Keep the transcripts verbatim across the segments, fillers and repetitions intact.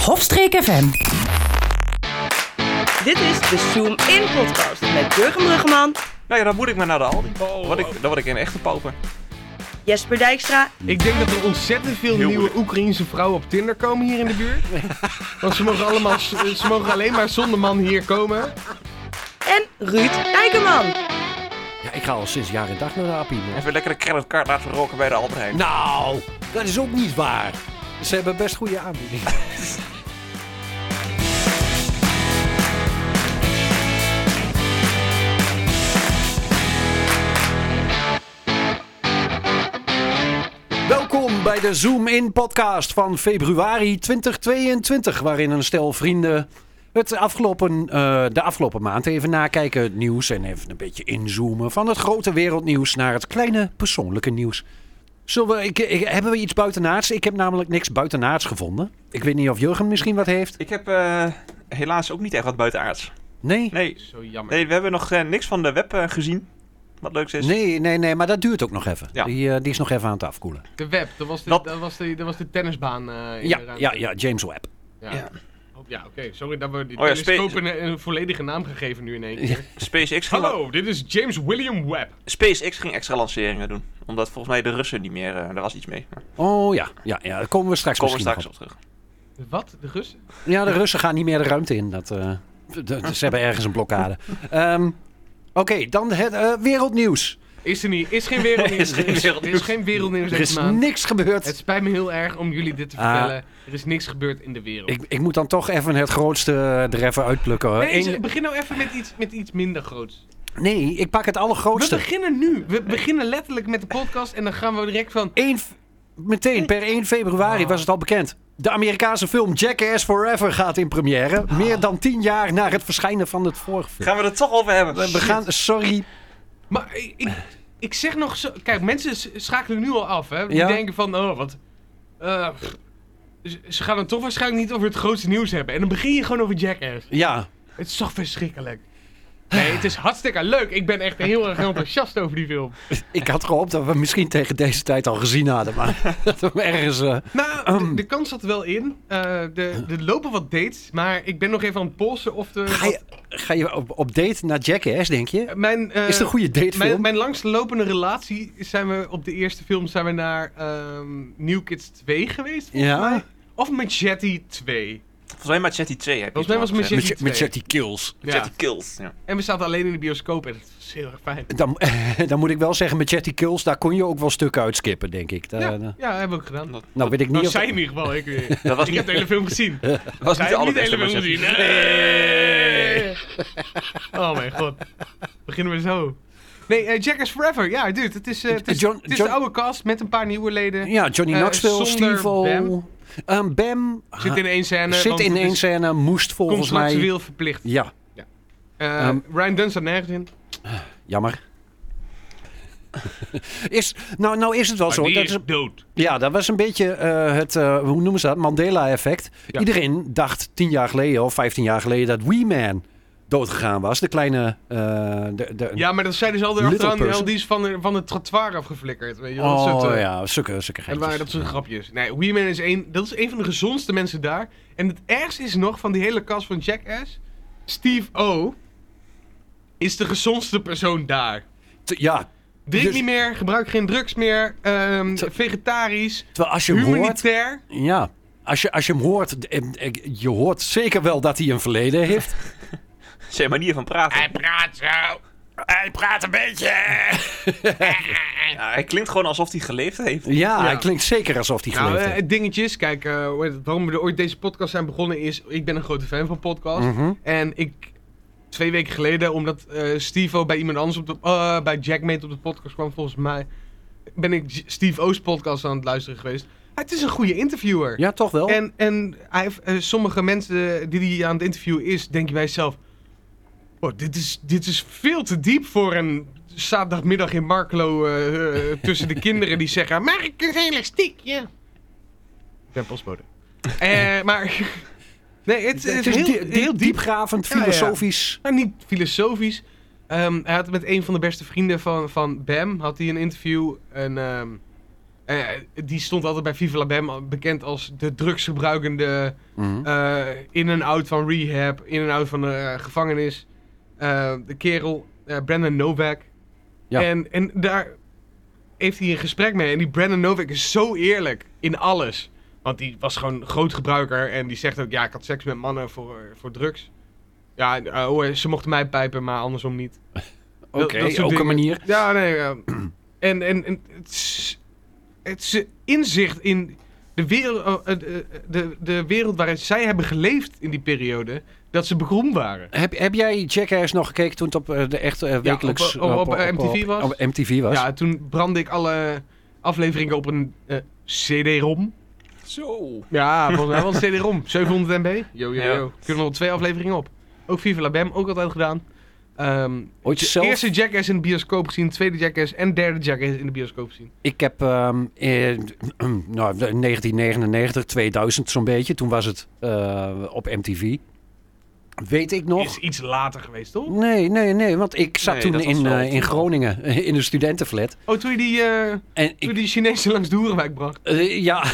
Hofstreek F M. Dit is de Zoom In podcast met Jurgen Bruggeman. Nou ja, dan moet ik maar naar de Aldi. Dan word ik, dan word ik een echte pauper. Jesper Dijkstra. Ik denk dat er ontzettend veel Heel nieuwe moeilijk. Oekraïense vrouwen op Tinder komen hier in de buurt. Want ze mogen, allemaal, ze mogen alleen maar zonder man hier komen. En Ruud Dijkerman. Ja, ik ga al sinds jaar en dag naar de Appie. man. Even lekker een creditcard laten roken bij de Albert Heijn. Nou, dat is ook niet waar. Ze hebben best goede aanbiedingen. Welkom bij de Zoom In podcast van februari twintig tweeëntwintig, waarin een stel vrienden het afgelopen, uh, de afgelopen maand even nakijken, het nieuws en even een beetje inzoomen van het grote wereldnieuws naar het kleine persoonlijke nieuws. Zullen we, ik, ik, hebben we iets buitenaards? Ik heb namelijk niks buitenaards gevonden. Ik weet niet of Jurgen misschien wat heeft. Ik heb uh, helaas ook niet echt wat buitenaards. Nee? Nee, Zo jammer. nee we hebben nog uh, niks van de web uh, gezien. Wat leuks is. Nee, nee, nee, maar dat duurt ook nog even. Ja. Die, uh, die is nog even aan het afkoelen. De web, dat was de, Dat- dat was de, dat was de tennisbaan uh, in Ja, de ruimte. ja, ja, James Webb. Ja, Ja. Oh, ja oké. Sorry dat we die Oh ja, telescoop spe- een, een volledige naam gegeven nu in één keer. SpaceX ging, Hallo, dit is James William Webb. SpaceX ging extra lanceringen doen. Omdat volgens mij de Russen niet meer... Uh, daar was iets mee. Maar Oh ja, ja, ja, daar komen we straks daar komen we misschien straks nog op terug. Wat? De Russen? op. Ja, de Russen gaan niet meer de ruimte in. Dat, uh, de, de- ze hebben ergens een blokkade. Um, Oké, okay, dan het uh, wereldnieuws. Is er niet. Is geen wereldnieuws. Is geen Er is- wereldnieuws. Er is geen wereldnieuws Er is deze maand. niks gebeurd. Het spijt me heel erg om jullie dit te Ah. vertellen. Er is niks gebeurd in de wereld. Ik, ik moet dan toch even het grootste er even uitplukken. hoor. Nee, Eén- begin nou even met iets, met iets minder groots. nee, ik pak het We allergrootste. beginnen nu. We beginnen letterlijk met de podcast en dan gaan we direct van... Eén f- meteen, per één februari Oh. was het al bekend. De Amerikaanse film Jackass Forever gaat in première. Meer dan tien jaar na het verschijnen van het vorige film. Gaan we het toch over hebben? We, we gaan, sorry. Maar ik, ik, ik zeg nog zo... Kijk, mensen s- schakelen nu al af, hè. Die Ja? denken van, oh, wat... eh, pff, ze- ze gaan het toch waarschijnlijk niet over het grootste nieuws hebben. En dan begin je gewoon over Jackass. Ja, Het is toch verschrikkelijk. Nee, het is hartstikke leuk. Ik ben echt heel erg enthousiast over die film. ik had gehoopt dat we hem misschien tegen deze tijd al gezien hadden. Maar dat we hem ergens... uh, Nou, Um. de, de kans zat er wel in. Eh, de, er lopen wat dates, maar ik ben nog even aan het polsen of de... Ga je, ga je op, op date naar Jackass, denk je? Mijn, eh, Is het een goede datefilm? Mijn, mijn langstlopende relatie zijn we op de eerste film zijn we naar ehm, New Kids twee geweest, volgens Ja. mij. Of Machete twee. Volgens mij Machete twee heb je Volgens mij was het al gezegd. Machete Met, met twee. Jetty Kills. Ja. Machete Kills. Ja. En we zaten alleen in de bioscoop en dat was heel erg fijn. Dan, dan moet ik wel zeggen, met Jetty Kills, daar kon je ook wel stukken uitskippen, denk ik. Daar, Ja, eh, ja, hebben we ook gedaan. Dat, nou, weet ik niet Nou, of... zij in ieder geval, ik weer. dat was Ik niet, heb de hele film gezien. dat was niet Zij de hebben niet de allerbeste hele film Machete. gezien. Nee. Oh mijn god. Beginnen we zo. Nee, eh, Jackass Forever. Ja, dude. Het is, eh, het is, John- het is John- de oude cast met een paar nieuwe leden. Ja, Johnny Eh, Knoxville, zonder Steve-O. Bam. Um, Bam Zit in één scène. zit want in het één is scène, moest volgens mij... contractueel verplicht. Ja, Eh, Ehm, Ryan Dunn staat nergens in. jammer. is, nou, nou is het wel Maar zo. die Dat is is, dood. ja, dat was een beetje eh, het, eh, hoe noemen ze dat, Mandela-effect. Ja. Iedereen dacht tien jaar geleden of vijftien jaar geleden dat Wee Man doodgegaan was. De kleine... eh, de, de, Ja, maar dat zeiden ze al Little erachteraan. person. Wel, die is van, de, van het trottoir afgeflikkerd. Weet je wel. Dat Oh soort, eh, ja, stukken, stukken En geintjes. waar, dat soort grapjes. Nee, Weeman is een, dat is een van de gezondste mensen daar. En het ergste is nog van die hele cast van Jackass. Steve-O is de gezondste persoon daar. T- Ja, Drink Dus- niet meer, gebruik geen drugs meer, ehm, Ter- vegetarisch, terwijl als je hem hoort... humanitair. Ja, als je, als je hem hoort... eh, eh, Je hoort zeker wel dat hij een verleden heeft. Zijn manier van praten. praat zo. Hij praat een beetje... Ja, hij klinkt gewoon alsof hij geleefd heeft. Ja, Ja. hij klinkt zeker alsof hij Nou, geleefd eh, heeft. het dingetje is, kijk, eh, hoe heet het, waarom we er ooit deze podcast zijn begonnen is... Ik ben een grote fan van podcasts. Mhm. En ik, twee weken geleden, omdat eh Steve-O bij iemand anders op de, eh, bij Jackmate op de podcast kwam, volgens mij, ben ik J- Steve-O's podcast aan het luisteren geweest. Het is een goede interviewer. Ja, toch wel? En, en hij heeft, eh, sommige mensen die hij aan het interviewen is, denk je bij jezelf... Oh, dit is, dit is veel te diep voor een zaterdagmiddag in Marklo eh, eh, tussen de kinderen die zeggen... Mag ik een elastiekje? Ik ben postbode. Eh, maar... Nee, het, het het is is heel, die- heel diep. diepgravend, Ja, ja. filosofisch. Nou, niet filosofisch. Ehm, hij had met een van de beste vrienden van, van Bam had hij een interview. En, ehm, Uh, die stond altijd bij Viva La Bam bekend als de drugsgebruikende Mhm. uh, in en out van rehab, in en out van de uh, gevangenis. Uh, de kerel, uh, Brandon Novak. Ja. En, en daar heeft hij een gesprek mee. En die Brandon Novak is zo eerlijk in alles. Want die was gewoon een groot gebruiker. En die zegt ook, ja, ik had seks met mannen voor, voor drugs. Ja, uh, oh, ze mochten mij pijpen, maar andersom niet. Oké, okay, dat soort ook dingen. een manier. Ja, nee. Uh, en en, en het, is, het is inzicht in de wereld, uh, de, de, de wereld waarin zij hebben geleefd in die periode, dat ze beroemd waren. Heb, heb jij Jackass nog gekeken toen het op uh, de echte uh, wekelijks... Ja, op, op, op, op M T V was? Op M T V was? Ja, toen brandde ik alle afleveringen op een uh, C D-rom. Zo. Ja, volgens mij wel een C D-rom. zevenhonderd MB. Yo, yo, Ja. yo. Kunnen er nog twee afleveringen op. Ook Viva La Bam, ook altijd gedaan. Um, Ooit de zelf- eerste Jackass in de bioscoop gezien, tweede Jackass en derde Jackass in de bioscoop gezien. Ik heb um, eh, nou, negentien negenennegentig, tweeduizend zo'n beetje. Toen was het uh, op M T V. Weet ik nog? Is iets later geweest, toch? Nee, nee, nee. Want ik zat Nee, toen dat was in, wel uh, in toen. Groningen in een studentenflat. Oh, toen je die, uh, En toen ik, je die Chinezen langs de Hoerenwijk bracht. Uh, ja.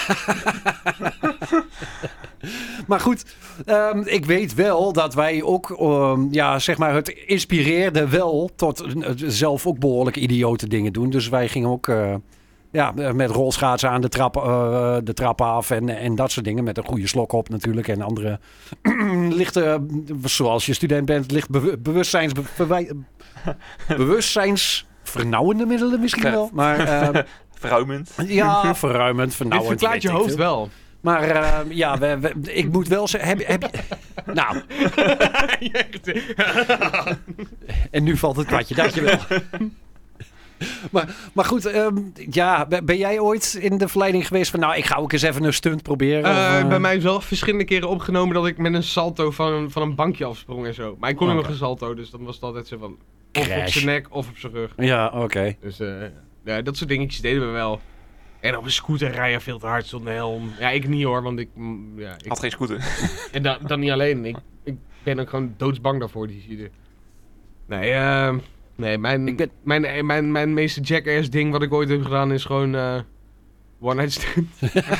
Maar goed, um, ik weet wel dat wij ook, um, ja, zeg maar, het inspireerde wel tot uh, zelf ook behoorlijk idiote dingen doen. Dus wij gingen ook, uh, ja, met rolschaatsen aan de trap, uh, de trap af en, en dat soort dingen. Met een goede slok op natuurlijk en andere lichte, zoals je student bent, licht be- bewustzijns... Be- bewustzijnsvernauwende middelen misschien wel. Maar uh, Verruimend. ja, verruimend, Dit vernauwend. verklaart weet je ik hoofd veel. wel. Maar uh, ja, we, we, ik moet wel zeggen... Heb, heb je, nou, en nu valt het kwartje, dankjewel. Maar, maar goed, um, ja, ben jij ooit in de verleiding geweest van... Nou, ik ga ook eens even een stunt proberen? Uh, of, uh... Bij mij is wel verschillende keren opgenomen dat ik met een salto van een, van een bankje afsprong en zo. Maar ik kon Oké. nog een salto, dus dan was het altijd zo van... Of op Crash. zijn nek of op zijn rug. Ja, oké. Okay. Dus uh, ja, dat soort dingetjes deden we wel. En op een scooter rijden veel te hard zonder helm. Ja, ik niet hoor, want ik... mm, Ja, ik Had geen scooter. en da dan niet alleen. Ik, ik ben ook gewoon doodsbang daarvoor. Die zie je. Nee, uh, nee mijn, Ik ben- mijn, mijn, mijn, mijn meeste Jackass ding wat ik ooit heb gedaan is gewoon... Uh, one night stand.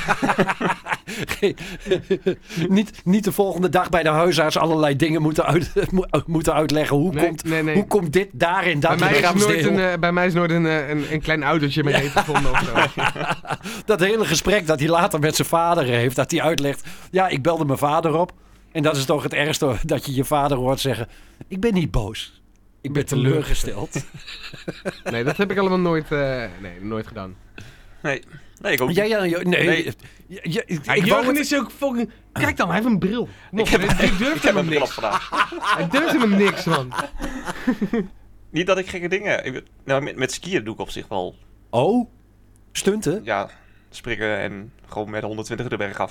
niet, niet de volgende dag bij de huisarts allerlei dingen moeten, uit, moeten uitleggen. Hoe, Nee, komt, nee, nee. hoe komt dit daarin? Dat Bij mij, is lichaamsdeel? nooit een, uh, bij mij is nooit een, uh, een, een klein autootje met eten gevonden of zo. Dat hele gesprek dat hij later met zijn vader heeft. Dat hij uitlegt. Ja, ik belde mijn vader op. En dat is toch het ergste. Dat je je vader hoort zeggen. Ik ben niet boos. Ik ben teleurgesteld. Nee, dat heb ik allemaal nooit, uh, nee, nooit gedaan. Nee. Nee, ik ook Ja, niet. ja, ja, nee. Nee. Ja, ja, ik Ja, wou Jurgen het- is ook fucking... Kijk dan, hij heeft een bril. Kom op, Ik heb, hij- hij durft ik heb hem een bril niks. afgedaan. Hij durft hem niks, man. Niet dat ik gekke dingen... Ik, nou, met, met skiën doe ik op zich wel... Oh, stunten? Ja, springen en gewoon met honderdtwintig de berg af.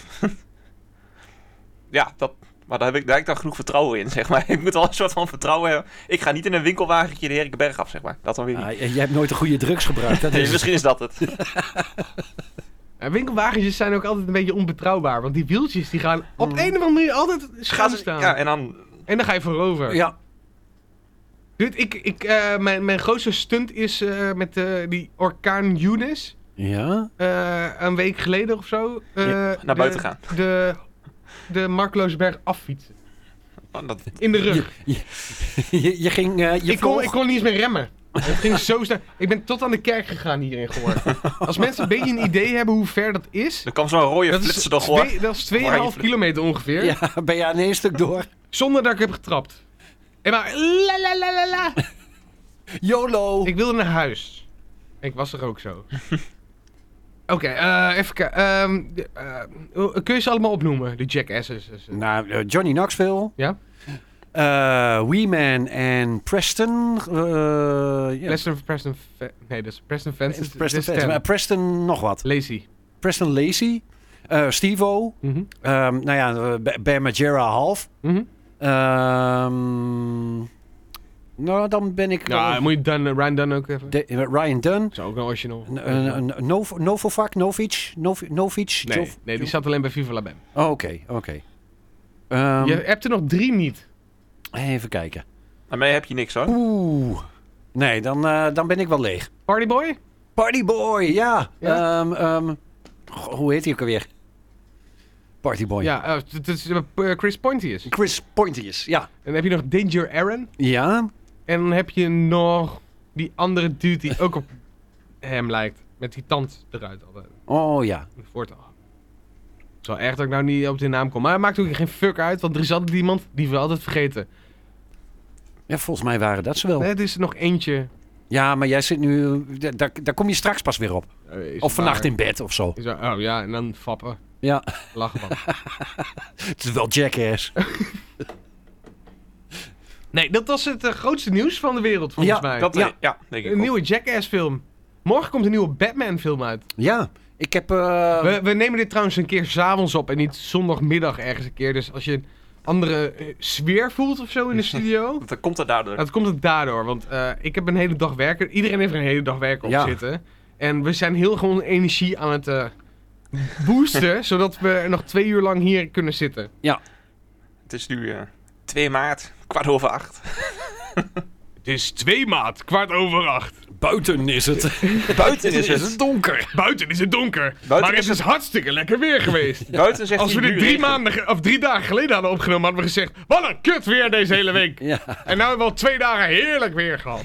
Ja, dat... Maar daar heb, ik, daar heb ik dan genoeg vertrouwen in, zeg maar. Ik moet wel een soort van vertrouwen hebben. Ik ga niet in een winkelwagentje de Herkenberg af, zeg maar. Dat dan weer niet. Ah, jij hebt nooit een goede drugs gebruikt. Dat Nee, is misschien is dat het. Ja, winkelwagentjes zijn ook altijd een beetje onbetrouwbaar. Want die wieltjes die gaan op Mhm. een of andere manier altijd Gaan schuin ze, staan. ja, en dan... En dan ga je voorover. Ja, Dude, ik, ik, uh, mijn, mijn grootste stunt is uh, met uh, die orkaan Eunice. ja. Uh, een week geleden of zo. Uh, naar de- buiten gaan. De, de Markloosberg affietsen. Oh, dat, In de rug. Je, je, je ging... Uh, je ik, kon, vloog- ik kon niet eens meer remmen. Het ging zo snel. Ik ben tot aan de kerk gegaan hier in Goor. Als mensen een beetje een idee hebben hoe ver dat is. er kwam zo'n rode Dat flitser is, toch hoor. twee, dat is twee komma vijf Waar je kilometer ongeveer. Ja, ben je aan één stuk door. Zonder dat ik heb getrapt. En maar... La, la, la, la, la. YOLO. Ik wilde naar huis. Ik was er ook zo. Oké, okay, uh, even kijken. Um, uh, kun je ze allemaal opnoemen? De Jackasses. Nou, uh, Johnny Knoxville. Ja? Uh, Weeman en Preston. Uh, ja. Preston, Preston, Fe- nee, dat is Preston Fences. Preston, dit is Preston, Stan. uh, Preston nog wat. Lazy. Preston Lacey. Uh, Steve-O. Mhm. Um, nou ja, uh, Ba- Bear Majera half. Mhm. Um, nou, dan ben ik... Ja, wel- moet je Dunn, Ryan Dunn ook even. de, uh, Ryan Dunn. Dat is ook een original. N- uh, uh, Nov- Novovac, Novic, Nov- Novic. Nee, Jov- nee, die zat alleen bij Viva La Bam. Oh, Oké, oké. Um, Je hebt er nog drie niet. Even kijken. Daarmee heb je niks hoor. Oeh. Nee, dan, uh, dan ben ik wel leeg. Partyboy? Partyboy, ja. Ja? Ehm, ehm, goh, hoe heet hij ook alweer? Partyboy. Ja, uh, het is uh, Chris Pontius. Chris Pontius, ja. En dan heb je nog Danger Aaron. Ja. En dan heb je nog die andere dude die ook op hem lijkt. Met die tand eruit altijd. Oh ja. Voortaan. Het is wel erg dat ik nou niet op de naam kom. Maar het maakt ook geen fuck uit, want er is altijd iemand die we altijd vergeten. Ja, volgens mij waren dat ze wel. Nee, er is er nog eentje. Ja, maar jij zit nu... Daar, daar kom je straks pas weer op. Uh, is Of vannacht waar. in bed of zo. Is er- oh ja, en dan fappen. Ja. Lachen van. Het is wel Jackass. Nee, dat was het uh, grootste nieuws van de wereld, volgens Ja, mij. Dat, Ja. ja. ja, denk ik Een ook. nieuwe Jackass-film. Morgen komt een nieuwe Batman-film uit. Ja. Ik heb... eh, We, we nemen dit trouwens een keer 's avonds op en niet zondagmiddag ergens een keer. Dus als je een andere eh, sfeer voelt of zo in de studio, Dat komt er daardoor. dat komt het daardoor. Want eh, ik heb een hele dag werken. Iedereen heeft er een hele dag werken op Ja. zitten. En we zijn heel gewoon energie aan het eh, boosten, zodat we nog twee uur lang hier kunnen zitten. Het is nu uh, twee maart, kwart over acht. Het is twee maart, kwart over acht. buiten is het... Buiten is is het. het donker. Buiten is het donker, Buiten maar is het is hartstikke lekker weer geweest. Buiten zegt Als we hij dit nu drie, regen. maanden, ge- of drie dagen geleden hadden opgenomen, hadden we gezegd: wat een kut weer deze hele week. Ja. En nou hebben we al twee dagen heerlijk weer gehad.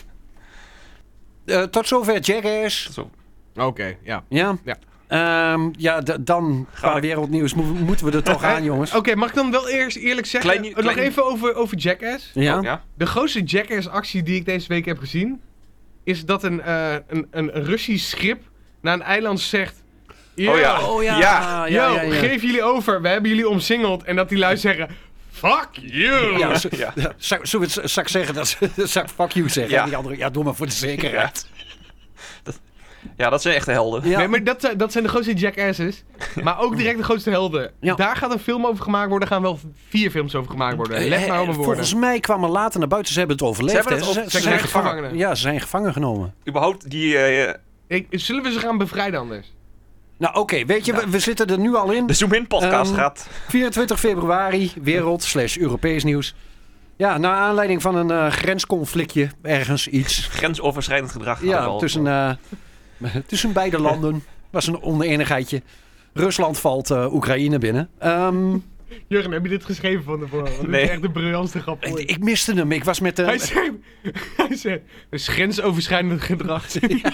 Eh, tot zover Jackass. Zo. Oké, ja. Ja? Ja. Ehm, ja, d- dan qua wereldnieuws mo- moeten we er toch aan, jongens. Oké, mag ik dan wel eerst eerlijk zeggen, Klein nie- nog klein- even over, over Jackass. Ja? Oh, ja? De grootste Jackass-actie die ik deze week heb gezien, is dat een, eh, een, een, een Russisch schip naar een eiland zegt: Yo, Oh ja. Oh ja. Ja. yo, ja, ja, ja. geef jullie over, we hebben jullie omsingeld. En dat die lui zeggen: fuck you! Ja, zo, Ja. ja. Zou, zou, het- zou ik zeggen dat ze zou ik fuck you zeggen? Ja. En die andere, ja, doe maar voor de zekerheid. Dat, ja, dat zijn echte helden. Ja. Nee, maar dat, zijn- dat zijn de grootste Jackasses. Maar ook direct de grootste helden. Ja. Daar gaat een film over gemaakt worden. Daar gaan wel vier films over gemaakt worden. Eh, Let eh, maar op mijn woorden. Volgens mij kwam er later naar buiten. Ze hebben het overleefd. Ze hebben hè. het over- ze, Ze zijn zijn gevangen. gevangenen. Ja, ze zijn gevangen genomen. Überhaupt die... eh, Ik, zullen we ze gaan bevrijden anders? Nou, oké, weet je, we, we zitten er nu al in. de Zoom In podcast Ehm, gaat... vierentwintig februari, wereld slash Europees nieuws. Ja, naar aanleiding van een eh, grensconflictje, ergens iets. Grensoverschrijdend gedrag. hadden we Ja, al. tussen, eh, tussen beide landen was een oneenigheidje. Rusland valt eh, Oekraïne binnen. Ehm, Jurgen, heb je dit geschreven van tevoren? Want dit Nee. is echt de briljantste grap ooit. ik miste hem. Ik was met de... Hij zegt... Hij zegt... Het is grensoverschrijdend gedrag.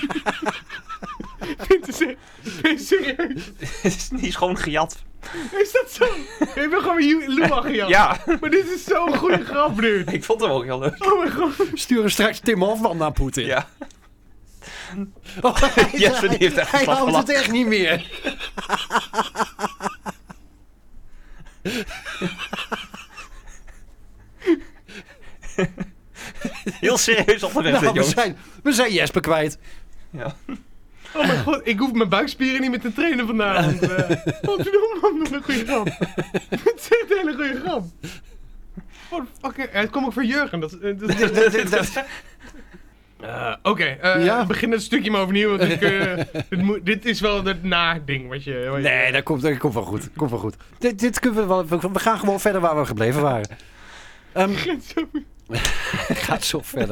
Dit is echt... Ben je serieus? Het is niet gewoon gejat. Is dat zo? Ik ben gewoon een Luma gejat. Ja, Maar dit is zo'n goede grap, dude. ik vond hem ook heel leuk. Oh mijn god. Sturen straks Tim Hofman naar Poetin. Ja. Oh, hij, Jesper, die heeft echt hij een slag houdt het gelachen. echt niet meer. Heel serieus onderwerp, Nou, dit, we, jongens. zijn, we zijn Jesper kwijt. Ja. Oh mijn god, ik hoef mijn buikspieren niet meer te trainen vanavond. Uh, wat verdomme man, wat een goede grap. Het is echt een hele goede grap. What the fuck, eh, het komt ook van Jurgen. Dat, eh, dat, dat, dat, dat- Eh, Oké, eh, Ja. begin het stukje maar overnieuw. Want ik, eh, dit, moet- dit is wel het na-ding wat je... wat je- Nee, dat komt, dat komt wel goed. Komt wel goed. Dit, dit kunnen we, wel, we we gaan gewoon verder waar we gebleven waren. Ehm gaat zo verder.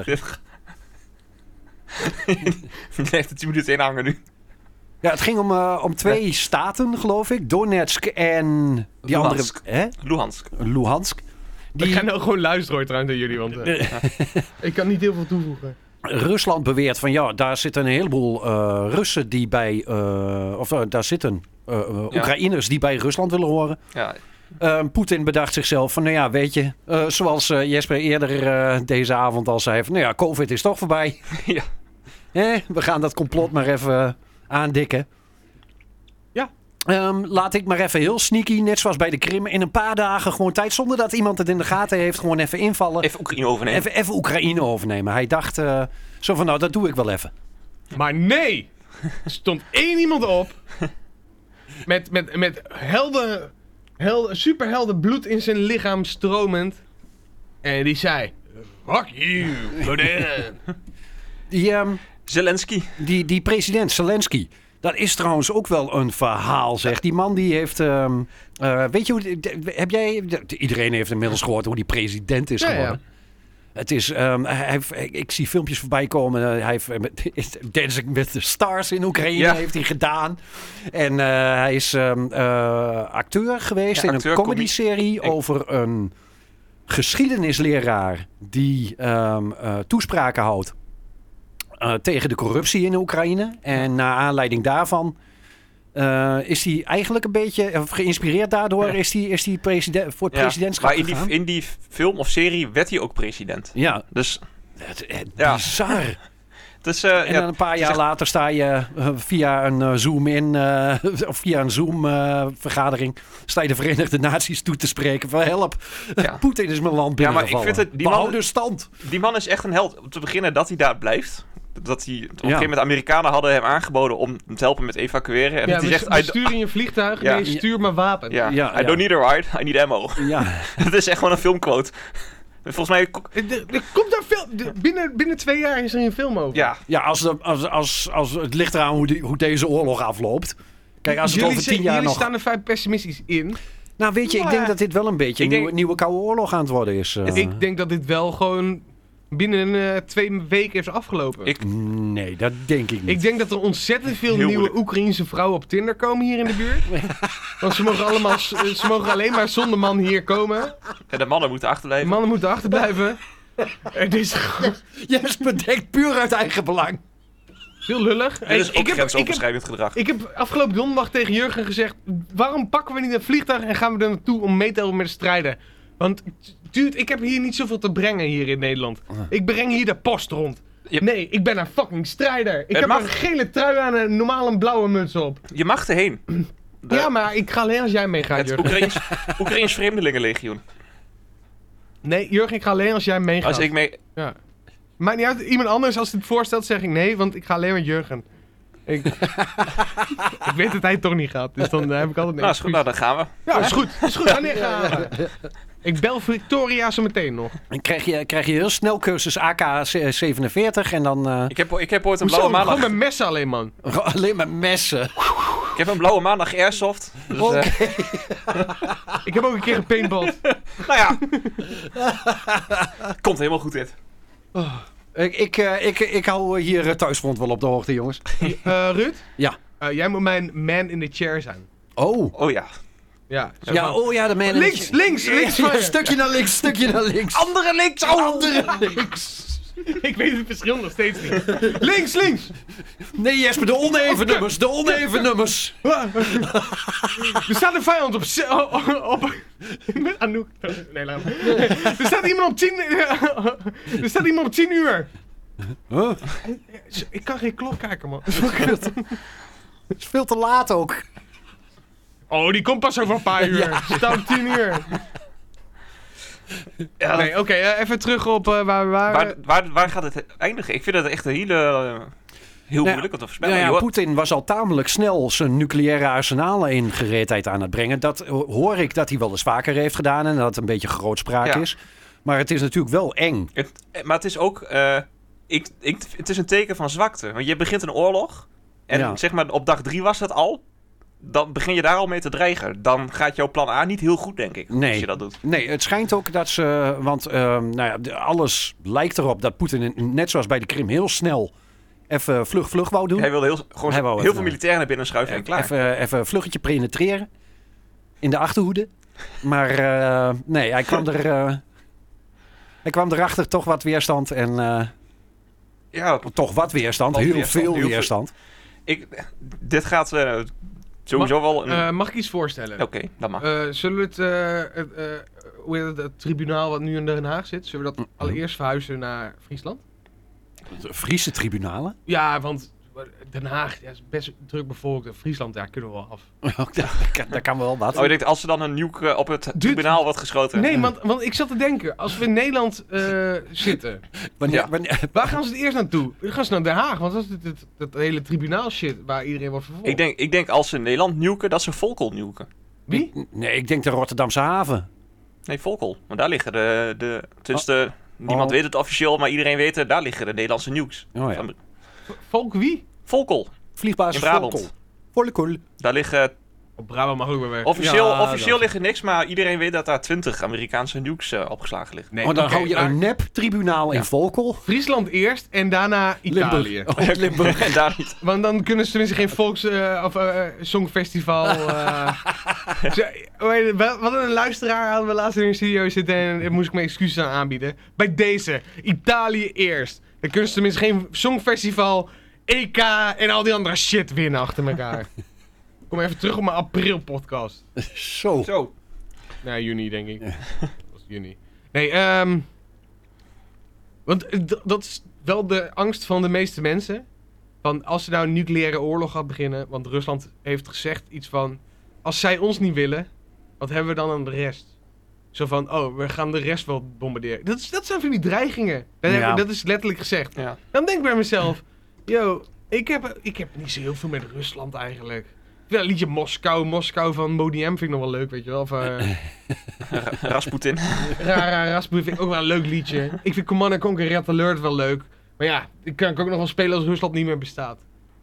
Ik leg er tien minuten in hangen nu. Ja, het ging om, eh, om twee staten, geloof ik. Donetsk en die Luhansk. andere... Hè? Luhansk. Luhansk. Ik Die ga nou gewoon luisteren hoor, trouwens naar jullie. Want eh, ik kan niet heel veel toevoegen. Rusland beweert van ja, daar zitten een heleboel eh, Russen die bij... eh, of eh, daar zitten eh, eh, Ja. Oekraïners die bij Rusland willen horen. Ja, Eh, Poetin bedacht zichzelf van, nou ja, weet je, eh, zoals eh, Jesper eerder eh, deze avond al zei, van, nou ja, COVID is toch voorbij. ja. Eh, we gaan dat complot maar even eh, aandikken. Ja. Ehm, laat ik maar even heel sneaky, net zoals bij de Krim, in een paar dagen gewoon tijd, zonder dat iemand het in de gaten heeft, gewoon even invallen. Even Oekraïne overnemen. Even, even Oekraïne overnemen. Hij dacht eh, zo van, nou, dat doe ik wel even. Maar nee! Er stond één iemand op. Met, met, met helden, helden, superhelden bloed in zijn lichaam stromend. En die zei: fuck you, go there. Die, ehm, Zelensky. die, die president Zelensky, dat is trouwens ook wel een verhaal, zeg. Die man die heeft... ehm, eh, weet je hoe... de- Heb jij... de- Iedereen heeft inmiddels gehoord hoe die president is Ja, ja. geworden. Het is, um, hij heeft, ik zie filmpjes voorbij komen. Uh, hij heeft met, Dancing with the Stars in Oekraïne Ja. heeft hij gedaan. En uh, hij is um, uh, acteur geweest Ja, in acteur, een comedy-serie comedy- over een geschiedenisleraar die um, uh, toespraken houdt uh, tegen de corruptie in Oekraïne. En naar aanleiding daarvan uh, is hij eigenlijk een beetje, of geïnspireerd daardoor, Ja. is hij, is hij president, voor het Ja, presidentschap maar in die, gegaan. in die film of serie werd hij ook president. Ja, Dus het, het, Ja. bizar. het is... eh, En ja, dan een paar het is jaar echt- later sta je uh, via een uh, Zoom-in, uh, of via een Zoom-vergadering, sta je de Verenigde Naties toe te spreken van help, Ja. Poetin is mijn land Ja, maar ik binnengevallen. vind het- die We man- houden stand. Die man is echt een held. Om te beginnen dat hij daar blijft. Dat hij op een gegeven Ja. moment de Amerikanen hadden hem aangeboden om hem te helpen met evacueren. En Ja, dat hij we, zegt, we I, sturen je een vliegtuig. Ja. Nee, stuur maar wapen. ja, Ja, I ja. don't need a ride, I need ammo. Ja, Dat is echt gewoon een filmquote. Volgens mij... Er, er komt daar film... de- binnen, binnen twee jaar is er een film over. Ja, ja als, de, als, als, als het ligt eraan hoe, die, hoe deze oorlog afloopt. Kijk, als het jullie over tien jaar jullie nog... staan er vrij pessimistisch in. Nou, weet je, ik Maar- denk dat dit wel een beetje Ik een nieuwe, denk- nieuwe koude oorlog aan het worden is. uh. Ik denk dat dit wel gewoon binnen uh, twee weken is afgelopen. Ik- Nee, dat denk ik niet. Ik denk dat er ontzettend veel Heel nieuwe moeilijk. Oekraïense vrouwen op Tinder komen hier in de buurt. Want ze mogen, allemaal, ze mogen alleen maar zonder man hier komen. en de mannen moeten De achterblijven. mannen moeten achterblijven. Het is gewoon Jesper denkt puur uit eigen belang. heel lullig. Dit is Ik- ook ik, heb, ik, heb, grensoverschrijdend gedrag. ik heb afgelopen donderdag tegen Jurgen gezegd... waarom pakken we niet een vliegtuig en gaan we er naartoe om mee te helpen met de strijden? Want, dude, ik heb hier niet zoveel te brengen hier in Nederland. Ik breng hier de post rond. Je- Nee, ik ben een fucking strijder. Ik Het heb mag- een gele trui aan en normaal een blauwe muts op. Je mag erheen. De- Ja, maar ik ga alleen als jij meegaat, het Jurgen. Oekraïns, Oekraïns Vreemdelingenlegioen. Nee, Jurgen, ik ga alleen als jij meegaat. Als ik mee... Ja. Maakt niet uit, iemand anders als het voorstelt zeg ik nee, want ik ga alleen met Jurgen. Ik, ik weet dat hij het toch niet gaat, dus dan eh, heb ik altijd een Nou, is goed, nou, dan gaan we. Ja, is goed, is goed, wanneer gaan we? Ik bel Victoria zo meteen nog. Dan krijg je, krijg je heel snel cursus A K zevenenveertig en dan uh, Ik heb, ik heb ooit een Hoezo? blauwe Gewoon maandag... met messen alleen, man. alleen maar messen. Ik heb een blauwe maandag airsoft. Dus, Oké. eh, Ik heb ook een keer gepaintballed. nou ja. Komt helemaal goed dit. Ik, ik, uh, ik, ik hou hier uh, thuisfront wel op de hoogte, jongens. Uh, Ruud? Ja. Uh, jij moet mijn man in the chair zijn. Oh. Oh ja. Ja. zo Ja, van- oh ja, de man... Links, links, links van je. Stukje naar links, stukje naar links. Andere links! Oh. Andere links. Ik weet het verschil nog steeds niet. Links, links! Nee, Jesper, de oneven nummers, de oneven nummers. Er staat een vijand op... ze- op, op met Anouk. Nee, laat maar. Er staat iemand op tien... Er staat iemand op tien uur. Huh? Ik kan geen klok kijken, man. Het is veel te laat ook. Oh, die komt pas over een paar uur. Ja. Ze staat op tien uur. Ja, Nee, oké, eh, even terug op uh, waar we waren. waar, waar, waar gaat het eindigen? Ik vind het echt een hele... uh, heel ja, moeilijk om te voorspellen. Nou ja, Je hoort- Poetin was al tamelijk snel zijn nucleaire arsenalen in gereedheid aan het brengen. Dat ho- hoor ik dat hij wel eens vaker heeft gedaan en dat het een beetje grootspraak Ja. is. Maar het is natuurlijk wel eng. Het, maar het is ook... eh, ik, ik, het is een teken van zwakte. Want je begint een oorlog. En Ja. zeg maar, op dag drie was dat al. Dan begin je daar al mee te dreigen. Dan gaat jouw plan A niet heel goed, denk ik. Nee. Als je dat doet. Nee, het schijnt ook dat ze... Want ehm, nou ja, de- alles lijkt erop dat Poetin, in- net zoals bij de Krim, heel snel even vlug vlug wou doen. Hij wilde heel, gewoon Hij wou heel even- veel militairen naar binnen schuiven en klaar. Even, even een vluggetje penetreren. In de achterhoede. Maar eh, nee, hij kwam er... eh, hij kwam erachter, toch wat weerstand. En eh, Ja, toch wat weerstand. Wat Heel weerstand, veel heel veel. weerstand. ik, dit gaat uh, sowieso wel... Een... Uh, mag ik iets voorstellen? Oké, dat mag. Uh, zullen we het, uh, het, uh, hoe heet het, het tribunaal wat nu in Den Haag zit, zullen we dat allereerst verhuizen naar Friesland? De Friese tribunalen. Ja, want Den Haag ja, is best druk bevolkt en Friesland, daar kunnen we wel af. daar, kan, daar kan wel wat. Oh, je denkt als er dan een nuke uh, op het Dude. tribunaal wordt geschoten. Nee, want, want ik zat te denken, als we in Nederland uh, zitten, Wanneer, Ja. wanneer, waar gaan ze het eerst naartoe? Dan gaan ze naar Den Haag, want dat is het, het, het hele tribunaal shit waar iedereen wordt vervolgd. Ik denk, ik denk als ze Nederland nuken, dat ze Volkel nuken. Wie? nee, ik denk de Rotterdamse haven. Nee, Volkel. Want daar liggen de... de tenminste, niemand Oh. weet het officieel, maar iedereen weet het. Daar liggen de Nederlandse nukes. Oh ja. Van- Volk wie? Volkel. Vliegbasis In Brabant. Volkel. Volkel. Daar liggen Op Brabant mag ook weer weg. Officieel, Ja, officieel dat- ligt er niks, maar iedereen weet dat daar twintig Amerikaanse nukes uh, opgeslagen liggen. Nee, Maar dan oké, hou je maar een nep-tribunaal in Ja. Volkel. Friesland eerst en daarna Italië. Limburg. Oh, Limburg. En daar niet. Want dan kunnen ze tenminste geen volks... Uh, of uh, songfestival... Uh, Zo, weet je, wat wat een luisteraar hadden we laatst in een studio zitten en daar moest ik mijn excuses aan aanbieden. Bij deze, Italië eerst. Dan kunnen ze tenminste geen songfestival, E K en al die andere shit winnen achter elkaar. Kom even terug op mijn april podcast. Zo. Zo. Nou, juni denk ik. Dat was juni. Nee, ehm... Um, want d- dat is wel de angst van de meeste mensen. Van als ze nou een nucleaire oorlog gaat beginnen. Want Rusland heeft gezegd iets van... Als zij ons niet willen, wat hebben we dan aan de rest? Zo van, oh, we gaan de rest wel bombarderen. Dat, is, dat zijn van die dreigingen. Dat, Ja. heb, dat is letterlijk gezegd. Ja. Dan denk ik bij mezelf... Yo, ik heb, ik heb niet zo heel veel met Rusland eigenlijk. Ja, een liedje Moskou, Moskou van Modi M vind ik nog wel leuk, weet je wel. Of, uh, Rasputin. Rara Rasputin vind ik ook wel een leuk liedje. Ik vind Command and Conquer Red Alert wel leuk. Maar ja, die kan ik ook nog wel spelen als Rusland niet meer bestaat.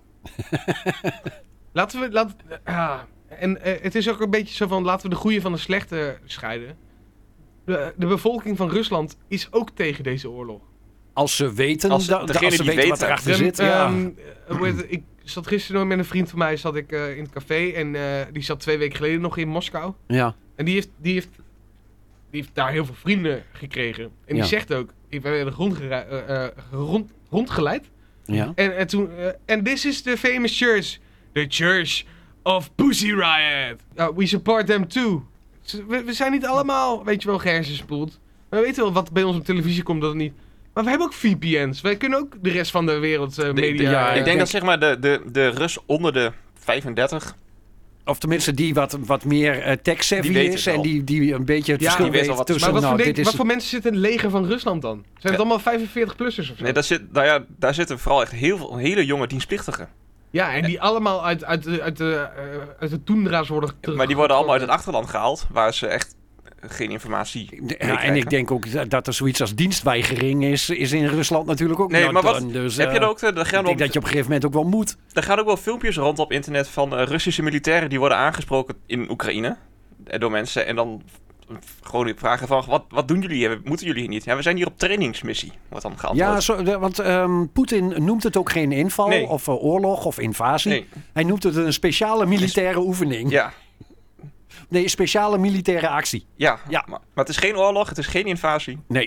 Laten we... Laat, ah, en uh, het is ook een beetje zo van... Laten we de goede van de slechte scheiden. De, de bevolking van Rusland is ook tegen deze oorlog. Als ze weten, Als da- da- degene als ze die weten wat weten. erachter Rem- zit. Ja. ehm, uh, hoe heet het? Ik zat gisteren nog met een vriend van mij zat ik, uh, in het café. En uh, die zat twee weken geleden nog in Moskou. ja. En die heeft, die heeft, die heeft daar heel veel vrienden gekregen. En die Ja. zegt ook... Ik ben weer rond, uh, uh, rond, rondgeleid. Ja. En, en toen... En uh, this is the famous church. The Church of Pussy Riot. Uh, we support them too. We, we zijn niet allemaal, weet je wel, gehersenspoeld. We weten wel wat bij ons op televisie komt, dat het niet... Maar we hebben ook V P N's. Wij kunnen ook de rest van de wereld uh, De- media... ja, ik uh, denk denk- dat zeg maar de, de, de Rus onder de vijfendertig... Of tenminste die wat, wat meer uh, tech-savvy Die weten is. het En wel. die, die een beetje het Ja, verschil die weten weet wel wat- tussen... Maar wat, nou, voor, dit denk- is wat voor mensen zitten in het leger van Rusland dan? Zijn het Ja. allemaal vijfenveertig-plussers of zo? Nee, daar, zit, nou ja, daar zitten vooral echt heel veel hele jonge dienstplichtigen. Ja, en die allemaal uit, uit, de- uit, de, uh, uit de toendra's worden terug- Maar die worden allemaal uit het achterland gehaald, waar ze echt geen informatie Ja, en meekrijgen. ik denk ook dat- dat er zoiets als dienstweigering is, is in Rusland natuurlijk ook Nee, not maar wat, done. Dus, heb je eh, er ook... Er ik gaan, denk dat je op een gegeven moment ook wel moet. er gaan ook wel filmpjes rond op internet van uh, Russische militairen die worden aangesproken in Oekraïne. eh, Door mensen. En dan gewoon vragen van, wat, wat doen jullie hier? Moeten jullie hier niet? Ja, we zijn hier op trainingsmissie, wordt dan geantwoord. Ja, zo, de- want ehm, Poetin noemt het ook geen inval Nee. of uh, oorlog of invasie. Nee, Hij noemt het een speciale militaire oefening. ja, Nee, speciale militaire actie. ja. Ja. Maar, maar het is geen oorlog, het is geen invasie. Nee.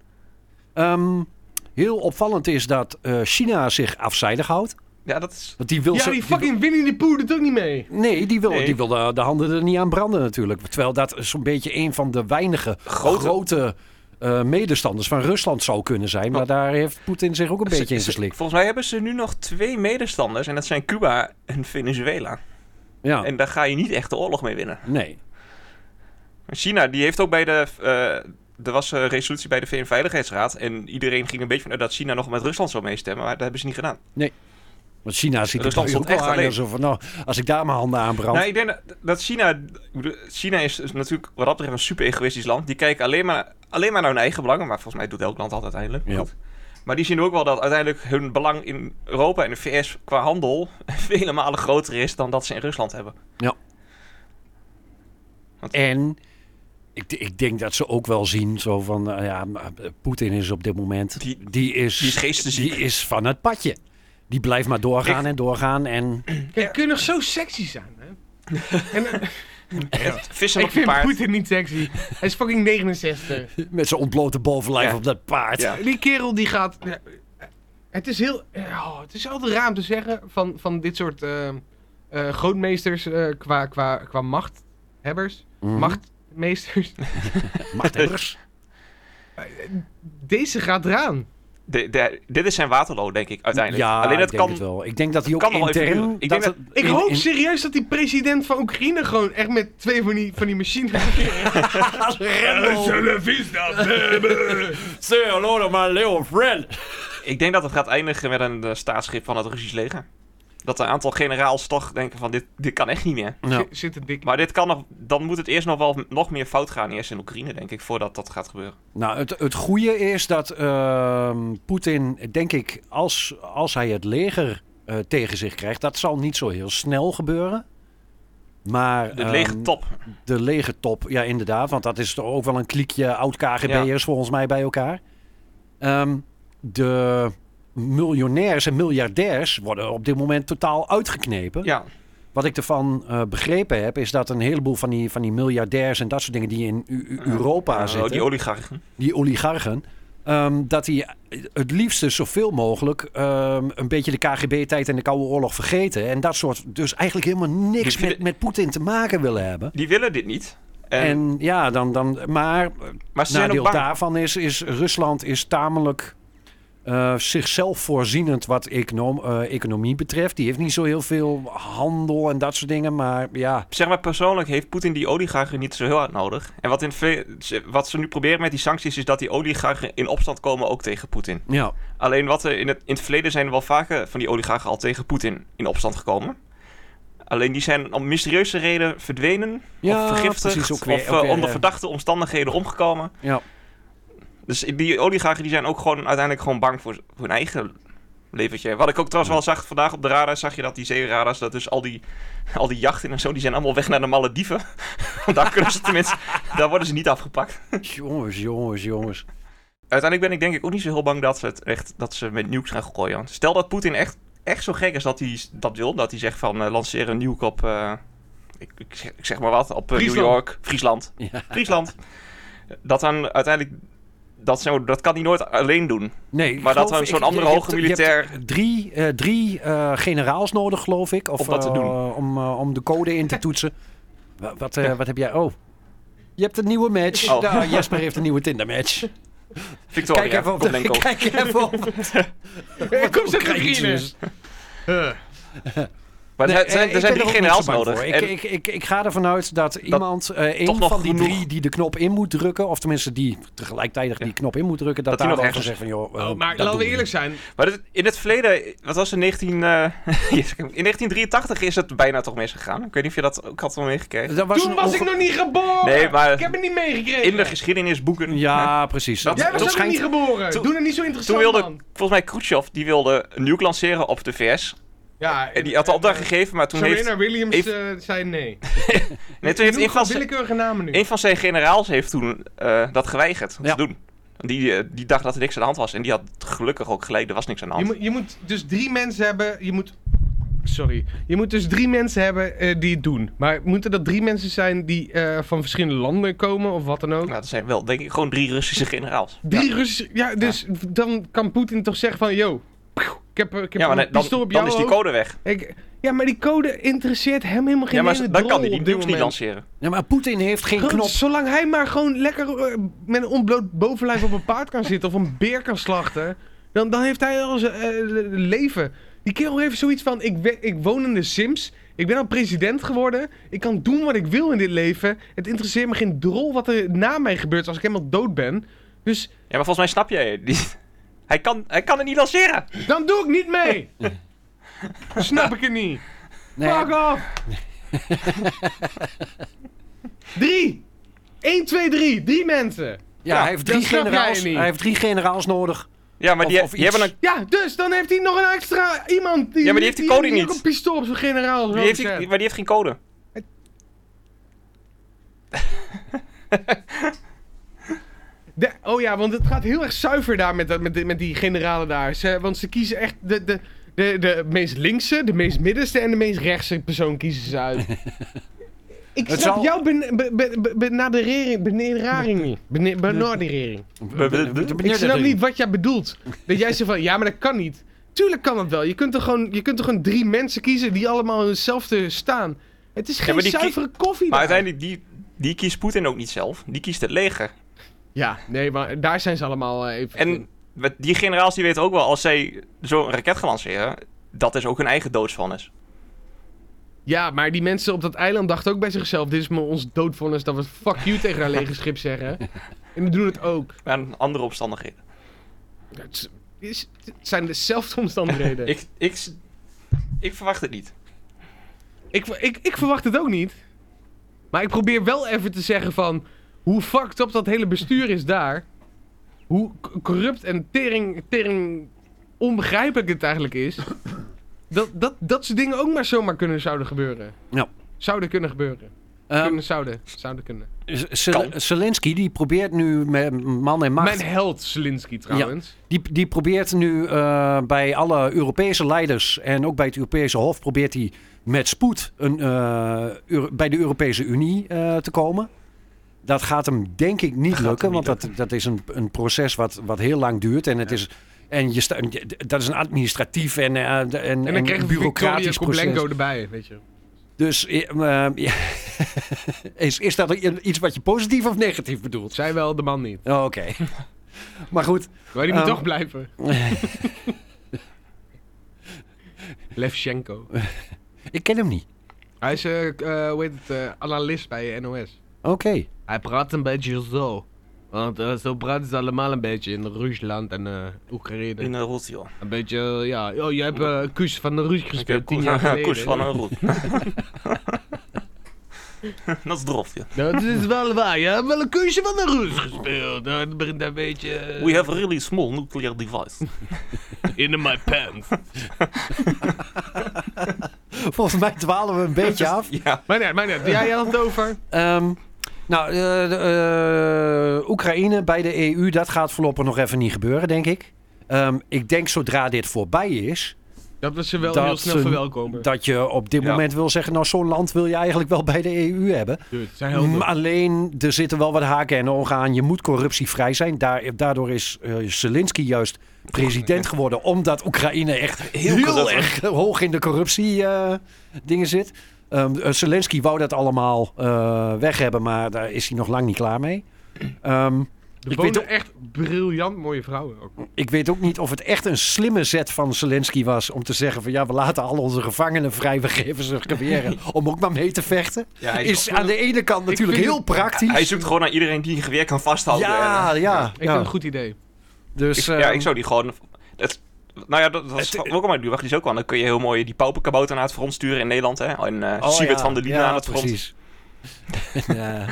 Ehm, heel opvallend is dat eh, China zich afzijdig houdt. Ja, dat is... Want die wil Ja, ze- die fucking Winnie the Pooh doet ook niet mee. Nee, die wil, Nee. Die wil de, de handen er niet aan branden natuurlijk. Terwijl dat zo'n beetje een van de weinige Grote- grote, eh, medestanders van Rusland zou kunnen zijn. Maar Want- daar heeft Poetin zich ook een beetje in Ze- ze- geslikt. Volgens mij hebben ze nu nog twee medestanders. En dat zijn Cuba en Venezuela. Ja, En daar ga je niet echt de oorlog mee winnen. nee. China, die heeft ook bij de... eh, er was een resolutie bij de V N-veiligheidsraad. En iedereen ging een beetje vanuit dat China nog met Rusland zou meestemmen. Maar dat hebben ze niet gedaan. Want China ziet er Rusland toch ook stond wel echt aan. alleen. Zo van, nou, als ik daar mijn handen aan brand. Nou, ik denk dat, dat China... ik bedoel, China is, is natuurlijk wat dat betreft een super egoïstisch land. Die kijken alleen maar, alleen maar naar hun eigen belangen. Maar volgens mij doet elk land dat uiteindelijk. Ja. Goed. Maar die zien ook wel dat uiteindelijk hun belang in Europa en de V S qua handel vele malen groter is dan dat ze in Rusland hebben. En ik, ik denk dat ze ook wel zien zo van, eh, ja, maar, eh, Poetin is op dit moment, Die- die, is, die is geestesziek. die is van het padje. Die blijft maar doorgaan Ik- en doorgaan en... Kijk, kun je nog zo sexy zijn, hè? en, uh, Vissen ik op je vind paard. Poetin niet sexy. Hij is fucking negenenzestig. Met zijn ontblote bovenlijf Ja. op dat paard. Ja. Die kerel die gaat... ja, het is heel... Oh, het is altijd raar om te zeggen van, van dit soort uh, uh, grootmeesters uh, qua, qua, qua machthebbers. Mhm. Machtmeesters. Machthebbers. Deze gaat eraan. De, de, dit is zijn Waterloo, denk ik, uiteindelijk. Ja, Alleen ik het denk kan... het wel. Ik denk dat hij ook kan nog wel even intern... duren. Ik dat denk het Ik in- hoop in- serieus dat die president van Oekraïne gewoon echt met twee van die, van die machines... Say hello to my little friend. Ik denk dat het gaat eindigen met een uh, staatsschip van het Russisch leger. Dat een aantal generaals toch denken van, dit, dit kan echt niet meer. Ja. Zit- Zit er dik. Maar dit kan nog, dan moet het eerst nog wel nog meer fout gaan, eerst in Oekraïne, denk ik, voordat dat gaat gebeuren. Nou, het, het goede is dat ehm, Poetin, denk ik, als, als hij het leger eh, tegen zich krijgt, dat zal niet zo heel snel gebeuren. Maar, De um, lege top. De lege top, ja inderdaad. Want dat is toch ook wel een kliekje oud-K G B'ers ja. volgens mij bij elkaar. Um, de miljonairs en miljardairs worden op dit moment totaal uitgeknepen. Ja. Wat ik ervan uh, begrepen heb, is dat een heleboel van die, van die miljardairs en dat soort dingen die in U- Europa uh, zitten. Oh, die oligarchen. Die oligarchen. Um, dat die het liefste zoveel mogelijk um, een beetje de K G B-tijd en de Koude Oorlog vergeten. En dat soort dus eigenlijk helemaal niks die, met, met Poetin te maken willen hebben. Die willen dit niet. En, en ja, dan, dan, maar, maar nadeel daarvan is, is Rusland is tamelijk uh, zichzelf voorzienend wat econom, uh, economie betreft. Die heeft niet zo heel veel handel en dat soort dingen, maar ja. Zeg maar persoonlijk heeft Poetin die oligarchen niet zo heel hard nodig. En wat, in ve- wat ze nu proberen met die sancties is dat die oligarchen in opstand komen ook tegen Poetin. Ja. Alleen wat er in het, in het verleden zijn er wel vaker van die oligarchen al tegen Poetin in opstand gekomen. Alleen die zijn om mysterieuze reden verdwenen, ja, of vergiftigd, ook weer, of ook weer, uh, onder uh, verdachte omstandigheden omgekomen. Ja. Dus die oligarchen die zijn ook gewoon uiteindelijk gewoon bang voor, voor hun eigen leventje. Wat ik ook trouwens wel zag vandaag op de radar, zag je dat die zeeradars, dat dus al die, al die jachten en zo, die zijn allemaal weg naar de Malediven. Want daar kunnen ze tenminste, daar worden ze niet afgepakt. Jongens, jongens, jongens. Uiteindelijk ben ik denk ik ook niet zo heel bang dat ze, het echt, dat ze met nukes gaan gooien. Want stel dat Poetin echt, echt zo gek is dat hij dat wil, dat hij zegt van uh, lanceer een nuke op, uh, ik, ik, zeg, ik zeg maar wat, op uh, New York, Friesland. Ja. Friesland. Dat dan uiteindelijk, dat, zo, dat kan hij nooit alleen doen. Nee, maar dat dan zo'n andere hoge militair... Je hebt drie, uh, drie uh, generaals nodig, geloof ik. Of, om dat te doen. Uh, om, uh, om de code in te toetsen. wat, wat, uh, ja. wat heb jij? Oh, je hebt een nieuwe match. Oh. Nou, Jesper heeft een nieuwe Tinder match. Victoria, kijk even op de, Denko. Kijk even op Ik kom zo beginnen. Maar nee, er zijn, er zijn er drie generaals nodig. Ik, en... ik, ik, ik ga ervan uit dat, dat iemand, uh, een van die genoeg... drie die de knop in moet drukken, of tenminste die tegelijkertijd die knop in moet drukken, dat, dat daar dan gezegd van, joh, uh, oh, maar laten we eerlijk zijn. Maar dit, in het verleden, wat was het, negentien, uh, in negentien drieëntachtig is het bijna toch misgegaan. Ik weet niet of je dat ook had wel meegekregen. Was Toen was onge... ik nog niet geboren! Nee, maar ik heb het niet meegekregen. In de geschiedenisboeken. Ja, hè? precies. Dat, Jij was dat ook schijnt... niet geboren. Toen, Doe het niet zo interessant, Toen wilde, man. volgens mij, Khrushchev, die wilde een nuke lanceren op de V S. Ja, en die had de opdracht uh, gegeven, maar toen Serena heeft... Williams heeft, uh, zei nee. nee, toen heeft een van, willekeurige namen nu. een van zijn generaals heeft toen uh, dat geweigerd ja. te doen. Die, uh, die dacht dat er niks aan de hand was. En die had gelukkig ook gelijk, er was niks aan de hand. Je moet, je moet dus drie mensen hebben... Je moet... Sorry. Je moet dus drie mensen hebben uh, die het doen. Maar moeten dat drie mensen zijn die uh, van verschillende landen komen of wat dan ook? Nou, dat zijn wel, denk ik, gewoon drie Russische generaals. Drie ja. Russische... Ja, dus ja. dan kan Poetin toch zeggen van... Yo, ik heb, ik heb ja, maar een dan, pistool op jou dan is die code weg. Ik, ja, maar die code interesseert hem helemaal geen ja, maar ene dan kan hij die die nukes niet lanceren. Ja, maar Poetin heeft geen gewoon, knop. Zolang hij maar gewoon lekker uh, met een ontbloot bovenlijf op een paard kan zitten of een beer kan slachten, dan, dan heeft hij al zijn uh, leven. Die kerel heeft zoiets van, ik, we, ik woon in de Sims, ik ben al president geworden, ik kan doen wat ik wil in dit leven. Het interesseert me geen drol wat er na mij gebeurt als ik helemaal dood ben. Dus... Ja, maar volgens mij snap jij die... Hij kan, hij kan het niet lanceren. Dan doe ik niet mee. Snap ik het niet. Nee. Fuck off. Drie. Eén, twee, drie. Drie mensen. Ja, ja hij, heeft drie generaals, hij heeft drie generaals nodig. Ja, maar die, of, of die hebben een... Ja, dus dan heeft hij nog een extra iemand. Die, ja, maar die heeft die code die, niet. Die ook een pistool op zijn generaal. Die heeft die, maar die heeft geen code. De, oh ja, want het gaat heel erg zuiver daar met, met, met die generalen daar. Ze, want ze kiezen echt de, de, de, de meest linkse, de meest middenste en de meest rechtse persoon kiezen ze uit. Ik snap zal... jouw benadering benadering niet. Benadering. Ik snap niet wat jij bedoelt. Dat jij zegt van, ja, maar dat kan niet. Tuurlijk kan dat wel. Je kunt er gewoon, je kunt er gewoon drie mensen kiezen die allemaal hetzelfde staan. Het is geen ja, zuivere koffie. Maar daar. uiteindelijk, die, die kiest Poetin ook niet zelf. Die kiest het leger. Ja, nee, maar daar zijn ze allemaal uh, even... En die generaals die weten ook wel, als zij zo'n raket gaan lanceren, dat is ook hun eigen doodsvonnis. Ja, maar die mensen op dat eiland dachten ook bij zichzelf, dit is maar ons doodvonnis, dat we fuck you tegen haar legerschip zeggen. En die doen het ook. Maar aan andere omstandigheden. Het, is, het zijn dezelfde omstandigheden. ik, ik, ik verwacht het niet. Ik, ik, ik verwacht het ook niet. Maar ik probeer wel even te zeggen van... Hoe fucked up dat hele bestuur is daar. Hoe corrupt en tering, tering onbegrijpelijk het eigenlijk is. Dat, dat, dat soort dingen ook maar zomaar kunnen zouden gebeuren. Ja. Zouden kunnen gebeuren. Um, kunnen, zouden, zouden kunnen. Zel- Zelensky die probeert nu met man en macht... Mijn held Zelensky trouwens. Ja, die, die probeert nu uh, bij alle Europese leiders en ook bij het Europese Hof... probeert hij met spoed een, uh, Euro- bij de Europese Unie uh, te komen. Dat gaat hem denk ik niet lukken, niet want lukken. Dat, dat is een, een proces wat, wat heel lang duurt. En, het ja. is, en je sta, dat is een administratief en, uh, en, en, en dan krijg je bureaucratisch proces. Koblenko erbij, weet je. Dus uh, is, is dat iets wat je positief of negatief bedoelt? Zij wel, de man niet. Oh, oké. Okay. Maar goed. Maar die moet um, toch blijven. Levchenko. Ik ken hem niet. Hij is, uh, uh, hoe heet het, uh, analist bij N O S. Oké. Okay. Hij praat een beetje zo. Want uh, zo praten ze allemaal een beetje in Rusland en uh, Oekraïne. In Rusland. Een beetje, uh, ja. Oh, jij hebt uh, Kus van de Rus gespeeld tien jaar geleden. Kus van een Rus. Dat is drof, ja. Dat is wel waar. Je hebt wel een kusje van de Rus gespeeld. Dat begint een beetje... Uh... We have a really small nuclear device. In my pants. Volgens mij dwalen we een beetje af. Ja. Maar nee, maar nee. Jij had het over... Um, nou, uh, de, uh, Oekraïne bij de E U, dat gaat voorlopig nog even niet gebeuren, denk ik. Um, ik denk zodra dit voorbij is... Dat we ze wel dat heel snel verwelkomen. Dat je op dit ja. moment wil zeggen... nou, zo'n land wil je eigenlijk wel bij de E U hebben. Dude, zijn heel alleen, er zitten wel wat haken en ogen aan. Je moet corruptievrij zijn. Daar, daardoor is uh, Zelensky juist president geworden... omdat Oekraïne echt heel, heel erg hoog in de corruptie uh, dingen zit. Um, uh, Zelensky wou dat allemaal uh, weg hebben... maar daar is hij nog lang niet klaar mee. Um, Er ik weet ook, echt briljant mooie vrouwen ook. Ik weet ook niet of het echt een slimme zet van Zelensky was... om te zeggen van ja, we laten al onze gevangenen vrij... we geven ze geweren om ook maar mee te vechten. Ja, is aan de ene kant natuurlijk heel het, praktisch. Hij zoekt gewoon naar iedereen die een geweer kan vasthouden. Ja, en, ja. ja. Ik vind het een goed idee. Dus, ik, um, ja, ik zou die gewoon... Het, nou ja, dat, dat is het, ook al maar duur. Wacht, die is ook wel. Dan kun je heel mooi die pauperkabouter naar het front sturen in Nederland. Hè? En uh, oh, Siewert ja, van der Linden ja, aan het front. Precies. Ja.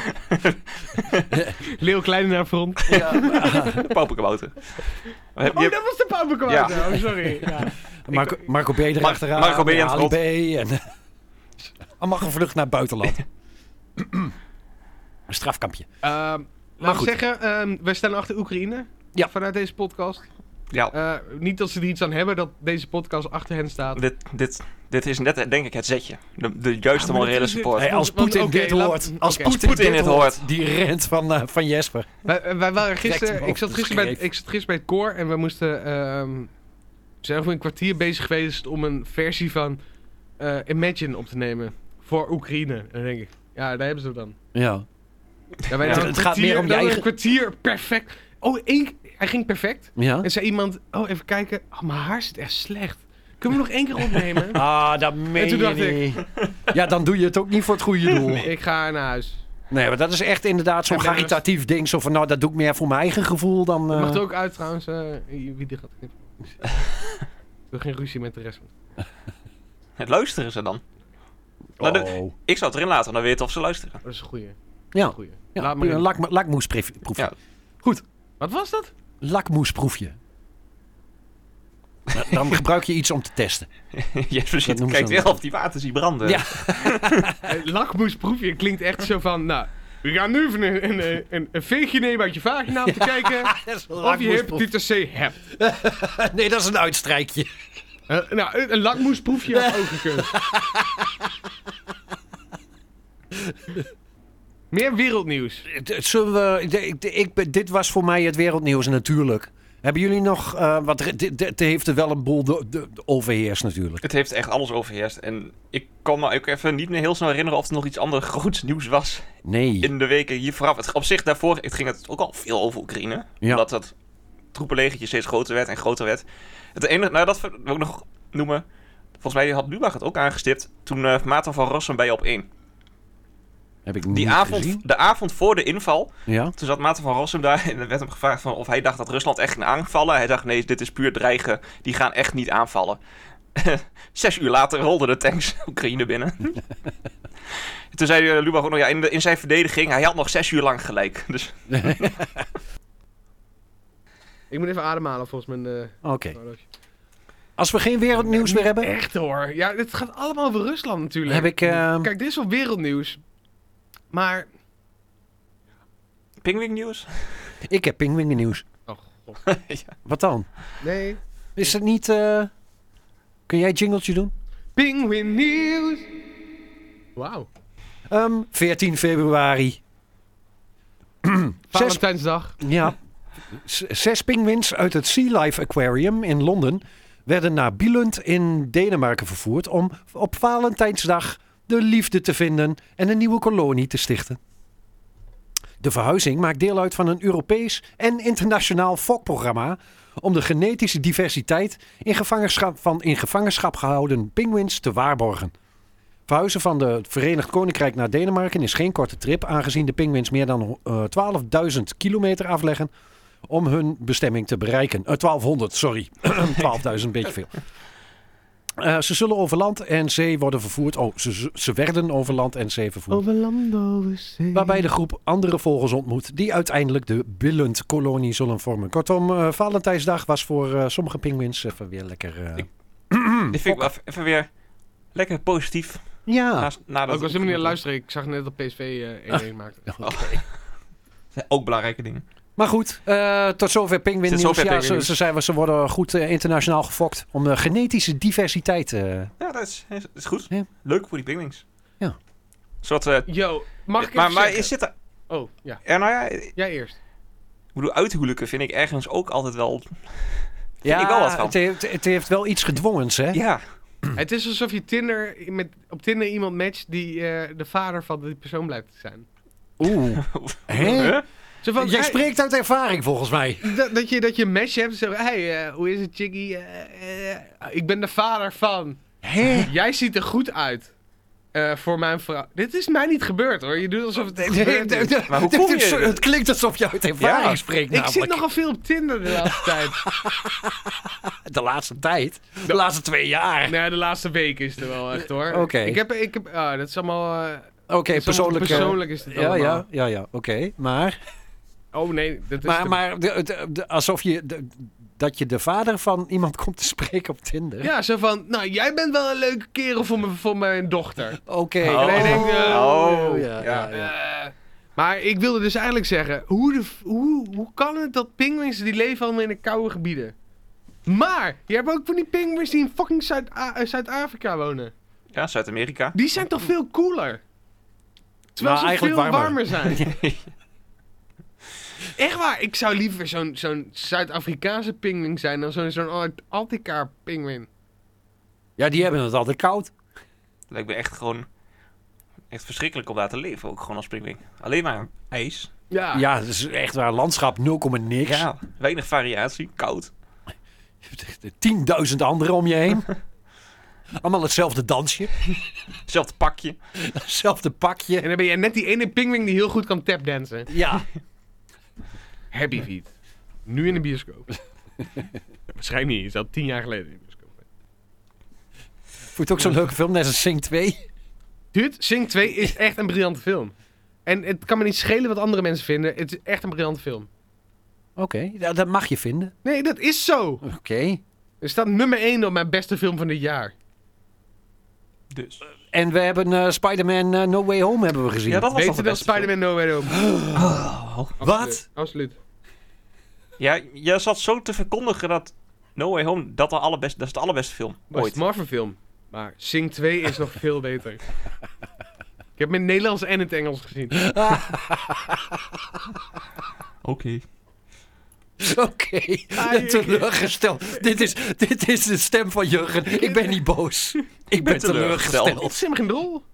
Leeuw Kleine naar front. Ja. Pauperkabouter. Oh, dat was de pauperkabouter. Ja. Oh, sorry. Ja. Marco, Marco B. erachteraan. Mar- Marco B. aan het front. En allemaal gevlucht naar het buitenland. Een strafkampje. Uh, laten we zeggen, uh, wij staan achter Oekraïne. Ja. Vanuit deze podcast. Ja. Uh, niet dat ze er iets aan hebben dat deze podcast achter hen staat. Dit, dit, dit is net, denk ik, het zetje. De, de juiste ja, morele support. Hey, als Poetin okay, dit laat, hoort, als okay. Poetin dit, dit hoort, die rent van, uh, van Jesper. Wij, wij waren gisteren, ik zat gisteren, bij, ik zat gisteren bij het koor en we moesten, um, we zijn over een kwartier bezig geweest om een versie van uh, Imagine op te nemen voor Oekraïne. En dan denk ik, ja, daar hebben ze dan. Ja. ja, wij ja het gaat meer om je eigen... een kwartier perfect. Oh, één, hij ging perfect. Ja. En zei iemand, oh, even kijken. Oh, mijn haar zit echt slecht. Kunnen we nog één keer opnemen? Ah, dat meen je dacht niet. Ik... Ja, dan doe je het ook niet voor het goede doel. Nee, ik ga naar huis. Nee, maar dat is echt inderdaad zo'n caritatief rust. ding. Zo van, nou, dat doe ik meer voor mijn eigen gevoel dan... Uh... Je mag er ook uit trouwens. Uh, wie die gaat knippen. Ik wil geen ruzie met de rest. Het luisteren ze dan? Oh. Nou, de, ik zou het erin laten, dan weet je of ze luisteren. Dat is een goeie. Ja, goeie. ja. Laat maar een lak, lakmoesproefje. Ja. Goed. Wat was dat? Lakmoesproefje. Dan gebruik je iets om te testen. Jesper ja, kijkt weer of die water ziet branden. Ja. Lakmoesproefje klinkt echt zo van... Nou, we gaan nu even een, een, een, een veegje nemen uit je vagina om te ja, kijken of je hepatitis C hebt. Nee, dat is een uitstrijkje. Uh, nou, een, een lakmoesproefje had ook gekund. Meer wereldnieuws. Zullen we, ik, ik, dit was voor mij het wereldnieuws natuurlijk. Hebben jullie nog... Uh, wat, het heeft er wel een boel de, de, de overheerst natuurlijk. Het heeft echt alles overheerst. En ik kan me ook even niet meer heel snel herinneren of er nog iets anders groots nieuws was. Nee. In de weken hier vooraf. Het, op zich daarvoor het ging het ook al veel over Oekraïne. Ja. Omdat het troepenlegertje steeds groter werd en groter werd. Het enige... Nou, dat wil ik nog noemen. Volgens mij had Lubach het ook aangestipt. Toen uh, Maarten van Rossum bij je op één. Heb ik Die niet avond, gezien. de avond voor de inval, ja? Toen zat Maarten van Rossum daar en er werd hem gevraagd van of hij dacht dat Rusland echt ging aanvallen. Hij dacht nee, dit is puur dreigen, die gaan echt niet aanvallen. Zes uur later rolden de tanks Oekraïne binnen. Toen zei uh, Lubach ook nog, ja, in, de, in zijn verdediging, hij had nog zes uur lang gelijk. Dus. Ik moet even ademhalen volgens mijn... Uh, Oké. Als we geen wereldnieuws meer hebben, Echt hoor. Ja, het gaat allemaal over Rusland natuurlijk. heb ik... eh, Kijk, dit is wel wereldnieuws. Maar... Pingwing nieuws? ik heb pinguïnnieuws. Oh god. Ja. Wat dan? Nee. Is het niet... eh, Kun jij een jingletje doen? Penguin nieuws. Wauw. Ehm, veertien februari. Zes, Valentijnsdag. ja, Z- zes pinguïns uit het Sea Life Aquarium in Londen werden naar Billund in Denemarken vervoerd om op Valentijnsdag de liefde te vinden en een nieuwe kolonie te stichten. De verhuizing maakt deel uit van een Europees en internationaal fokprogramma om de genetische diversiteit in gevangenschap van in gevangenschap gehouden pinguïns te waarborgen. Verhuizen van de Verenigd Koninkrijk naar Denemarken is geen korte trip, aangezien de pinguïns meer dan uh, twaalfduizend kilometer afleggen om hun bestemming te bereiken. Uh, twaalfhonderd, sorry. twaalfduizend, een beetje veel. Uh, ze zullen over land en zee worden vervoerd. Oh, ze, ze werden over land en zee vervoerd. Over land, over zee. Waarbij de groep andere vogels ontmoet die uiteindelijk de Billund-kolonie zullen vormen. Kortom, uh, Valentijnsdag was voor uh, sommige pinguïns even weer lekker... Uh, Ik- Dit vind ik wel even weer lekker positief. ja. Naast, nadat Oh, ik was helemaal niet aan het luisteren. Ik zag net dat P S V uh, één-één maakte. zijn ook belangrijke dingen. Maar goed, uh, tot zover Tot pinguïnnieuws. zover Ja, ze, pinguïnnieuws. ze, zijn, ze worden goed uh, internationaal gefokt om de genetische diversiteit... Uh, Ja, dat is, is, is goed. Ja. Leuk voor die pingwings. Ja. Soort, uh, Yo, mag ik maar even maar zeggen? is dit er... Oh, ja. Ja, nou ja, ik Jij eerst. bedoel, uithuwelijken vind ik ergens ook altijd wel... ja, ik wel wat van. Het, heeft, het heeft wel iets gedwongens, hè? Ja. Het is alsof je Tinder met, op Tinder iemand matcht die uh, de vader van die persoon blijkt te zijn. Oeh. Hè? Huh? Zo van, Jij hey, spreekt uit ervaring, volgens mij. dat, dat, je, dat je een match hebt en zo, hey, uh, hoe is het, chickie? Uh, uh, ik ben de vader van. Hè? Jij ziet er goed uit. Uh, voor mijn vrouw. Dit is mij niet gebeurd hoor. Je doet alsof het echt gebeurd is. Maar hoe kom je- Het, het klinkt alsof je uit ervaring Ja. spreekt, Ik namelijk. zit nogal veel op Tinder de laatste tijd. De laatste tijd. De laatste twee jaar. Nee, de laatste week is het er wel echt hoor. Oké. Ik heb, ik heb, ah, dat is allemaal... Uh, Oké, persoonlijk... uh, persoonlijk is het ja, allemaal. ja, ja, ja. Oké, maar... Oh nee, dat is Maar, de- maar de, de, de- alsof je... De, dat je de vader van iemand komt te spreken op Tinder. Ja, zo van, nou, jij bent wel een leuke kerel voor mijn, voor mijn dochter. Oké. Oh. En ik denk, uh, Oh, ja, ja, ja. ja. Eh, maar ik wilde dus eigenlijk zeggen, hoe, de, f- hoe, hoe kan het dat pinguïns die leven allemaal in de koude gebieden? Maar, je hebt ook van die pinguïns die in fucking Zuid-A- uh, Zuid-Afrika wonen. Ja, Zuid-Amerika. Die zijn toch veel cooler? Terwijl Nou, ze eigenlijk veel warmer. warmer, zijn. Echt waar, ik zou liever zo'n zo'n Zuid-Afrikaanse pinguïn zijn dan zo'n zo'n Antarctica pinguïn. Ja, die hebben het altijd koud. Lijkt me echt gewoon... Echt verschrikkelijk om daar te leven, ook gewoon als pingwing. Alleen maar ijs. Ja. Ja, dat is echt waar. Landschap nul komma niks. Ja, weinig variatie, koud. tienduizend anderen om je heen. Allemaal hetzelfde dansje. Hetzelfde pakje. Hetzelfde pakje. En dan ben je net die ene pinguïn die heel goed kan tapdansen. Ja. Happy Feet. Nu in de bioscoop. Waarschijnlijk niet, is dat tien jaar geleden in de bioscoop. Vond je het ook zo'n leuke film, net als Sing twee? Dude, Sing twee is echt een briljante film. En het kan me niet schelen wat andere mensen vinden. Het is echt een briljante film. Oké, ja, dat mag je vinden. Nee, dat is zo. Oké. Er staat nummer één op mijn beste film van dit jaar. Dus. En we hebben eh, Spider-Man uh, No Way Home hebben we gezien. Ja, dat was toch Beter de dan beste Spider-Man No Way Home. film? Wat? Absoluut. Ja, jij zat zo te verkondigen dat No Way Home dat de allerbeste, dat is de allerbeste film Dat is ooit. een Marvel film. Maar Sing twee is nog veel beter. Ik heb hem in het Nederlands en in het Engels gezien. Oké. Oké, teleurgesteld. dit, is, dit is de stem van Jurgen. Ik ben niet boos. Ik ben teleurgesteld. Het is helemaal geen rol.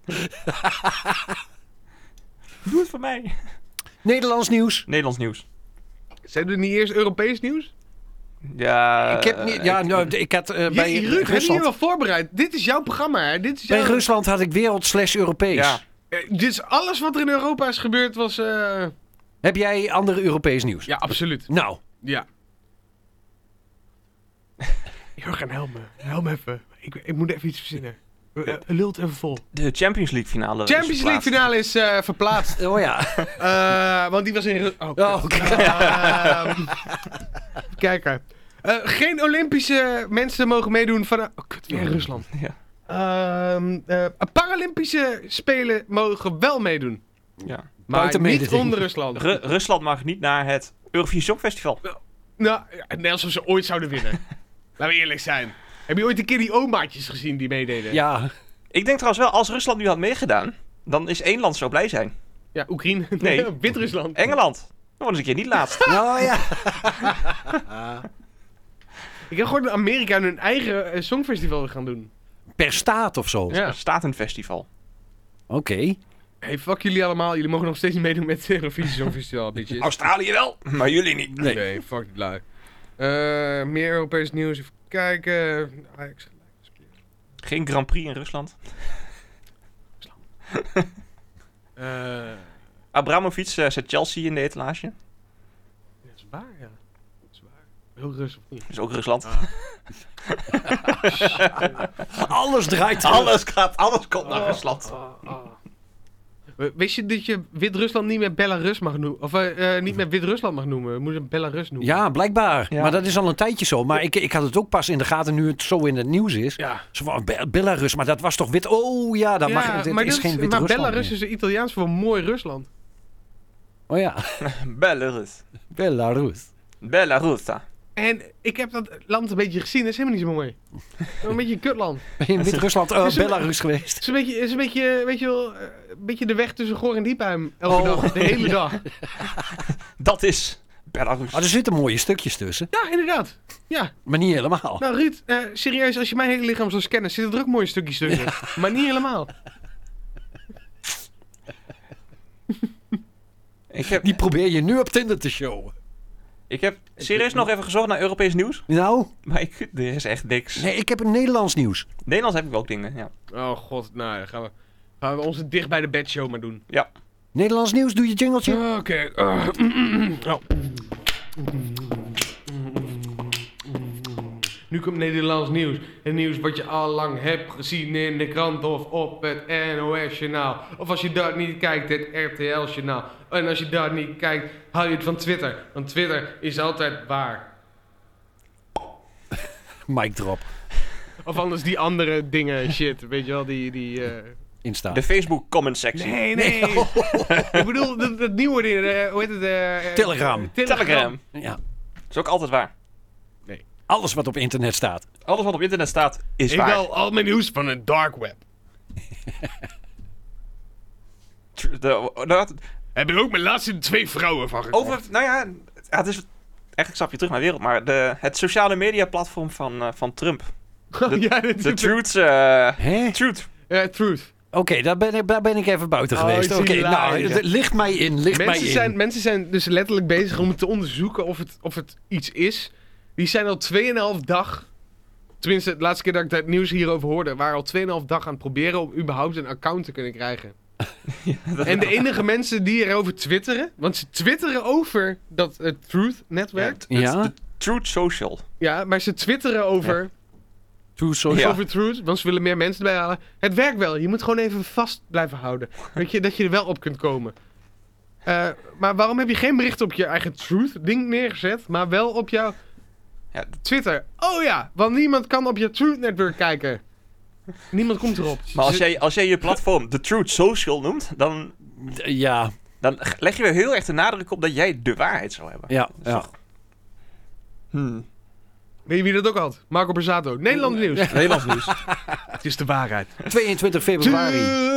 Doe het voor mij. Nederlands nieuws. Nederlands nieuws. Zijn er niet eerst Europees nieuws? Ja. ik heb niet... Ja, nou, ik had uh, bij Jee, Ruud, heb je je Rusland... wel voorbereid? Dit is jouw programma, hè? Dit is jouw... Bij Rusland had ik wereld slash Europees. Ja. Eh, dit is alles wat er in Europa is gebeurd was... eh, Heb jij andere Europees nieuws? Ja, absoluut. Nou, Ja. Jurgen, help me. Help me even. Ik, ik moet even iets verzinnen. Uh, uh, lult even vol. De Champions League finale. is Champions League verplaatst. finale is eh, verplaatst. oh ja. Eh, want die was in... Ru- Oh, Oh, kut. oké. Ehm, Kijk, hè. Uh, geen Olympische mensen mogen meedoen van... Oh, kut, weer Rusland. Ja. Ehm, uh, Paralympische Spelen mogen wel meedoen. Ja. Maar Buiten niet mededinging. onder Rusland. Ru- Rusland mag niet naar het Eurovisie Songfestival. Nou, ja, net alsof ze ooit zouden winnen. Laten we eerlijk zijn. Heb je ooit een keer die omaatjes gezien die meededen? Ja, Ik denk trouwens wel, als Rusland nu had meegedaan, dan is één land zo blij zijn. Ja, Oekraïne. Nee. Wit-Rusland. Engeland. Dan worden ze een keer niet laatst. nou ja. Ik heb gehoord dat Amerika hun eigen uh, songfestival gaan doen. Per staat of zo. Ja. Een statenfestival. Oké. Hey, fuck jullie allemaal. Jullie mogen nog steeds niet meedoen met het Eurovisie Songfestival, bitches. Australië wel, maar jullie niet. Nee. Nee, fuck die lui. Uh, meer Europees nieuws. Even kijken. Ajax gelijk. Geen Grand Prix in Rusland. Uh, Abramovic uh, zet Chelsea in de etalage. dat is waar, ja. Dat is waar. Heel rustig. Dat is ook Rusland. Alles draait terug. Alles gaat, alles komt naar Rusland. Ah, ah. We- Wist je dat je Wit-Rusland niet meer Belarus mag noemen? Of uh, uh, niet meer Wit-Rusland mag noemen? We moeten het Belarus noemen. Ja, blijkbaar. Ja. Maar dat is al een tijdje zo. Maar ik, ik had het ook pas in de gaten nu het zo in het nieuws is. Ja. Zo van Be- Belarus, maar dat was toch wit? Oh ja, dat Ja, mag het maar is dat geen maar Wit-Rusland Belarus meer. is een Italiaans voor mooi Rusland. Oh ja, Belarus. Belarus. Belarusa. En ik heb dat land een beetje gezien. Dat is helemaal niet zo mooi. Een beetje een kutland. Ben je in Wit-Rusland, uh, Is het- Belarus geweest? Het is een beetje, het is een beetje, weet je wel, eh, een beetje de weg tussen Goor en Diepheim. Elke Oh. dag, de hele dag. Dat is Belarus. Oh, er zitten mooie stukjes tussen. Ja, inderdaad. Ja. Maar niet helemaal. Nou Ruud, eh, serieus, als je mijn hele lichaam zou scannen, zitten er ook mooie stukjes tussen. Maar niet helemaal. Ik heb, Die probeer je nu op Tinder te showen. ik heb serieus nog even gezocht naar Europees nieuws. Nou, Maar ik, er is echt niks. nee, ik heb een Nederlands nieuws. Nederlands heb ik ook dingen, ja. Oh god, nou dan gaan we, gaan we onze dicht bij de bed show maar doen. Ja. Nederlands nieuws, doe je jingletje. Oké. uh, oh. Nu komt Nederlands nieuws. Het nieuws wat je al lang hebt gezien in de krant of op het N O S-journaal. Of als je dat niet kijkt, het R T L-journaal. En als je dat niet kijkt, haal je het van Twitter. Want Twitter is altijd waar. Mic drop. Of anders die andere dingen, shit. Weet je wel, die... die uh... Insta. De Facebook comment sectie. Nee, nee. Ik bedoel, dat, dat nieuwe ding, uh, hoe heet het? Uh, Telegram. Telegram. Ja. Dat is ook altijd waar. Alles wat op internet staat. Alles wat op internet staat, is Ik waar. wil al mijn nieuws van het dark web. Tr- de- de- Heb ik ook mijn laatste twee vrouwen van gekocht. over, nou ja, ja, het is eigenlijk een stapje terug naar de wereld, maar de, het sociale media platform van, uh, van Trump. De, ja, dit de is Truth, uh, Hè? Truth. Ja, truth. Oké, daar, ben ik- daar ben ik even buiten Oh, geweest. ik zie Oké, die nou, lijn. d- licht mij in, licht mij Mensen in. zijn, mensen zijn dus letterlijk bezig om te onderzoeken of het, of het iets is. Die zijn al tweeënhalf dag... Tenminste, de laatste keer dat ik dat nieuws hierover hoorde... waren al tweeënhalf dag aan het proberen om überhaupt een account te kunnen krijgen. En de enige mensen die erover twitteren... Want ze twitteren over dat het Truth-netwerk. Ja, Ja? de Truth Social. Ja, maar ze twitteren over... True social. Ja. Over Truth, want ze willen meer mensen erbij halen. Het werkt wel, je moet gewoon even vast blijven houden. Weet je, dat je er wel op kunt komen. Uh, maar waarom heb je geen bericht op je eigen Truth-ding neergezet, maar wel op jouw Ja, Twitter? Oh ja, want niemand kan op je Truth-netwerk kijken. Niemand komt erop. maar als Ze- jij, als jij je platform de Truth Social noemt, dan, Ja, dan leg je weer heel erg de nadruk op dat jij de waarheid zou hebben. ja, Dat is ja. toch- Hmm. Weet je wie dat ook had? Marco Borsato. Nederlands nieuws. Nederlands nieuws. Het is de waarheid. tweeëntwintig februari.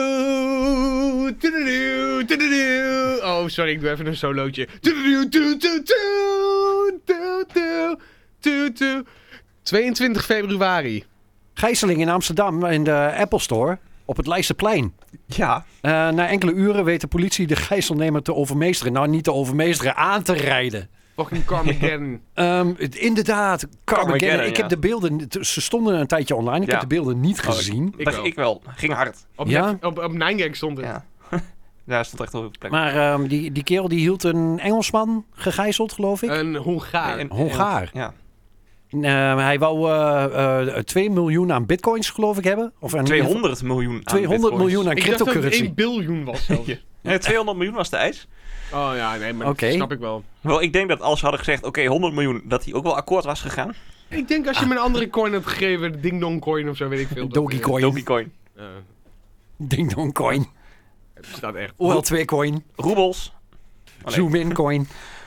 Toe, toededoe, toededoe. Oh, sorry, ik doe even een solootje. Toededoe, toe, toe, toe, toe, toe, toe, toe. tweeëntwintig februari. Gijzeling in Amsterdam in de Apple Store op het Leidseplein. Ja. Uh, na enkele uren weet de politie de gijzelnemer te overmeesteren. Nou, niet te overmeesteren, aan te rijden. Fucking Carmageddon. Um, het- inderdaad, Carmageddon. Carmageddon, Ik ja. heb de beelden, ze stonden een tijdje online. Ik Ja. heb de beelden niet Oh, ik- gezien. Ik dat wel. ik wel. Ging hard. Op, Ja? Net- op, op nine gag stond het. Ja. Daar stond echt op de plek. Maar um, die, die kerel die hield een Engelsman gegijzeld, geloof ik. Een Hongaar. En- Hongaar. Ja. Uh, hij wou uh, uh, twee miljoen aan bitcoins, geloof ik, hebben. Of aan tweehonderd miljoen aan tweehonderd bitcoins. miljoen aan ik dacht dat het cryptocurrency. één biljoen was zelfs. Ja. Nee, tweehonderd miljoen was de eis. Oh ja, nee, maar Oké. dat snap ik wel. Wel, ik denk dat als ze hadden gezegd, oké, okay, honderd miljoen, dat hij ook wel akkoord was gegaan. Ik denk als je me een andere coin hebt gegeven, de Ding Dong coin of zo, weet ik veel. dat- Dogecoin. Dogecoin. Eh, Ding Dong Coin. het bestaat echt. O L twee Coin. Roebels. Oh, nee. Zoom in Coin.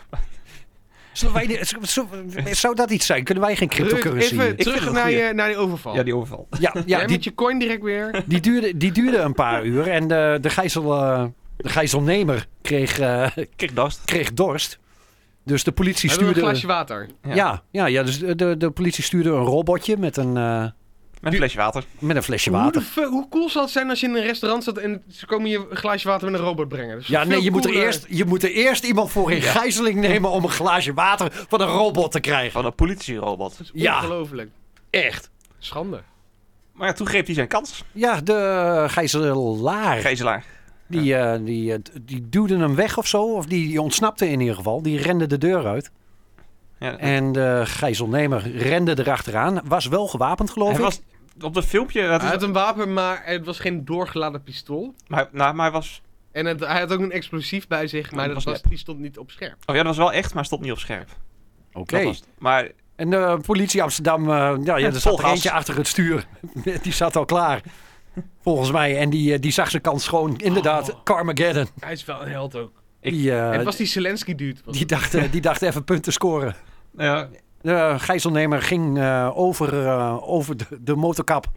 Zullen wij, de- z- z- zou dat iets zijn? Kunnen wij geen cryptocurrency? Even vind terug het een naar, goeie. je, naar die overval. Ja, die overval. Ja, ja Jij die, met je coin direct weer. die, duurde, die duurde een paar uur. En de, de, gijzel, eh, de gijzelnemer kreeg, eh, Kijk, dorst. kreeg dorst. Dus de politie Hebben we een stuurde... glasje water. Ja. Ja, ja, ja, dus de, de, de politie stuurde een robotje met een, eh, Met een flesje water. met een flesje Hoe, de water. fu- hoe cool zal het zijn als je in een restaurant zat en ze komen je een glaasje water met een robot brengen? Dat is Ja, veel nee, je moet, er cooler. eerst, je moet er eerst iemand voor in gijzeling nemen om een glaasje water van een robot te krijgen. Van een politierobot. Dat is Ja. ongelooflijk. Echt. Schande. Maar ja, toen greep hij zijn kans. Ja, de gijzelaar, Gijzelaar. die, eh, die, eh, die duwde hem weg of zo. Of die, die ontsnapte in ieder geval. Die rende de deur uit. Ja, En de gijzelnemer rende erachteraan. Was wel gewapend, geloof hij ik. was op dat filmpje... Dat Hij is, had een wapen, maar het was geen doorgeladen pistool. maar, nou, maar hij was... En het, hij had ook een explosief bij zich, maar dat dat was was, nep. die stond niet op scherp. Oh ja, dat was wel echt, maar stond niet op scherp. Oké. Dat was het. Maar En de politie Amsterdam, eh, ja, ja, er zat Vol er gas. eentje achter het stuur. Die zat al klaar. Volgens mij. En die, eh, die zag zijn kans schoon. Inderdaad, Oh. Carmageddon. Hij is wel een held ook. Ik- Die, eh, en het was die Zelensky-dude. was die, het. dacht, eh, die dacht even punten scoren. ja, De gijzelnemer ging eh, over, eh, over de, de motorkap.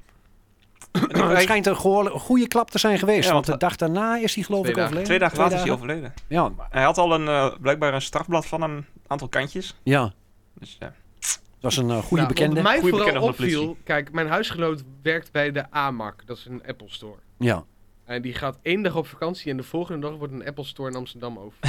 Het schijnt een gehoor- een goede klap te zijn geweest. Ja, want want de dag daarna is hij geloof Twee ik dagen. overleden. twee dagen later is hij overleden. Ja, Hij had al een, eh, blijkbaar een strafblad van een aantal kantjes. ja, Dus ja. dat was een eh, goede Nou, bekende. Wat mij Goeie vooral bekende van de opviel... Kijk, mijn huisgenoot werkt bij de A M A C. Dat is een Apple Store. Ja. En die gaat één dag op vakantie en de volgende dag wordt een Apple Store in Amsterdam over.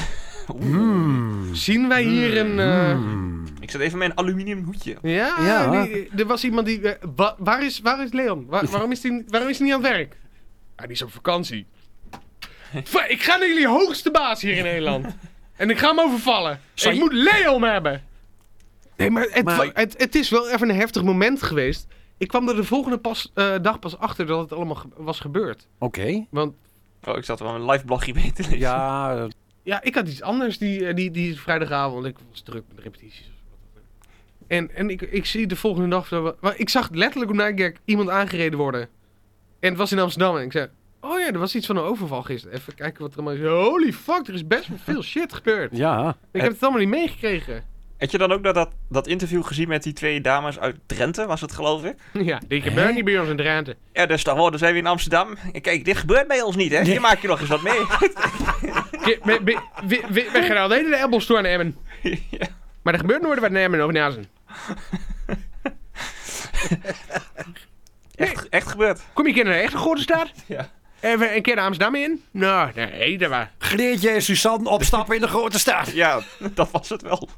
Mm. Zien wij hier een... eh, Mm. Ik zet even mijn aluminium hoedje. Ja, Ja. die- er was iemand die... eh, wa- waar, is, waar is Leon? Waar- waarom, is die, waarom is hij niet aan het werk? Ja, die is op vakantie. Va- Ik ga naar jullie hoogste baas hier in Nederland. En ik ga hem overvallen. Zou Ik je- moet Leon hebben. Nee, maar het, Maar- wa- het, het is wel even een heftig moment geweest. Ik kwam er de volgende pas, eh, dag pas achter dat het allemaal ge- was gebeurd. Oké. Want Oh, ik zat er wel een live blogje mee te lezen. Ja, eh, ja, ik had iets anders die, eh, die, die vrijdagavond. Ik was druk met de repetities. En, en ik, ik zie de volgende dag... zo wat- maar ik zag letterlijk op Nightgag iemand aangereden worden. En het was in Amsterdam. En ik zei... Oh ja, er was iets van een overval gisteren. Even kijken wat er allemaal is. Holy fuck, er is best wel veel shit gebeurd. ja. Ik heb het allemaal niet meegekregen. Heb je dan ook dat, dat, dat interview gezien met die twee dames uit Drenthe, was het geloof ik? Ja, dit gebeurt niet bij ons in Drenthe. Ja, dus dan worden zijn we in Amsterdam. En kijk, dit gebeurt bij ons niet, hè? Hier maak je nog eens wat mee. We, we, we, we, we, we gaan altijd in de Apple Store naar Emmen. Ja. Maar er gebeurt nooit wat in Emmen of Nazen. Echt, echt gebeurd. Kom je een keer naar de echte grote stad? Ja. Even een keer naar Amsterdam in? Nou, nee, dat was... Greetje en Suzanne opstappen in de grote stad. Ja, dat was het wel.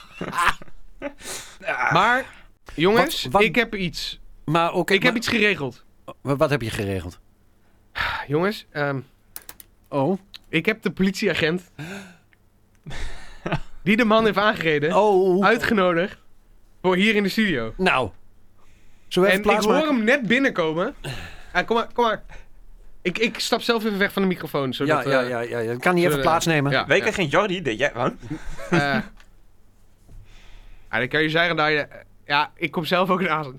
Maar, jongens, Wat- wat- ik heb iets. Maar oké, Ik heb maar- iets geregeld. wat wat heb je geregeld? Jongens, ehm, Oh. ik heb de politieagent... die de man heeft aangereden... Oh. uitgenodigd... voor hier in de studio. Nou. Zullen we En even ik plaats hoor maken? hem net binnenkomen. Ah, kom maar, kom maar. Ik, ik stap zelf even weg van de microfoon. Ja, Zodat, ja, eh, ja, ja, ja. Kan niet even zullen- plaatsnemen? Ja, Weken ja. geen Jordi, deed jij gewoon. Eh, ja, dan kan je zeggen dat je... Ja, ik kom zelf ook in Azen.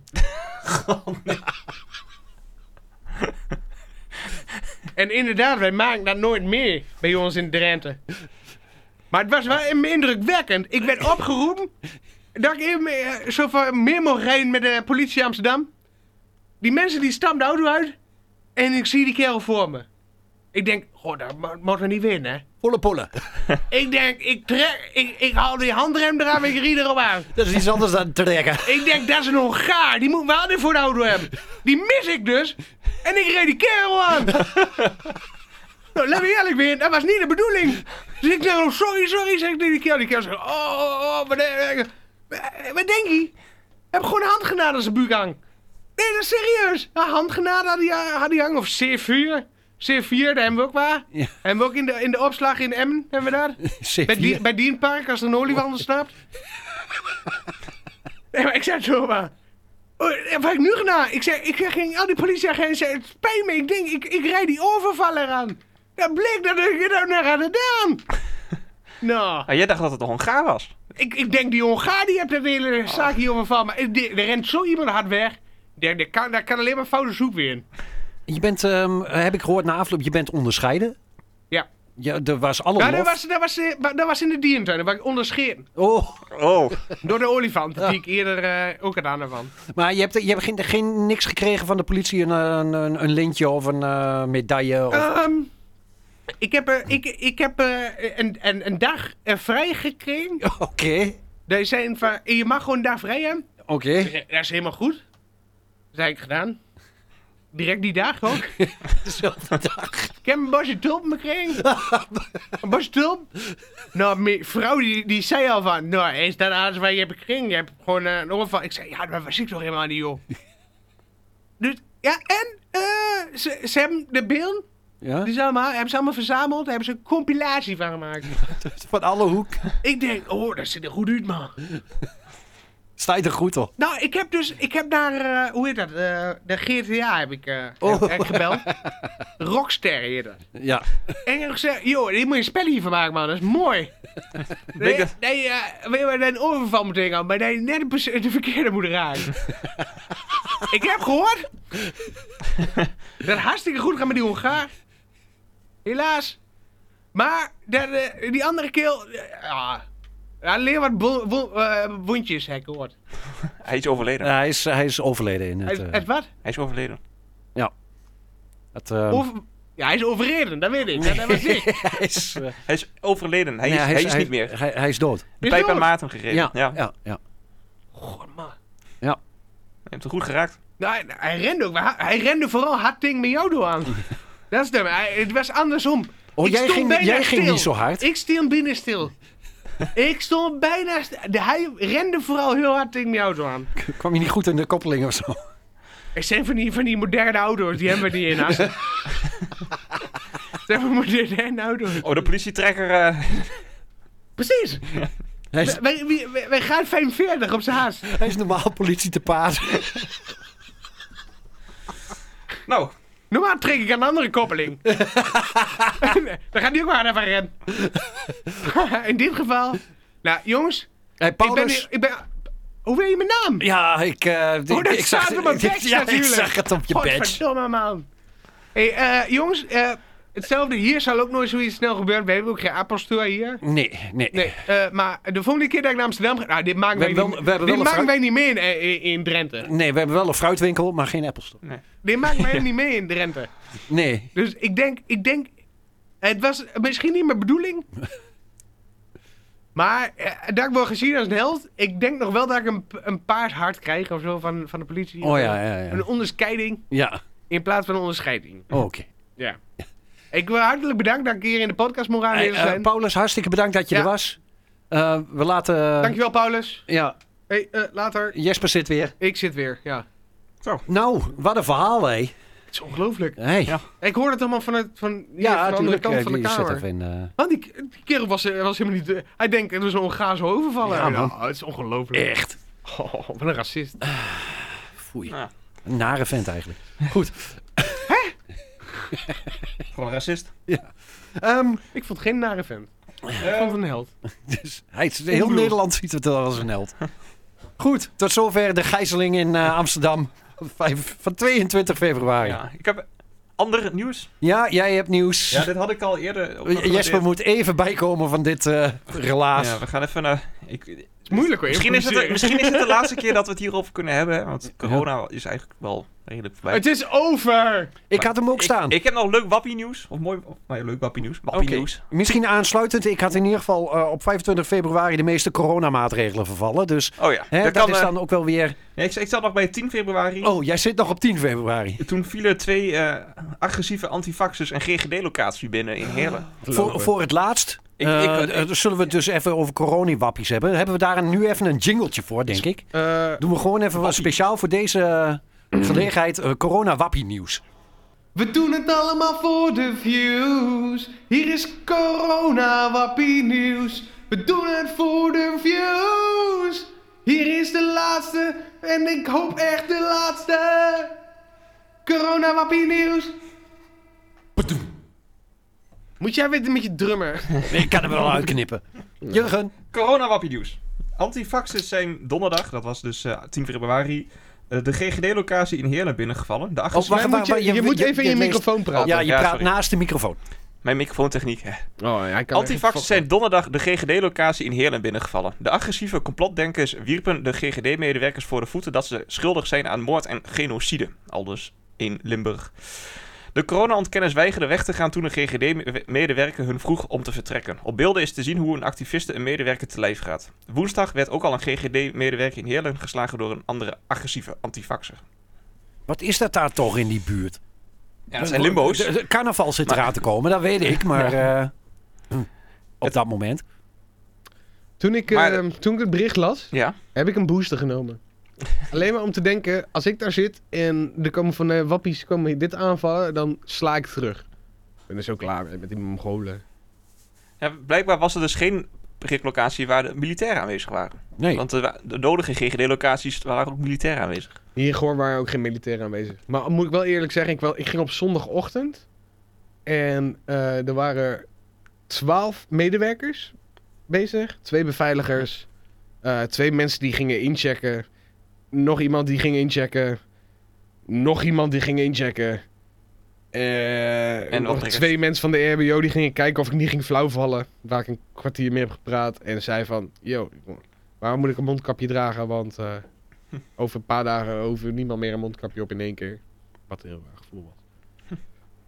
En inderdaad, wij maken dat nooit meer bij ons in Drenthe. Maar het was wel indrukwekkend. Ik werd opgeroepen dat ik even eh, zo van meer mocht rijden met de politie Amsterdam. Die mensen die stappen de auto uit en ik zie die kerel voor me. Ik denk, goh, dat mo- moeten we niet winnen, hè. Volle pollen. Ik denk, ik trek, ik, ik haal die handrem eraan en ik rijd erop aan. Dat is iets anders dan trekken. Ik denk, dat is een Hongaar. Die moet wel dit voor de auto hebben. Die mis ik dus. En ik reed die kerel aan. Nou, laat me eerlijk weer, dat was niet de bedoeling. Dus ik zeg, oh, sorry, sorry, zeg ik tegen die kerel. Die kerel zegt, oh, oh, oh, wat, denk- wat denk je? Heb gewoon een handgranaat aan zijn buik hangen. Nee, dat is serieus. Een handgranaat had hij, had hij hangen, of C vier. C vier, daar hebben we ook waar. Ja. Hebben we ook in de, in de opslag in Emmen, hebben we dat. C Bij, die, vier. bij Dienpark, als er een olifant ontsnapt. Nee, maar ik zei het zo maar. Oh, wat heb ik nu gedaan? Ik zeg, ik zeg ging al die politieagenten, zei, het spijt me, ik denk, ik, ik rijd die overvaller aan. Dat bleek dat ik dat nog had gedaan. Nou, Ah, jij dacht dat het een Hongaar was. ik, ik denk die Hongaar die heeft dat hele zaak hier overvallen. Maar er er rent zo iemand hard weg. Ik denk, daar kan, daar kan alleen maar foute soep weer in. Je bent, um, heb ik gehoord na afloop, je bent onderscheiden. Ja. Ja, er was alle Nou, lof. dat was, dat, was, eh, dat was in de dierentuin. Dat was ik onderscheiden. Oh, Oh. Door de olifant, die ik eerder uh, ook had aan ervan. maar je hebt, je hebt geen, geen, niks gekregen van de politie? Een, een, een, een lintje of een uh, medaille? Of... Um, ik heb, uh, ik, ik heb uh, een, een, een dag uh, vrij gekregen. Oké, okay. Die zijn van, je mag gewoon een dag vrij hebben. oké. Okay. Dat is helemaal goed. Dat heb ik gedaan. Direct die dag ook. Dezelfde dag. Ik heb een bosje tulpen gekregen. Een bosje tulpen. Nou, mijn vrouw die, die zei al van, nou, is dat alles wat je hebt gekregen? Je hebt gewoon uh, een overval. Ik zei, ja, dat was ik toch helemaal niet, joh. Dus, ja, en uh, ze, ze hebben de beelden, Ja? die ze allemaal, hebben ze allemaal verzameld. Daar hebben ze een compilatie van gemaakt. Van alle hoeken. Ik denk, oh, dat ziet er goed uit, man. Sta je er goed op? Nou, ik heb dus, ik heb naar, uh, hoe heet dat, uh, de G T A heb ik, uh, Oh. heb, heb ik gebeld. Rockster heet dat. Ja. En ik heb gezegd, joh, hier moet je een spelletje van maken, man, dat is mooi. Nee, dat- nee uh, weet je waar je een overval moet tegenhouden, maar dat je net de, pers- de verkeerde moet raken. Ik heb gehoord dat het hartstikke goed gaat met die Hongaar. Helaas. Maar dat, uh, die andere keel, uh, ja, alleen wat bo- wo- uh, wondjes heb ik gehoord. Hij is overleden. Ja, hij, is, hij is overleden in het... Het, uh, het wat? Hij is overleden. het uh, Over, ja, hij is overreden, dat weet ik. Dat, dat was ik. hij is, uh, Hij is overleden. Hij is, nee, hij is niet meer. Hij, hij is dood. Is Pijp aan dood? maten gegeven. Ja, Ja. ja, ja. God, man. Je hebt het goed geraakt. Nou, hij, hij rende ook, maar hij, hij rende vooral hard tegen mijn auto aan. Dat is het. Hij, het was andersom. Oh, Ik jij stond ging, bijna jij ging stil. niet zo hard? Ik stond binnen stil. Ik stond bijna stil. De- Hij rende vooral heel hard tegen mijn auto aan. Kwam je niet goed in de koppeling of zo? Er zijn van die, van die moderne auto's, die hebben we niet in huis. Dat zijn van moderne auto's. Oh, de politietrekker. eh Precies. Hij is, Wij, wij, wij- wij gaan vijfenveertig op zijn haast. hij is normaal politie te paard. Nou, Normaal trek ik aan een andere koppeling. Dan gaat die ook maar even rennen. In dit geval. Nou, jongens. Hey, Ik ben, Paulus. hier- ik ben... Hoe weet je mijn naam? Ja, ik, uh, ik, Oh, dat ik staat zag op mijn badge ja, ik natuurlijk. zag het op je badge. Godverdomme, man. Hey, eh, jongens. eh, hetzelfde hier zal ook nooit zoiets snel gebeuren. We hebben ook geen Appelstoer hier. Nee, nee. Nee, eh, maar de volgende keer dat ik naar Amsterdam ga... Nou, dit maken We wij hebben niet, wel- we hebben dit wel een maken fruit- wij niet mee in, in, in Drenthe. Nee, we hebben wel een fruitwinkel, maar geen appelstop. Dit maken wij niet mee in Drenthe. Nee. Dus ik denk, ik denk... Het was misschien niet mijn bedoeling. Maar eh, dat ik word gezien als een held. Ik denk nog wel dat ik een, een paard hard krijg of zo van, van de politie. Oh ja, ja, ja. Een onderscheiding Ja, in plaats van een onderscheiding. oh, oké. Ja. Ik wil hartelijk bedankt dat ik hier in de podcast mocht Hey, aanwezig eh, zijn. Paulus, hartstikke bedankt dat je Ja. er was. Uh, we laten... Dankjewel, Paulus. Ja, Hey, eh, later. Jesper zit weer. Ik zit weer, ja. Nou, wat een verhaal, hé. Het is ongelooflijk. Hey. Ja. Ik hoor het allemaal van, het, van, hier, Ja, van de andere natuurlijk. kant eh, van de die zit kamer. even in, eh, Want die, die kerel was, eh, was helemaal niet... eh, hij denkt, het is een Hongaarse overvallen. Ja, man. Ja, het is ongelooflijk. Echt. Oh, wat een racist. Foei. Ja. Een nare vent eigenlijk. Goed. gewoon een racist. Ehm, Ik vond geen nare vent. Ik vond het een held. dus hij is, heel Nederland ziet het wel als een held. Goed, tot zover de gijzeling in uh, Amsterdam. Vijf- Van tweeëntwintig februari. Ja. Ja, ik heb ander nieuws. jij hebt nieuws. Ja, dit had ik al eerder. op- Jesper moet even bijkomen van dit uh, relaas. Ja, we gaan even naar. Ik, Het is moeilijk hoor. misschien, is het, de- improviseren. misschien is het de laatste keer dat we het hierover kunnen hebben. hè, Want corona is eigenlijk wel redelijk voorbij. Het is over! Ik had hem ook staan. Ik, ik heb nog leuk wappie nieuws. Of mooi. Of, nou ja, leuk wappie nieuws. Wappie Oké. nieuws. Misschien aansluitend. Ik had in ieder geval uh, op vijfentwintig februari de meeste coronamaatregelen vervallen. Dus Oh ja. hè, dat dat kan, is eh, dan ook wel weer... ja, ik, ik zat nog bij tien februari. Oh, jij zit nog op tien februari. Toen vielen twee eh, agressieve antifaxers een G G D-locatie binnen in Heerlen. Voor, voor het laatst Ik- uh, ik- uh, zullen we het dus even over coronawappies hebben. Hebben we daar nu even een jingletje voor, denk ik. Eh, Doen we gewoon even wat Wappie. speciaal voor deze uh, gelegenheid uh, corona-wappie nieuws. we doen het allemaal voor de views. Hier is corona wappie nieuws. We doen het voor de views. Hier is de laatste. En ik hoop echt de laatste. Corona wappie nieuws. Moet jij weten met je drummer? Nee, ik kan hem wel uitknippen. Jurgen. Corona-wappie nieuws. Antifaxers zijn donderdag, dat was dus uh, tien februari, uh, de G G D-locatie in Heerlen binnengevallen. De achter... Oh, wacht, Maar wacht, moet je, wacht, je moet even in je leest- microfoon praten. Ja, je Ja, praat sorry. naast de microfoon. Mijn microfoontechniek, hè. Oh, hij kan Antifaxers zijn donderdag de G G D-locatie in Heerlen binnengevallen. De agressieve complotdenkers wierpen de G G D-medewerkers voor de voeten dat ze schuldig zijn aan moord en genocide. Aldus in Limburg. De corona-ontkenners weigerden weg te gaan toen een G G D-medewerker hun vroeg om te vertrekken. Op beelden is te zien hoe een activiste een medewerker te lijf gaat. Woensdag werd ook al een G G D-medewerker in Heerlen geslagen door een andere agressieve antifaxer. Wat is dat daar toch in die buurt? Ja, dat zijn limbo's. De, de carnaval zit eraan te komen, dat weet ik, maar uh, hm, op Het- dat moment. Toen ik, Maar- uh, toen ik het bericht las, Ja. heb ik een booster genomen. Alleen maar om te denken, als ik daar zit en er komen van de wappies komen dit aanvallen, dan sla ik terug. Ik ben er zo klaar mee met die Mongolen. Ja, blijkbaar was er dus geen priklocatie waar de militairen aanwezig waren. Nee. Want de, de nodige G G D-locaties waren ook militairen aanwezig. Hier in Goor waren ook geen militairen aanwezig. Maar moet ik wel eerlijk zeggen, ik, wel, ik ging op zondagochtend en uh, er waren twaalf medewerkers bezig. Twee beveiligers, uh, twee mensen die gingen inchecken, nog iemand die ging inchecken, nog iemand die ging inchecken. Uh, En wat nog er- twee mensen van de R B O die gingen kijken of ik niet ging flauwvallen. Waar ik een kwartier mee heb gepraat. En zei van, yo, waarom moet ik een mondkapje dragen? Want uh, over een paar dagen hoeft niemand meer een mondkapje op in één keer. Wat een heel raar gevoel was.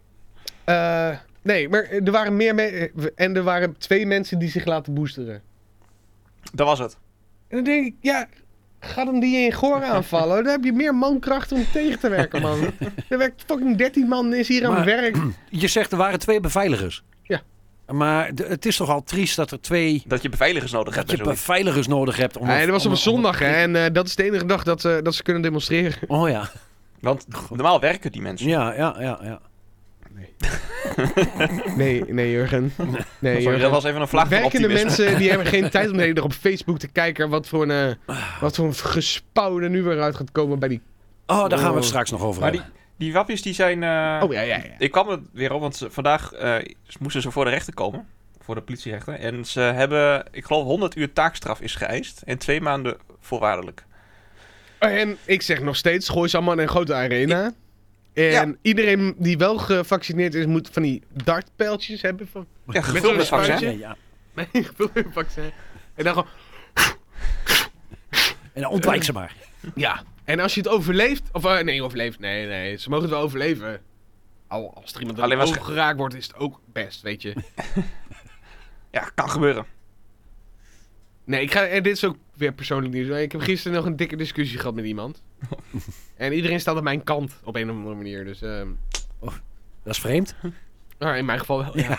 Uh, nee, maar er waren meer me- en er waren twee mensen die zich laten boosteren. Dat was het. En dan denk ik, ja, ga dan die in Goor aanvallen. Dan heb je meer mankracht om tegen te werken, man. Er werkt fucking dertien man is hier aan het Maar- werk. Je zegt er waren twee beveiligers. Ja. Maar de- het is toch al triest dat er twee... Dat je beveiligers nodig hebt. Dat je bij zoiets. beveiligers nodig hebt om... Ja, dat was om- op een om- zondag, hè. En uh, dat is de enige dag dat ze, dat ze kunnen demonstreren. Oh ja. Want normaal werken die mensen. Ja, ja, ja, ja. Nee, nee, Jurgen. Nee, Sorry, Jurgen. dat was even een vlag van Werkende optimisme. mensen die hebben geen tijd om de hele dag op Facebook te kijken wat voor een, uh, wat voor een gespouw er nu weer uit gaat komen bij die... Oh, daar gaan we Oh. het straks nog over Maar die, hebben. die wappies die zijn... eh, Oh ja, ja, ja. Ik kwam er weer op, want ze- vandaag eh, moesten ze voor de rechter komen. Voor de politierechter. En ze hebben, ik geloof, honderd uur taakstraf is geëist. En twee maanden voorwaardelijk. En ik zeg nog steeds, gooi ze allemaal in een grote arena. En Ja. iedereen die wel gevaccineerd is, moet van die dartpijltjes hebben. Van... Ja, zo'n gevuld met vaccin. spuitje. Ja, ja. Nee, gevuld met vaccin. En dan gewoon... En dan ontwijk ze maar. Ja. En als je het overleeft... Of uh, nee, overleeft. Nee, nee. Ze mogen het wel overleven. Al als er iemand aan Alleen het was- oog geraakt wordt, is het ook best, weet je. Ja, kan gebeuren. Nee, ik ga, en dit is ook weer persoonlijk nieuws. Ik heb gisteren nog een dikke discussie gehad met iemand. En iedereen staat aan mijn kant op een of andere manier. Dus, ehm Dat is vreemd. nou, in mijn geval wel, ja.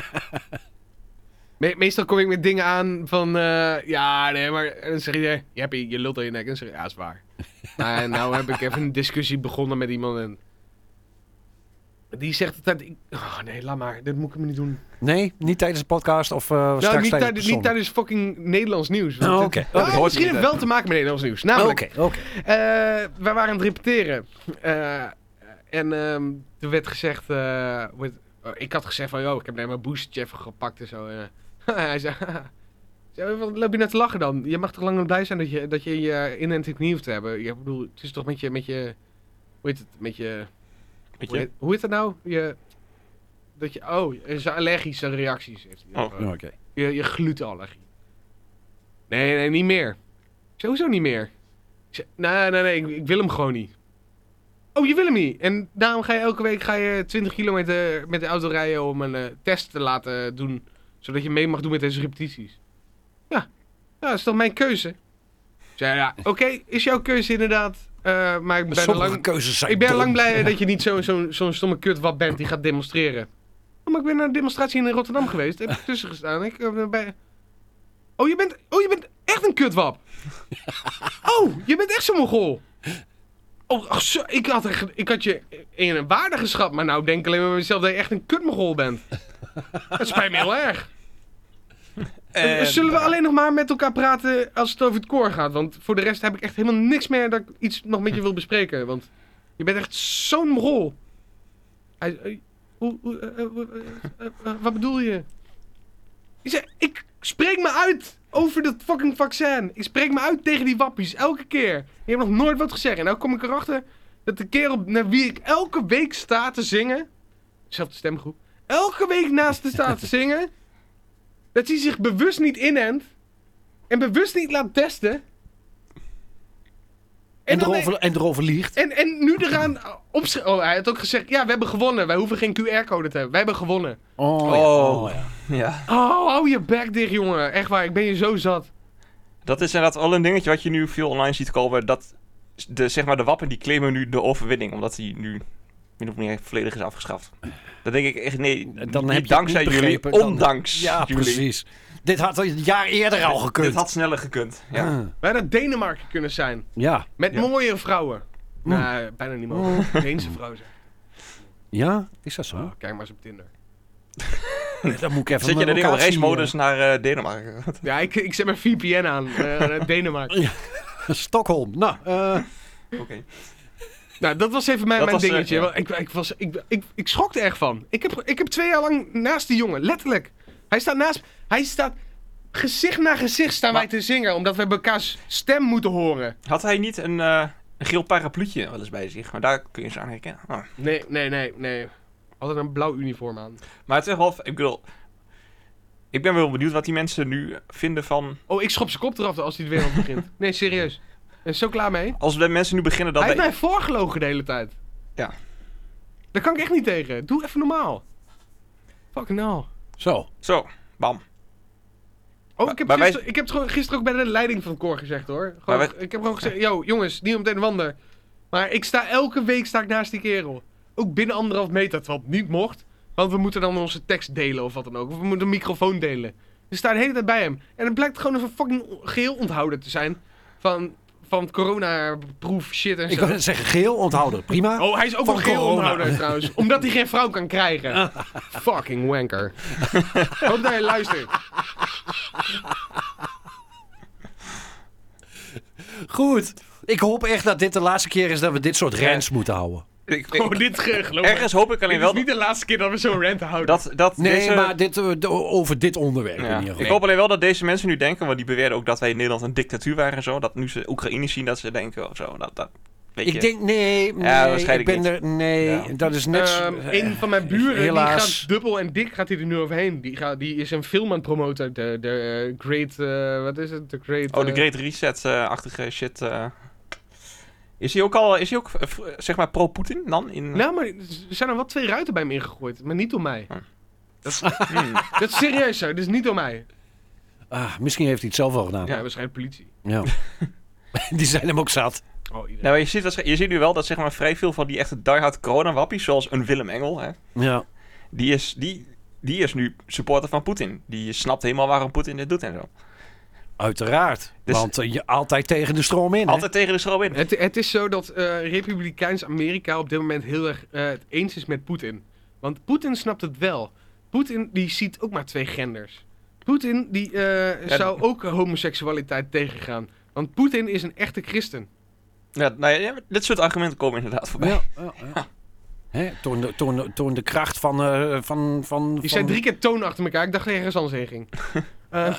Me- meestal kom ik met dingen aan van, eh, ja, nee, maar... En dan zeg je, je, hebt je, je lult aan je nek. En dan zeg je, ja, is waar. Maar nou heb ik even een discussie begonnen met iemand en... Die zegt altijd, ik- oh nee, laat maar, dit moet ik me niet doen. Nee, niet tijdens de podcast of uh, Nou, straks niet, tijdens tijdens, niet tijdens fucking Nederlands nieuws. want Oh, het- oké. Nou, Oké. hoort misschien niet, heeft het hè? wel te maken met Nederlands nieuws. Oké, Namelijk, oké. Eh, wij waren aan het repeteren. Eh, en ehm toen werd gezegd... eh, hoe heet- oh, ik had gezegd van... Yo, ik heb net mijn boostertje even gepakt en zo. En, eh, hij zei... zei, wat loop je net te lachen dan? Je mag toch lang nog blij zijn dat je, dat je je inenting niet hoeft te hebben? Ik bedoel, het is toch met je... Met je hoe heet het? Met je... Weet Hoe je? heet, hoe heet het nou? Je... Dat je... Oh, er zijn allergische reacties. Heeft hij. Oh. Eh, Oké. je, je glutenallergie. Nee, nee, niet meer. Ik zei, hoezo niet meer? Ik zei, nee, nee, nee, ik, ik wil hem gewoon niet. Oh, je wil hem niet. En daarom ga je elke week ga je twintig kilometer met de auto rijden om een uh, test te laten doen. Zodat je mee mag doen met deze repetities. Ja, ja dat is toch mijn keuze? Ik zei, ja, oké, okay, is jouw keuze inderdaad. Uh, maar ik ben, Sommige lang, keuzes zijn ik ben dom. lang blij dat je niet zo'n zo, zo stomme kutwap bent die gaat demonstreren. Oh, maar ik ben naar een demonstratie in Rotterdam geweest. Heb ik tussen gestaan. Ik, uh, bij... Oh, je bent, oh, je bent echt een kutwap. Oh, je bent echt zo'n Mongool. Oh, ach, zo, ik, had echt, ik had je in een waarde geschat, maar nou denk ik alleen maar bij mezelf dat je echt een kutmongool bent. Dat spijt me heel erg. En- Zullen we alleen nog maar met elkaar praten als het over het koor gaat? Want voor de rest heb ik echt helemaal niks meer dat ik iets nog met je wil bespreken. Want je bent echt zo'n Mongool. Hij, Hoe, hoe, uh, uh, uh, uh, uh, wat bedoel je? Ik zeg, ik spreek me uit over dat fucking vaccin. Ik spreek me uit tegen die wappies, elke keer. Je hebt nog nooit wat gezegd. En nou kom ik erachter dat de kerel naar wie ik elke week sta te zingen... Zelfde stemgroep. Elke week naast te staan te zingen... dat hij zich bewust niet inent... en bewust niet laat testen... En, dan- erover, en erover liegt. En, en nu eraan opschrijven... Oh, hij had ook gezegd... Ja, we hebben gewonnen. Wij hoeven geen Q R-code te hebben. Wij hebben gewonnen. Oh, ja, Oh. oh, ja. Ja. Oh, hou je bek dicht, jongen. Echt waar, ik ben je zo zat. Dat is inderdaad al een dingetje wat je nu veel online ziet komen. Dat de, zeg maar, de wappen die claimen nu de overwinning. Omdat die nu min of meer volledig is afgeschaft. Dan denk ik echt, nee, Dan niet heb je dankzij het niet jullie, begrepen, dan- ondanks Ja, jullie. precies. Dit had een jaar eerder al gekund. Dit had sneller gekund. Ja. Ah, Wij hadden Denemarken kunnen zijn. ja. Met Ja. mooie vrouwen. Mm. Nee, bijna niet mogelijk. Deense vrouw zeg. Ja, is dat zo? Oh, kijk maar eens op Tinder. Dan moet ik even Zet je mijn de ding op locatie, reismodus naar uh, Denemarken? Ja, ik, ik zet mijn V P N aan. Uh, naar Denemarken. eh, Stockholm. Nou, eh, Oké. Nou, dat was even mijn, Dat mijn was, uh, dingetje. ja. Want Ik, ik, was, ik, ik, ik schrok er echt van. Ik heb, ik heb twee jaar lang naast die jongen, letterlijk. Hij staat naast... Hij staat... Gezicht naar gezicht staan Maar- wij te zingen, omdat we elkaars stem moeten horen. Had hij niet een, uh, een geel parapluutje wel eens bij zich? Maar daar kun je ze aan herkennen. Oh. Nee, nee, nee, nee. Altijd een blauw uniform aan. Maar het is wel, ik bedoel... Ik ben wel benieuwd wat die mensen nu vinden van... Oh, ik schop zijn kop eraf als hij de wereld begint. Nee, serieus. En zo klaar mee. Als de mensen nu beginnen dat... Hij heeft wij- mij voorgelogen de hele tijd. Ja. Daar kan ik echt niet tegen. Doe even normaal. Fucking hell. zo. Zo, bam. Oh, ik heb, Maar wij- gisteren, ik heb het gewoon gisteren ook bij de leiding van het koor gezegd hoor. Gewoon, Maar wij- Ik heb gewoon gezegd, yo jongens, niet om het een of ander. Maar ik sta elke week sta ik naast die kerel. Ook binnen anderhalf meter, terwijl het niet mocht. Want we moeten dan onze tekst delen of wat dan ook. Of we moeten een microfoon delen. We staan de hele tijd bij hem. En het blijkt gewoon een fucking geheel onthouden te zijn. Van, van corona-proof shit en Ik zo. wil zeggen, geel onthouden. Prima. Oh, hij is ook Van wel geheel corona. onthouder trouwens. Omdat hij geen vrouw kan krijgen. Fucking wanker. Hoop dat je luistert. Goed. Ik hoop echt dat dit de laatste keer is dat we dit soort rants moeten houden. Ik, ik- Oh, dit ge- geloof me. ergens hoop ik alleen Dit wel is niet de laatste keer dat we zo'n rant houden. dat, dat Nee, deze... maar dit, eh, de- over dit onderwerp Ja. in ieder Ik geval. hoop alleen wel dat deze mensen nu denken, want die beweerden ook dat wij in Nederland een dictatuur waren en zo. Dat nu ze Oekraïne zien, dat ze denken of zo. Dat, dat, weet je. Ik denk, nee, nee, Ja, waarschijnlijk ik ben niet. er, nee, Ja. dat is net zo- Ehm, een van mijn buren, helaas. die gaat dubbel en dik gaat hij er nu overheen. Die, gaat, die is een film aan het promoten. De, de eh, Great, eh, wat is het? De Great... Oh, de eh, Great Reset-achtige shit. eh. Is hij ook al, is hij ook, eh, v- zeg maar, pro-Poetin dan? In... Nou, maar er zijn er wel twee ruiten bij hem ingegooid. Maar niet door mij. Hm. Dat, is, Hmm. dat is serieus zo. Dat is niet door mij. Ah, misschien heeft hij het zelf wel gedaan. Ja, Ja. waarschijnlijk politie. Die zijn hem ook zat. Oh, iedereen. Nou, maar je, ziet, dat- je ziet nu wel dat zeg maar, vrij veel van die echte diehard corona-wappies, zoals een Willem Engel, hè, Ja. die, is, die, die is nu supporter van Poetin. Die snapt helemaal waarom Poetin dit doet en zo. Uiteraard. Dus- Want eh, je altijd tegen de stroom in. hè? Altijd tegen de stroom in. Het, het is zo dat eh, Republikeins Amerika op dit moment heel erg eh, het eens is met Poetin. Want Poetin snapt het wel. Poetin die ziet ook maar twee genders. Poetin die eh, zou ook homoseksualiteit tegengaan. Want Poetin is een echte christen. Ja, nou ja, dit soort argumenten komen inderdaad voorbij. Ja, ja, ja. Hè, toon, de, toon, de, toon de kracht van... eh, van, van Die van- zijn drie keer toon achter elkaar. Ik dacht dat er ergens anders heen ging. Eh,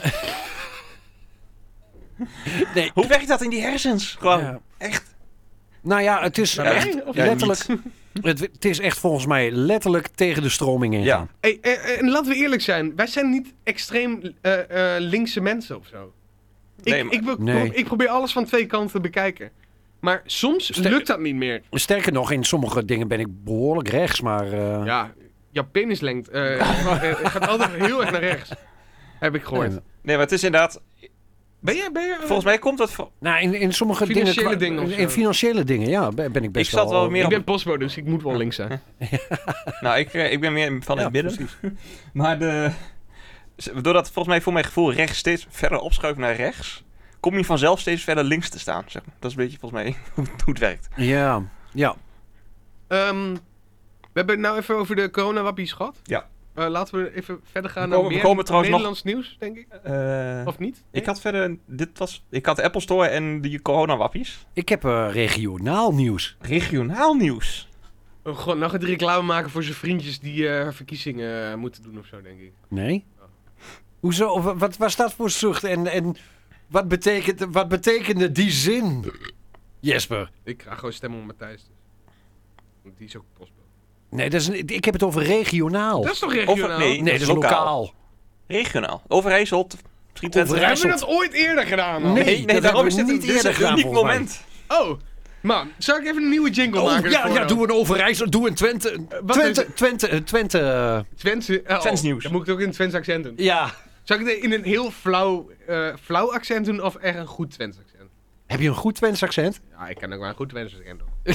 Nee. Hoe werkt dat in die hersens? Gewoon, Ja. echt. Nou ja, het is Bij echt mij? Of letterlijk... Het, het is echt volgens mij letterlijk tegen de stroming ingaan. Ja. hey, eh, eh, en laten we eerlijk zijn. Wij zijn niet extreem eh, eh, linkse mensen of zo. Ik, Nee, maar- ik, be- Nee. ik probeer alles van twee kanten te bekijken. Maar soms Ster- lukt dat niet meer. Sterker nog, in sommige dingen ben ik behoorlijk rechts, maar... eh, Ja, jouw penislengte eh, eh, gaat altijd heel erg naar rechts. Heb ik gehoord. nee. Nee, maar het is inderdaad... Ben je, ben je, Volgens mij komt dat... van- Nou, in, in sommige Financiële dingen... qua- dingen of In zo. financiële dingen, ja, ben ben ik best Ik zat wel meer ik op- ben postbode, dus ik moet wel links zijn. Nou, ik, eh, ik ben meer van het Ja, midden. precies. Maar de... Doordat volgens mij voor mijn gevoel rechts steeds verder opschuift naar rechts... kom je vanzelf steeds verder links te staan, zeg maar. Dat is een beetje volgens mij hoe hoe het werkt. Ja, ja. Ehm, we hebben het nou even over de coronawappies gehad. Ja. Eh, laten we even verder gaan We naar komen- we meer komen trouwens nog- Nederlands nieuws, denk ik. Eh, Of niet? ik had verder... Dit was... Ik had de Apple Store en die coronawappies. Ik heb eh, regionaal nieuws. Regionaal nieuws. Oh, god, nou gaat hij reclame maken voor zijn vriendjes die uh, verkiezingen uh, moeten doen of zo, denk ik. Nee? Oh. Hoezo? Wat, wat was dat voor zucht? En, en wat, betekent, wat betekende die zin, Jesper? Ik ga gewoon stemmen op Matthijs. Dus. Want die is ook postbode. Nee, dat is een, ik heb het over regionaal. Dat is toch regionaal? Over, nee, nee, dat is lokaal. lokaal. Regionaal. Overijssel. Misschien Twente. Hebben we dat ooit eerder gedaan? Nee, nee, nee, daarom is dit niet eerder een gedaan. uniek moment. Oh, man, zou ik even een nieuwe jingle oh, maken? Ja, ja, doe een Overijssel, doe een Twente. Uh, Twente, Twente, Twente. Twente. Uh, Twents nieuws. Dan moet ik het ook in een Twents accent doen. Ja. Zou ik het in een heel flauw, uh, flauw accent doen of echt een goed Twents accent? Heb je een goed Twents accent? Ja, ik kan ook wel een goed Twents accent doen.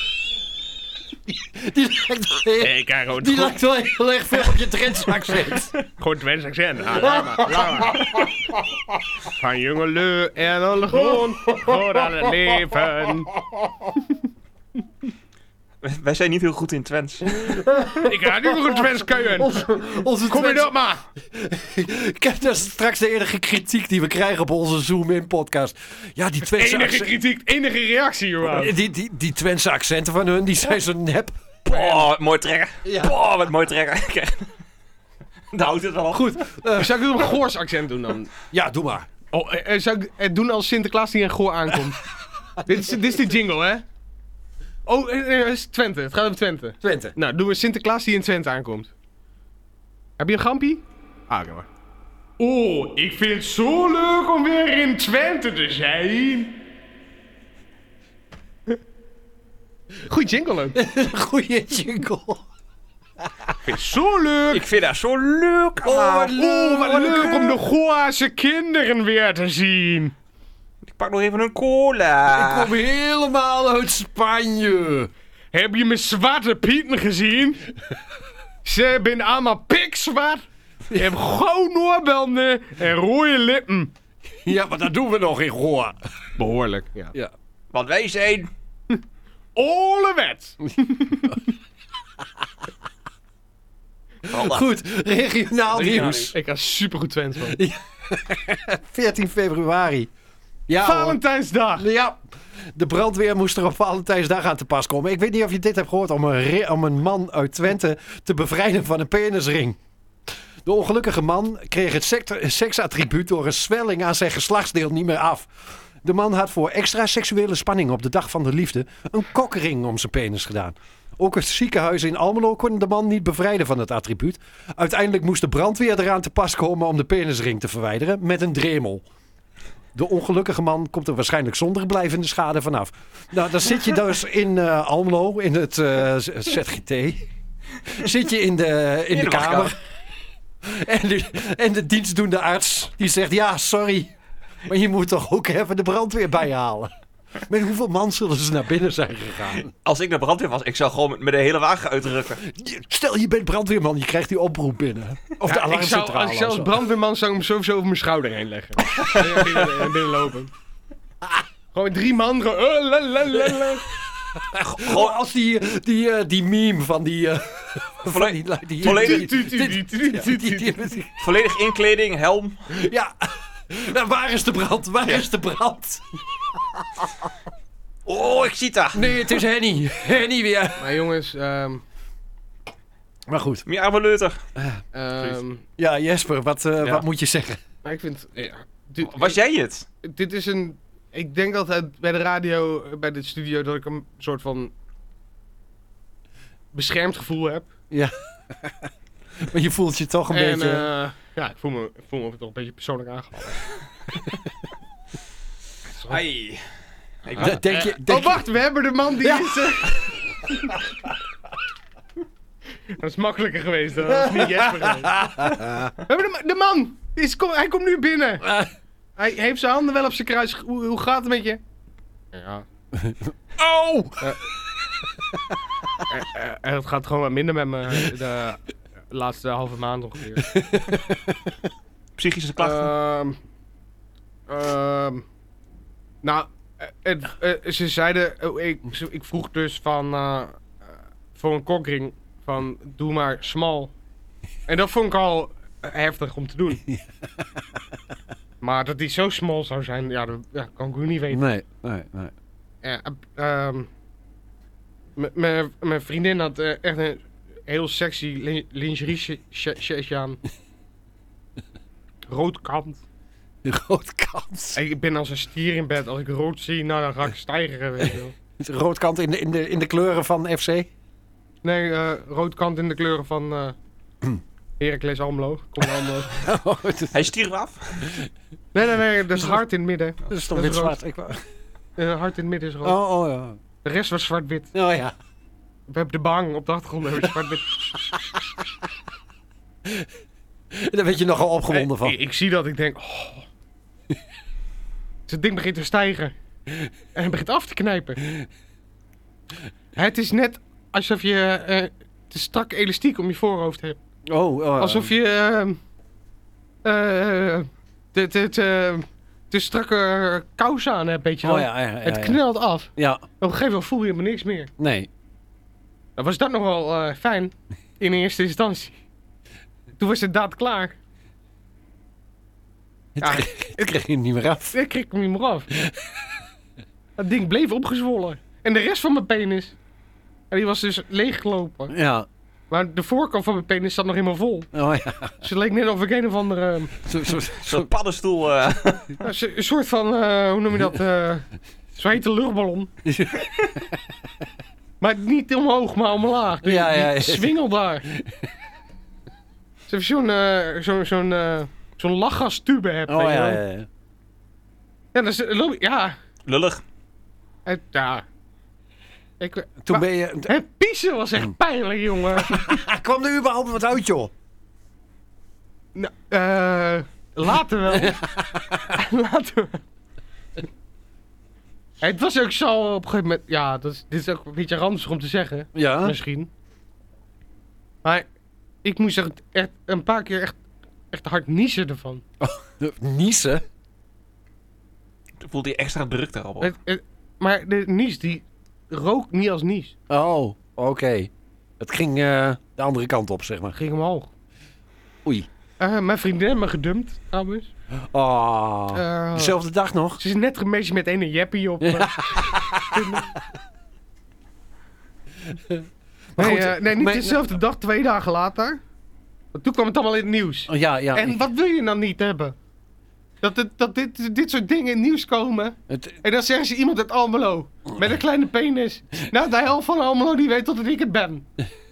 Die lijkt, heel, ik kan gewoon die lijkt wel heel erg veel op je Twents accent. Gewoon Twents accent. Ah, laat maar, laat maar. Van jongelui en al gewoon voor aan het leven. Wij zijn niet heel goed in Twents. Ik ga nu nog een Twents kuien. Onze, onze Kom je Twents... op maar. Kijk, dat is straks de enige kritiek die we krijgen op onze Zoom-in podcast. Ja, die Twentse Enige accent... kritiek, enige reactie, jongen. Die, die, die Twentse accenten van hun, die zijn zo nep. Oh, wat mooi trekken. Ja. Oh, wat mooi trekken. Daar houdt het wel op. Goed, uh, zou ik het op een Goors accent doen dan? Ja, doe maar. Oh, uh, zou ik het doen als Sinterklaas die in Goor aankomt? dit, is, dit is de jingle, hè? Oh, het uh, is Twente. Het gaat over Twente. Twente. Nou, doen we Sinterklaas die in Twente aankomt. Heb je een gampie? Ah, oké maar. Oh, ik vind het zo leuk om weer in Twente te zijn. Goeie jingle ook. Goeie jingle. Ik vind het zo leuk. Ik vind dat zo leuk. Oh, wat leuk. Oh, wat leuk om de Goorse kinderen weer te zien. Ik pak nog even een cola. Ik kom helemaal uit Spanje. Heb je mijn zwarte pieten gezien? Ze zijn allemaal pikzwart. Ze hebben gouden oorbanden en rode lippen. Ja, maar dat doen we nog in Goa. Behoorlijk, ja. Ja. Want wij zijn... Olewet. Goed, regionaal nieuws. Ik ga supergoed Twents van. veertien februari. Ja, Valentijnsdag. hoor. Ja, de brandweer moest er op Valentijnsdag aan te pas komen. Ik weet niet of je dit hebt gehoord om een, re- om een man uit Twente te bevrijden van een penisring. De ongelukkige man kreeg het sect- seksattribuut door een zwelling aan zijn geslachtsdeel niet meer af. De man had voor extra seksuele spanning op de dag van de liefde een kokring om zijn penis gedaan. Ook het ziekenhuis in Almelo kon de man niet bevrijden van het attribuut. Uiteindelijk moest de brandweer eraan te pas komen om de penisring te verwijderen met een dremel. De ongelukkige man komt er waarschijnlijk zonder blijvende schade vanaf. Nou, dan zit je dus in uh, Almelo, in het uh, Z G T. Zit je in de, in de kamer. En de, en de dienstdoende arts, die zegt, ja, sorry. Maar je moet toch ook even de brandweer bijhalen. Met hoeveel man zullen ze naar binnen zijn gegaan? Als ik naar brandweer was, ik zou gewoon met, met de hele wagen uitrukken. Stel, je bent brandweerman, je krijgt die oproep binnen. Of Ja, de ik zou, alarmcentrale. als ik zelfs brandweerman zou ik hem sowieso over mijn schouder heen leggen. En binnen, en binnenlopen. Gewoon drie man. Gewoon, uh, la, la, la, la. Gewoon als die, die, uh, die meme van die... Uh, Volle- die, die, volledig- die- die- die- die- die- die- die- Volledig inkleding, helm. Ja. Nou, waar is de brand? Waar is de brand? Oh, ik zie het daar. Nee, het is Henny. Henny weer. Maar jongens, um, Maar goed. Meer arme leuter. um, Ja, Jesper, wat, uh, Ja. wat moet je zeggen? maar ik vind... Ja, dit, Was jij het? dit is een... Ik denk altijd bij de radio, bij de studio, dat ik een soort van beschermd gevoel heb. Ja. Maar je voelt je toch een en beetje... uh, ja, ik voel, me, ik voel me toch een beetje persoonlijk aangevallen. Ai. Ik D- denk je, denk Oh, wacht, we hebben de man die Ja. is... uh, dat is makkelijker geweest, dat is niet Jesper geweest. We hebben de, ma- de man! Die is, kom, hij komt nu binnen. je... Uh, Hij heeft zijn handen wel op zijn kruis. Hoe, hoe gaat het met je? Ja. oh! Uh, uh, het gaat gewoon wat minder met me de laatste halve maand ongeveer. Psychische klachten. Ehm ehm nou, uh, het, uh, ze zeiden... Uh, ik, ze- ik vroeg dus van... Uh, uh, voor een kokring van... Doe maar smal. En dat vond ik al uh, heftig om te doen. Maar dat die zo smal zou zijn... Ja, dat ja, kan ik ook niet weten. Nee, nee, nee. Ja, uh, um, M- Mijn mijn vriendin had eh, echt een heel sexy lin- lingerie sh- sh- shirtje aan. Rood kant. De grote kans. Ik ben als een stier in bed. Als ik rood zie, nou dan ga ik stijgeren, weet je wel. De roodkant in de, in, de, in de kleuren van F C. Nee, eh rood kant in de kleuren van eh Heracles Almelo. Kom Almelo. Oh, het is- Hij stier af. Nee, nee, nee, dat is hard in het midden. dat is toch Dat wit is rood. zwart. Ik, wou- Eh, hard in het midden is rood. oh, oh, ja. De rest was zwart-wit. Oh ja. We hebben de bang op de achtergrond hebben we zwart-wit. Daar werd je nogal opgewonden van. Ik, ik zie dat, ik denk... Oh. Het ding begint te stijgen. En het begint af te knijpen. Het is net alsof je eh te strak elastiek om je voorhoofd hebt. Oh, oh, Alsof je eh, eh, te, te, te, te strakke kousen aan hebt, weet je wel. Oh ja, ja, ja, Het ja. knelt af. Ja, Op een gegeven moment voel je helemaal niks meer. nee. Dan was dat nog wel eh, fijn, in eerste instantie. Toen was het daad klaar. Het, Ja. kreeg, het kreeg je niet meer af. Ik kreeg hem niet meer af. Dat ding bleef opgezwollen. En de rest van mijn penis, en die was dus leeggelopen. Ja. Maar de voorkant van mijn penis zat nog helemaal vol. Oh ja. Dus het leek net of ik een of andere... Zo, zo, Zo'n paddenstoel. eh. Een so- een soort van, eh, hoe noem je dat? eh Zo heet de luchtballon. Maar niet omhoog, maar omlaag. Die, Ja, ja, ja. die swingel daar. Alsof je zo'n eh, zo, zo'n eh, zo'n lachgastube hebt. oh weet je ja, wel. ja, ja. Ja, dat is, loop- ja, Lullig. het, ja. Ik, Toen maar ben je... het piezen was echt pijnlijk, jongen. Kwam er überhaupt wat uit, joh? nou, eh, later wel. later wel. Het was ook zo op een gegeven moment... Ja, dat is, dit is ook een beetje ranzig om te zeggen. Ja. Misschien. Maar ik moest echt, echt een paar keer echt, echt hard niezen ervan. Niezen? Toen voelde je extra druk daarop. op. Het, het- maar de nies, die rook niet als nies. Oh, oké. Het ging eh, de andere kant op, zeg maar. Ging omhoog. Oei. Eh, mijn vriendin heeft me gedumpt, trouwens. Oh. Eh, Dezelfde dag nog? Ze is net gemeisje met een jeppie op. eh, Tinder. Maar nee, goed, eh, nee, niet mijn- dezelfde dag, twee dagen later. Want toen kwam het allemaal in het nieuws. Oh, ja, ja. En ik- wat wil je dan niet hebben? Dat, het, dat dit, dit soort dingen in het nieuws komen. het, En dan zeggen ze iemand uit Almelo. Met een kleine penis. Nou, de helft van Almelo die weet dat ik het ben.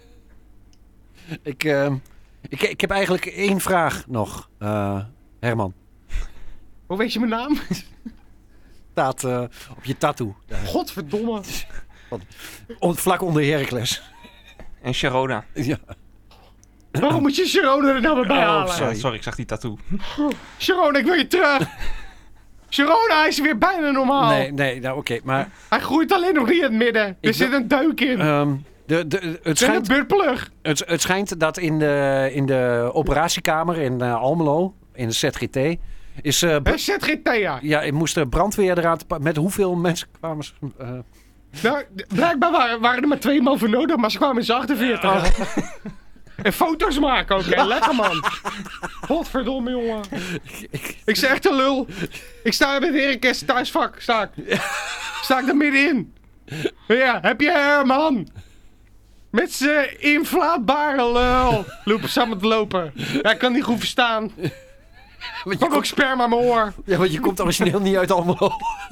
ik, eh, ik, ik heb eigenlijk één vraag nog, eh, Herman. Hoe weet je mijn naam? Staat eh, op je tattoo. Godverdomme. On- vlak onder Heracles. En Sharona. Ja. Waarom moet je Sharon er nou weer bij Oh, halen? sorry. Ja, sorry, ik zag die tattoo. Sharon, ik wil je terug. Sharon, hij is weer bijna normaal. Nee, nee, nou oké. Maar Hij groeit alleen nog niet in het midden. Er Ik zit wil- een deuk in. ehm, de, de, het, en een schijnt, buurtplug. het, het schijnt dat in de, in de operatiekamer in eh, Almelo, in de Z G T, is, eh, Hij zet geen thea. ja, er moest de brandweer eraan te pa- met hoeveel mensen kwamen ze? eh, Nou, d- blijkbaar waren, waren er maar twee man voor nodig, maar ze kwamen in z'n achtenveertig. En foto's maken ook, hè. Lekker, man. Godverdomme, jongen. Ik zeg echt een lul. Ik sta met Heracles thuisvak, sta ik. Sta ik er middenin. Ja, heb je Herman? Met zijn inflaatbare lul. Lopen samen te lopen. Hij kan niet goed verstaan. want, je Pak ook komt, sperma aan mijn oor. ja, want je komt origineel niet uit Almelo.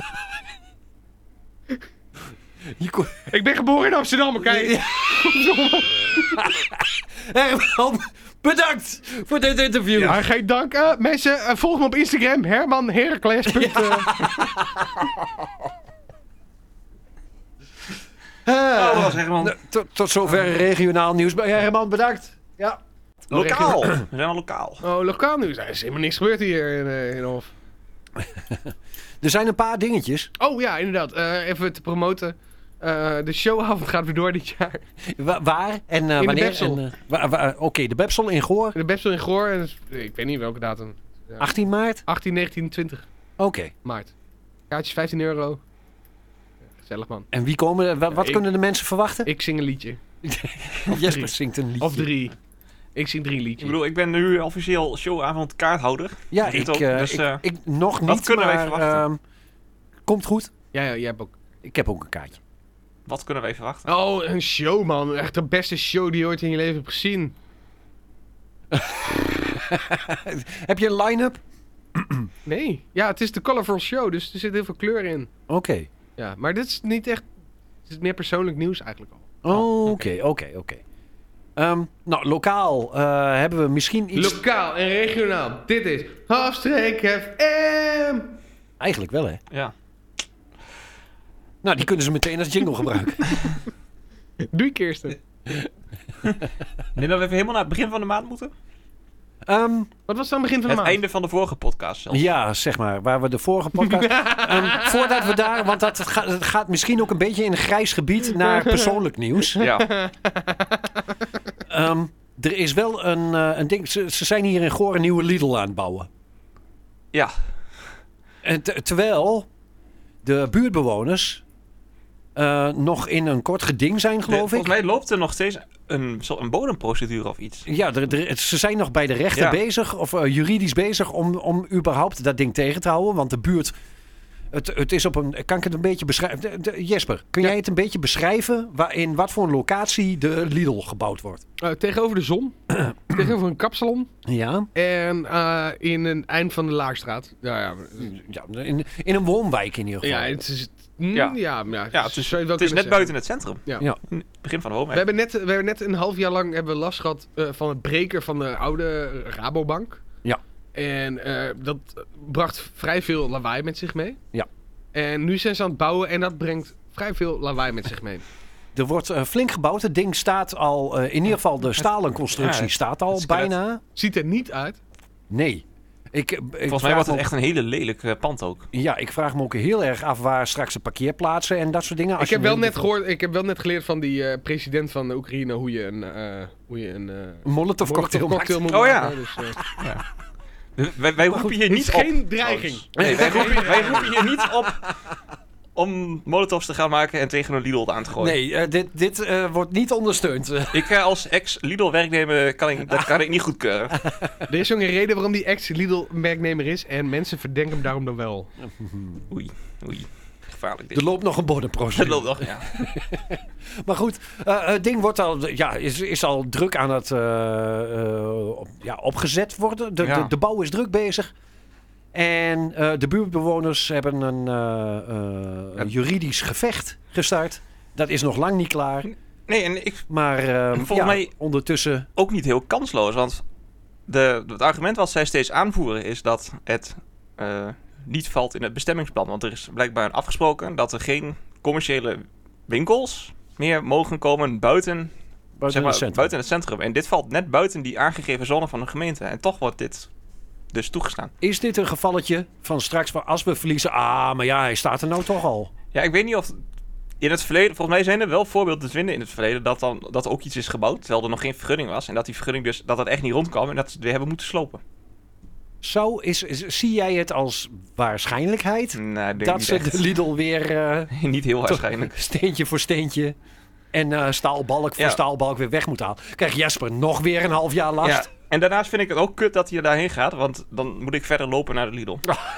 Je ko- Ik ben geboren in Amsterdam, oké? Herman, bedankt voor dit interview. Ja, geen dank. Eh, mensen, eh, volg me op Instagram. Herman Heracles. Eh, Oh, dat was Herman. nou, tot, tot zover regionaal nieuws. Ja, Herman, bedankt. Ja. Lokaal. We zijn al lokaal. Oh, lokaal nieuws. Er is helemaal niks gebeurd hier in, eh, in Hof. Er zijn een paar dingetjes. Oh ja, inderdaad. Eh, even te promoten. Eh, de showavond gaat weer door dit jaar. Wa- waar en uh, de wanneer? Bepsel. En, uh, wa- wa- Oké, de Bepsel in Goor. De Bepsel in Goor. En, ik weet niet welke datum. Ja. achttien maart? achttien, negentien, twintig Oké. maart. Kaartjes vijftien euro. Gezellig, man. En wie komen er? Wa- wat ik- kunnen de mensen verwachten? Ik zing een liedje. Of Jesper zingt een liedje. Of drie. Ik zing drie Ik liedjes. bedoel, ik ben nu officieel showavond kaarthouder. Ja, Dit ik, ook, uh, dus, ik, uh, ik nog wat niet, kunnen wij maar verwachten? ehm, komt goed. Ja, ja, jij hebt ook. Ik heb ook een kaartje. Wat kunnen wij verwachten? Oh, een show, man. Echt de beste show die je ooit in je leven hebt gezien. Heb je een line-up? Nee. Ja, het is de Colorful Show, dus er zit heel veel kleur in. Oké. Okay. Ja, maar dit is niet echt... Het is meer persoonlijk nieuws eigenlijk al. Oh, oké, oké, oké. Nou, lokaal uh, hebben we misschien iets... Lokaal en regionaal. Dit is Halfstreek F M. Eigenlijk wel, hè? Ja. Nou, die kunnen ze meteen als jingle gebruiken. Doei, Kirsten. Nee, dat we even helemaal naar het begin van de maand moeten? Um, Wat was dan het begin van de Het maand? einde van de vorige podcast zelfs. Ja, zeg maar. Waar we de vorige podcast... um, voordat we daar... Want dat gaat, het gaat misschien ook een beetje in een grijs gebied naar persoonlijk nieuws. Ja. Um, er is wel een, uh, een ding... Ze, ze zijn hier in Goor een nieuwe Lidl aan het bouwen. Ja. En t- terwijl de buurtbewoners uh, nog in een kort geding zijn, geloof De, ik. volgens mij loopt er nog steeds een, een bodemprocedure of iets. Ja, er, er, ze zijn nog bij de rechter Ja. bezig, of uh, juridisch bezig, om, om überhaupt dat ding tegen te houden. Want de buurt, het, het is op een, kan ik het een beetje beschrijven? De, de, Jesper, kun Ja. jij het een beetje beschrijven waar, in wat voor een locatie de Lidl gebouwd wordt? Uh, tegenover de zon. Tegenover een kapsalon. Ja, En uh, in een eind van de Laagstraat. Ja, ja. ja in, in een woonwijk in ieder geval. Ja, het is... Mm, Ja. ja, ja, Ja, het is, zou je wel het is net kunnen buiten het centrum. zeggen. Ja. In het begin van de We woonwijk. hebben, net, we hebben net een half jaar lang hebben we last gehad uh, van het breken van de oude Rabobank. Ja. En uh, dat bracht vrij veel lawaai met zich mee. Ja. En nu zijn ze aan het bouwen en dat brengt vrij veel lawaai met zich mee. Er wordt uh, flink gebouwd. Het ding staat al, uh, in ieder geval de stalen constructie Ja, staat al het skelet. bijna. Ziet er niet uit. Nee. Ik, ik Volgens mij vraag wordt me het ook- echt een hele lelijk uh, pand ook. Ja, ik vraag me ook heel erg af waar straks de parkeerplaatsen en dat soort dingen. Als Ik heb, je wel een- net gehoord, ik heb wel net geleerd van die uh, president van Oekraïne hoe je een, uh, hoe je een uh, Een Molotov cocktail maakt. cocktail moet Oh ja. maken. Dus, uh, Wij, wij roepen hier het niet is op. geen dreiging. Nee, wij roepen, wij roepen hier niet op om molotovs te gaan maken en tegen een Lidl aan te gooien. Nee, uh, dit, dit uh, wordt niet ondersteund. Ik uh, als ex-Lidl-werknemer kan ik, dat kan ik niet goedkeuren. Er is ook een reden waarom die ex-Lidl-merknemer is en mensen verdenken hem daarom dan wel. Oei, oei. Gevaarlijk dit. Er loopt nog een Dat bodemprocedure. loopt nog, ja. Maar goed, uh, het ding wordt al, ja, is, is al druk aan het uh, uh, op, ja, opgezet worden. De, Ja. de, de bouw is druk bezig. En uh, de buurtbewoners hebben een, uh, uh, een juridisch gevecht gestart. Dat is nog lang niet klaar. Nee, en ik Maar uh, Volgens ja, mij- ondertussen... ook niet heel kansloos, want de, het argument wat zij steeds aanvoeren is dat het uh, niet valt in het bestemmingsplan. Want er is blijkbaar afgesproken dat er geen commerciële winkels meer mogen komen buiten, Buiten zeg maar, het centrum. buiten het centrum. En dit valt net buiten die aangegeven zone van de gemeente. En toch wordt dit dus toegestaan. Is dit een gevalletje van straks van als we verliezen... Ah, maar ja, hij staat er nou toch al. Ja, ik weet niet of... In het verleden, volgens mij zijn er wel voorbeelden te vinden in het verleden dat dan dat er ook iets is gebouwd, terwijl er nog geen vergunning was. En dat die vergunning dus, dat het echt niet rondkwam en dat ze het weer hebben moeten slopen. Zo is, is- zie jij het als waarschijnlijkheid... Nee, ik denk dat niet ze echt. de Lidl weer uh, Niet heel waarschijnlijk. steentje voor steentje... en uh, staalbalk voor Ja. staalbalk weer weg moet halen. Krijg Jasper nog weer een half jaar last. Ja, en daarnaast vind ik het ook kut dat hij daarheen gaat, want dan moet ik verder lopen naar de Lidl.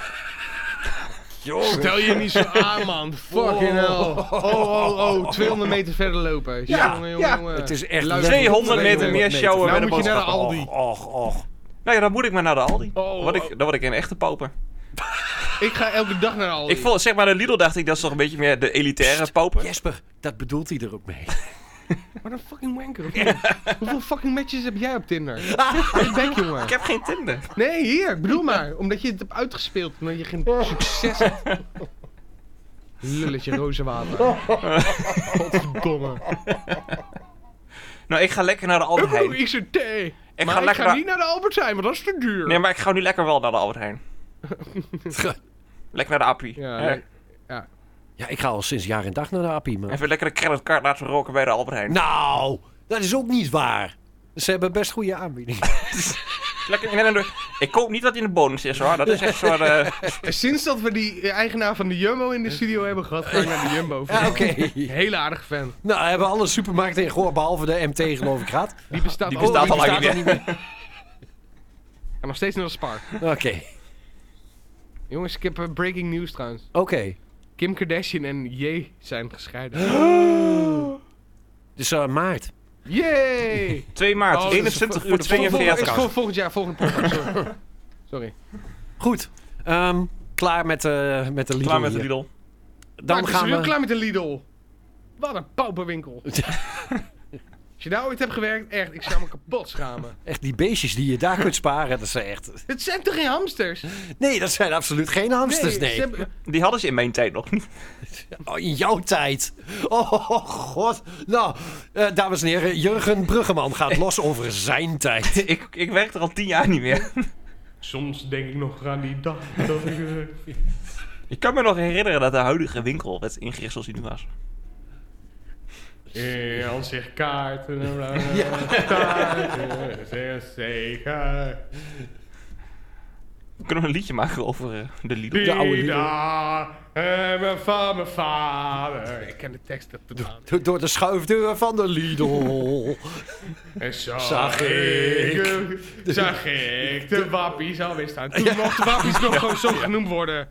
Stel je niet zo aan, man. Fucking hell. Oh, oh, oh. tweehonderd meter verder lopen. Ja, jongen, ja. jongen. Het is echt Luister, tweehonderd meter meer sjouwen Nou bij de moet je naar de boodschappen. Aldi. Och, och, och. Nou ja, dan moet ik maar naar de Aldi. Oh, Dan word ik, oh. dan word ik een echte pauper. Ik ga elke dag naar de Aldi. Ik vond, zeg maar, de Lidl dacht ik, dat is toch een beetje meer de elitaire pauper. Jesper, dat bedoelt hij er ook mee. Wat een fucking wanker. Of niet? Hoeveel fucking matches heb jij op Tinder? Ik denk, jongen. Ik heb geen Tinder. Nee, hier. Ik bedoel maar. Omdat je het hebt uitgespeeld. Omdat je geen succes hebt. Lulletje rozenwater. Godverdomme. Nou, ik ga lekker naar de Albert Oh, Heijn. ik zit thee. Ik maar ga ik lekker ga naar- niet naar de Albert Heijn, want dat is te duur. Nee, maar ik ga nu lekker wel naar de Albert Heijn. Lekker naar de Appie. Ja, Hè? leuk. Ja. Ja, ik ga al sinds jaar en dag naar de Appie, man. Even lekker een creditcard laten roken bij de Albert Heijn. Nou, dat is ook niet waar. Ze hebben best goede aanbiedingen. Lekker, nee, nee, nee. Ik koop niet wat in de bonus is, hoor. Dat is echt zo'n... eh, En sinds dat we die eigenaar van de Jumbo in de studio hebben gehad, ga ik naar de Jumbo. Ja, oké. Hele aardige fan. Nou, hebben alle supermarkten in Goor, behalve de M T, geloof ik, gehad. Die bestaat, Die al- bestaat die al lang bestaat niet al niet meer. En nog steeds naar de Spar. Oké, Jongens, ik heb eh, breaking news trouwens. oké. Kim Kardashian en Ye zijn gescheiden. Dus uh, maart. Yay! twee maart, Oh, dat is eenentwintig voor- uur voor- voor- tweeënveertig. voor- Volgend jaar, volgende podcast. Sorry. Sorry. Goed. Um, klaar met, uh, met de Lidl Klaar met de hier. Lidl. Dan maar gaan we... we... klaar met de Lidl. Wat een pauperwinkel. Als je daar ooit hebt gewerkt, echt, ik zou me kapot schamen. Echt die beestjes die je daar kunt sparen, dat zijn echt... Het zijn toch geen hamsters? Nee, dat zijn absoluut geen hamsters, nee. ze hebben- Die hadden ze in mijn tijd nog niet. Oh, in jouw tijd. Oh, god. Nou, uh, dames en heren, Jurgen Bruggeman gaat los over zijn tijd. ik, ik werk er al tien jaar niet meer. Soms denk ik nog aan die dag dat ik... eh, Ik kan me nog herinneren dat de huidige winkel werd ingericht zoals die nu was. Jan zegt kaarten en kaarten, zeg zeker. We kunnen een liedje maken over uh, de Lidl. De oude Lidl. Lida, en van mijn vader. Ik ken de tekst totaal niet. Do- Door de schuifdeur van de Lidl. En zo Zag ik. zag ik de wappies alweer staan. Toen mochten de wappies nog gewoon zo genoemd worden.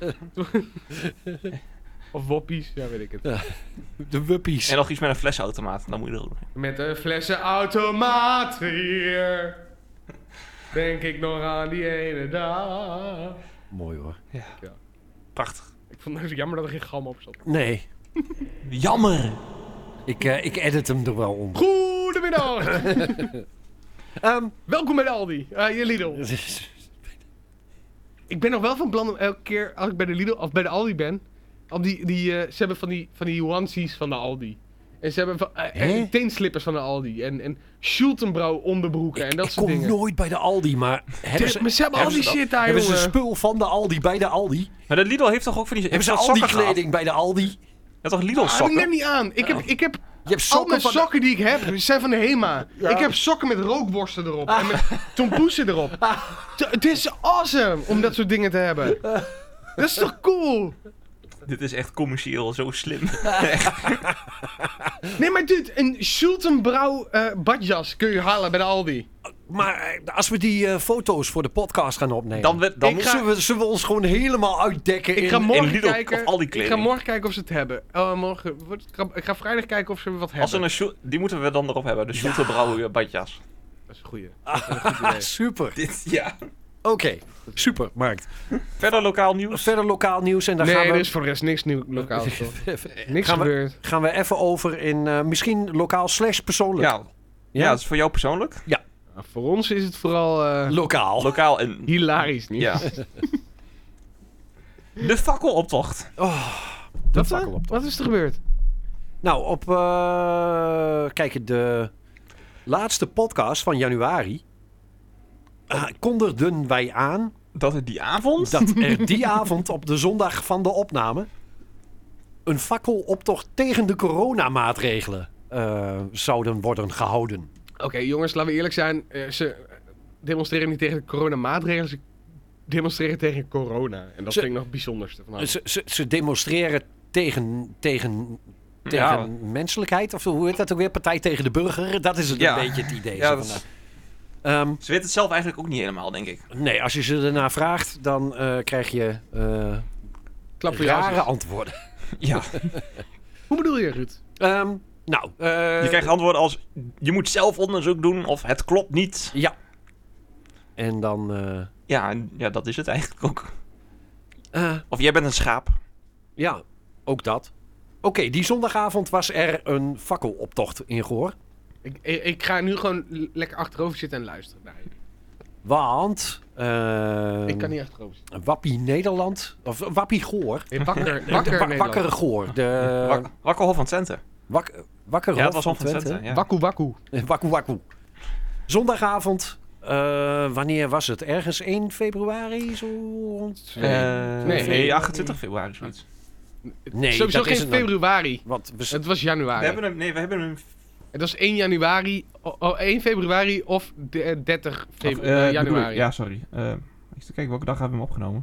Of woppies, ja weet ik het. De wuppies. En nog iets met een flessenautomaat. Dan moet je er ook nog in. Met een flessenautomaat hier. Denk ik nog aan die ene dag. Mooi hoor. Prachtig. Ik vond het jammer dat er geen gal op zat. Nee, Jammer. ik, uh, ik edit hem er wel om. Goedemiddag. Um, Welkom bij de Aldi. Uh, je Lidl. Ik ben nog wel van plan om elke keer als ik bij de Lidl of bij de Aldi ben, om die, die, uh, ze hebben van die, van die onesies van de Aldi. En ze hebben van, uh, Hè? en teenslippers van de Aldi. En, en Schultenbrouw onderbroeken en dat ik soort kom dingen. nooit bij de Aldi, maar hebben Dit- ze, maar ze hebben al hebben die ze dat? shit daar, hebben ze jongen. spul van de Aldi bij de Aldi? Maar de Lidl heeft toch ook van die... Hebben ze heeft al die sokken gehad? kleding bij de Aldi? Je hebt toch Lidl Ah, heb ik sokken? net niet aan. Ik heb, ik heb Je hebt al sokken mijn van de- sokken die ik heb, zijn van de Hema. Ik heb sokken met rookworsten erop. En met tompoesen erop. T- Het is awesome om dat soort dingen te hebben. Dat is toch cool? Dit is echt commercieel zo slim. Nee, maar dude, een Schultenbrouw eh badjas kun je halen bij de Aldi. Maar eh, als we die eh, foto's voor de podcast gaan opnemen, Dan, we- dan Ik ga- zullen, we, zullen we ons gewoon helemaal uitdekken Ik in... ga morgen Lidl kijken. of Aldi ik kleding. ga morgen kijken of ze het hebben. Oh, morgen. wordt- Ik ga, ik ga vrijdag kijken of ze wat Als hebben. er een Schul- die moeten we dan erop hebben. De Schultenbrouw badjas. Dat is een goeie. Ah, super. Dit, ja. Oké, super, Markt. Verder lokaal nieuws. Verder lokaal nieuws en dan Nee, gaan we... er is voor de rest niks nieuw lokaal. Toch? Niks gaan we, gebeurd. gaan we even over in uh, misschien lokaal slash persoonlijk. Ja. Ja, dat is voor jou persoonlijk. Nou, voor ons is het vooral uh, Lokaal. Lokaal en... hilarisch niet. Ja. De fakkeloptocht. De Wat, fakkel dan? op. Wat is er gebeurd? Nou, op uh, kijk, de laatste podcast van januari uh, kondigden wij aan Dat het die avond... dat er die avond op de zondag van de opname een fakkeloptocht tegen de coronamaatregelen uh, zouden worden gehouden. Oké, jongens, laten we eerlijk zijn. Uh, ze demonstreren niet tegen de coronamaatregelen. Ze demonstreren tegen corona. En dat Ze- vind ik nog het bijzonderste van alles. Ze, ze, ze demonstreren tegen, tegen, tegen Ja. menselijkheid, of hoe heet dat ook weer? Partij tegen de burger. Dat is het Ja. een beetje het idee. Ja, zo dat van, is- nou, ehm, Ze weten het zelf eigenlijk ook niet helemaal, denk ik. nee, als je ze ernaar vraagt, dan uh, krijg je uh, Klap voor je rare aanzicht. antwoorden. Ja. Hoe bedoel je, Ruud? Ehm, nou, uh, Je krijgt antwoorden als... Je moet zelf onderzoek doen of het klopt niet. ja. En dan, uh, Ja, en ja, dat is het eigenlijk ook. uh, Of jij bent een schaap. ja, ook dat. Oké, die zondagavond was er een fakkeloptocht in Goor. Ik, ik, ik ga nu gewoon l- lekker achterover zitten en luisteren naar jullie. Want uh, Ik kan niet achterover zitten. Wappie Nederland, of Wappie Goor. Nee, wakker, De wakker wa- Nederland. wakkere Goor. De Wak Wakkerhof van Twente. wak, wakker Ja, dat Hof was van van Twente. Ja. Wakku wakku. Wakku wakku. Zondagavond, uh, wanneer was het? Ergens één februari? Zo rond? Eh, Nee. nee, achtentwintig februari zoiets. Nee, Sowieso dat is geen het nou. februari. Want we, Het was januari. We hebben hem... Nee, we hebben hem... Het was één januari, oh, oh, één februari of de- eh, dertig febru- Of, eh, eh, januari. bedoel ik- ja, sorry. Uh, even kijken, welke dag hebben we hem opgenomen?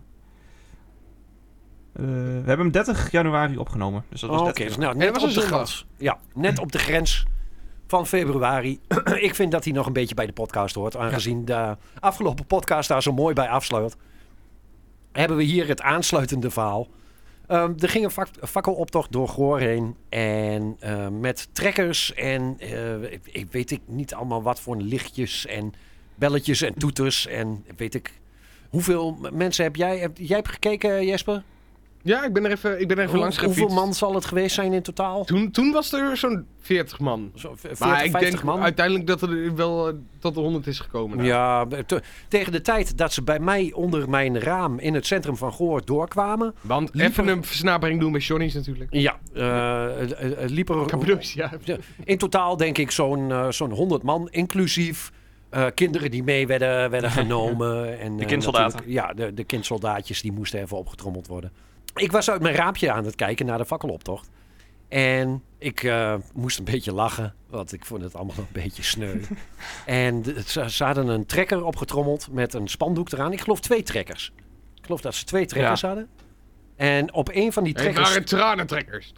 Uh, we hebben hem dertig januari opgenomen. Dus dat was oh, oké, dertig dus nou, En dat net was op een de zondag. grens. Ja, net op de grens van februari. Ik vind dat hij nog een beetje bij de podcast hoort. Aangezien de afgelopen podcast daar zo mooi bij afsluit. Hebben we hier het aansluitende verhaal. Um, er ging een vak, fakkeloptocht door Goor heen. En uh, met trekkers en uh, ik, ik weet ik niet allemaal wat voor lichtjes en belletjes en toeters. En weet ik... Hoeveel mensen heb jij... Heb, jij hebt gekeken, Jesper? Ja, ik ben er even, ik ben er even Hoe, langs gefietst. hoeveel man zal het geweest zijn in totaal? Toen, toen was er zo'n veertig man. Zo, veertig, Maar ik vijftig denk man? uiteindelijk dat er wel uh, tot de honderd is gekomen. Nou. Ja, te- tegen de tijd dat ze bij mij onder mijn raam in het centrum van Goor doorkwamen... Want Liever- even een versnapering doen bij Johnny's natuurlijk. Ja, uh, uh, uh, liep er... Cappadocia. In totaal denk ik zo'n uh, zo'n honderd man, inclusief uh, kinderen die mee werden, werden genomen. En, De uh, kindsoldaten. natuurlijk- Ja, de, de kindsoldaatjes die moesten even opgetrommeld worden. Ik was uit mijn raampje aan het kijken naar de fakkeloptocht. En ik uh, moest een beetje lachen, want ik vond het allemaal een beetje sneu. En de, ze, ze hadden een trekker opgetrommeld met een spandoek eraan. Ik geloof twee trekkers. Ik geloof dat ze twee trekkers Ja. hadden. En op een van die Het trekkers... waren tranentrekkers.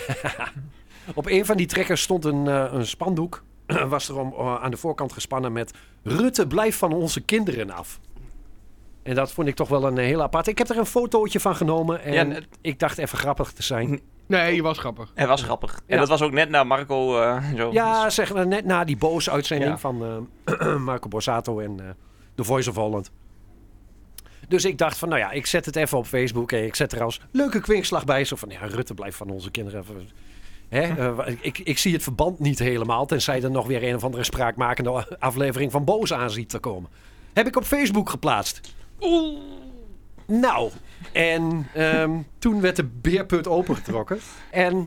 Op een van die trekkers stond een, uh, een spandoek. Was er om, uh, aan de voorkant gespannen met... Rutte, blijf van onze kinderen af. En dat vond ik toch wel een uh, heel apart. Ik heb er een fotootje van genomen. En Ja, net- ik dacht even grappig te zijn. Nee, je was grappig. Het was grappig. En Ja. dat was ook net na Marco uh, zo. Ja, zeg maar net na die boos-uitzending Ja. van uh, Marco Borsato en uh, The Voice of Holland. Dus ik dacht van, nou ja, ik zet het even op Facebook. En ik zet er als leuke kwinkslag bij. Zo van, ja, Rutte blijft van onze kinderen even... Hè? Uh, ik, ik zie het verband niet helemaal. Tenzij er nog weer een of andere spraakmakende aflevering van Boos aan ziet te komen. Heb ik op Facebook geplaatst. Oeh. Nou, en um, toen werd de beerput opengetrokken. En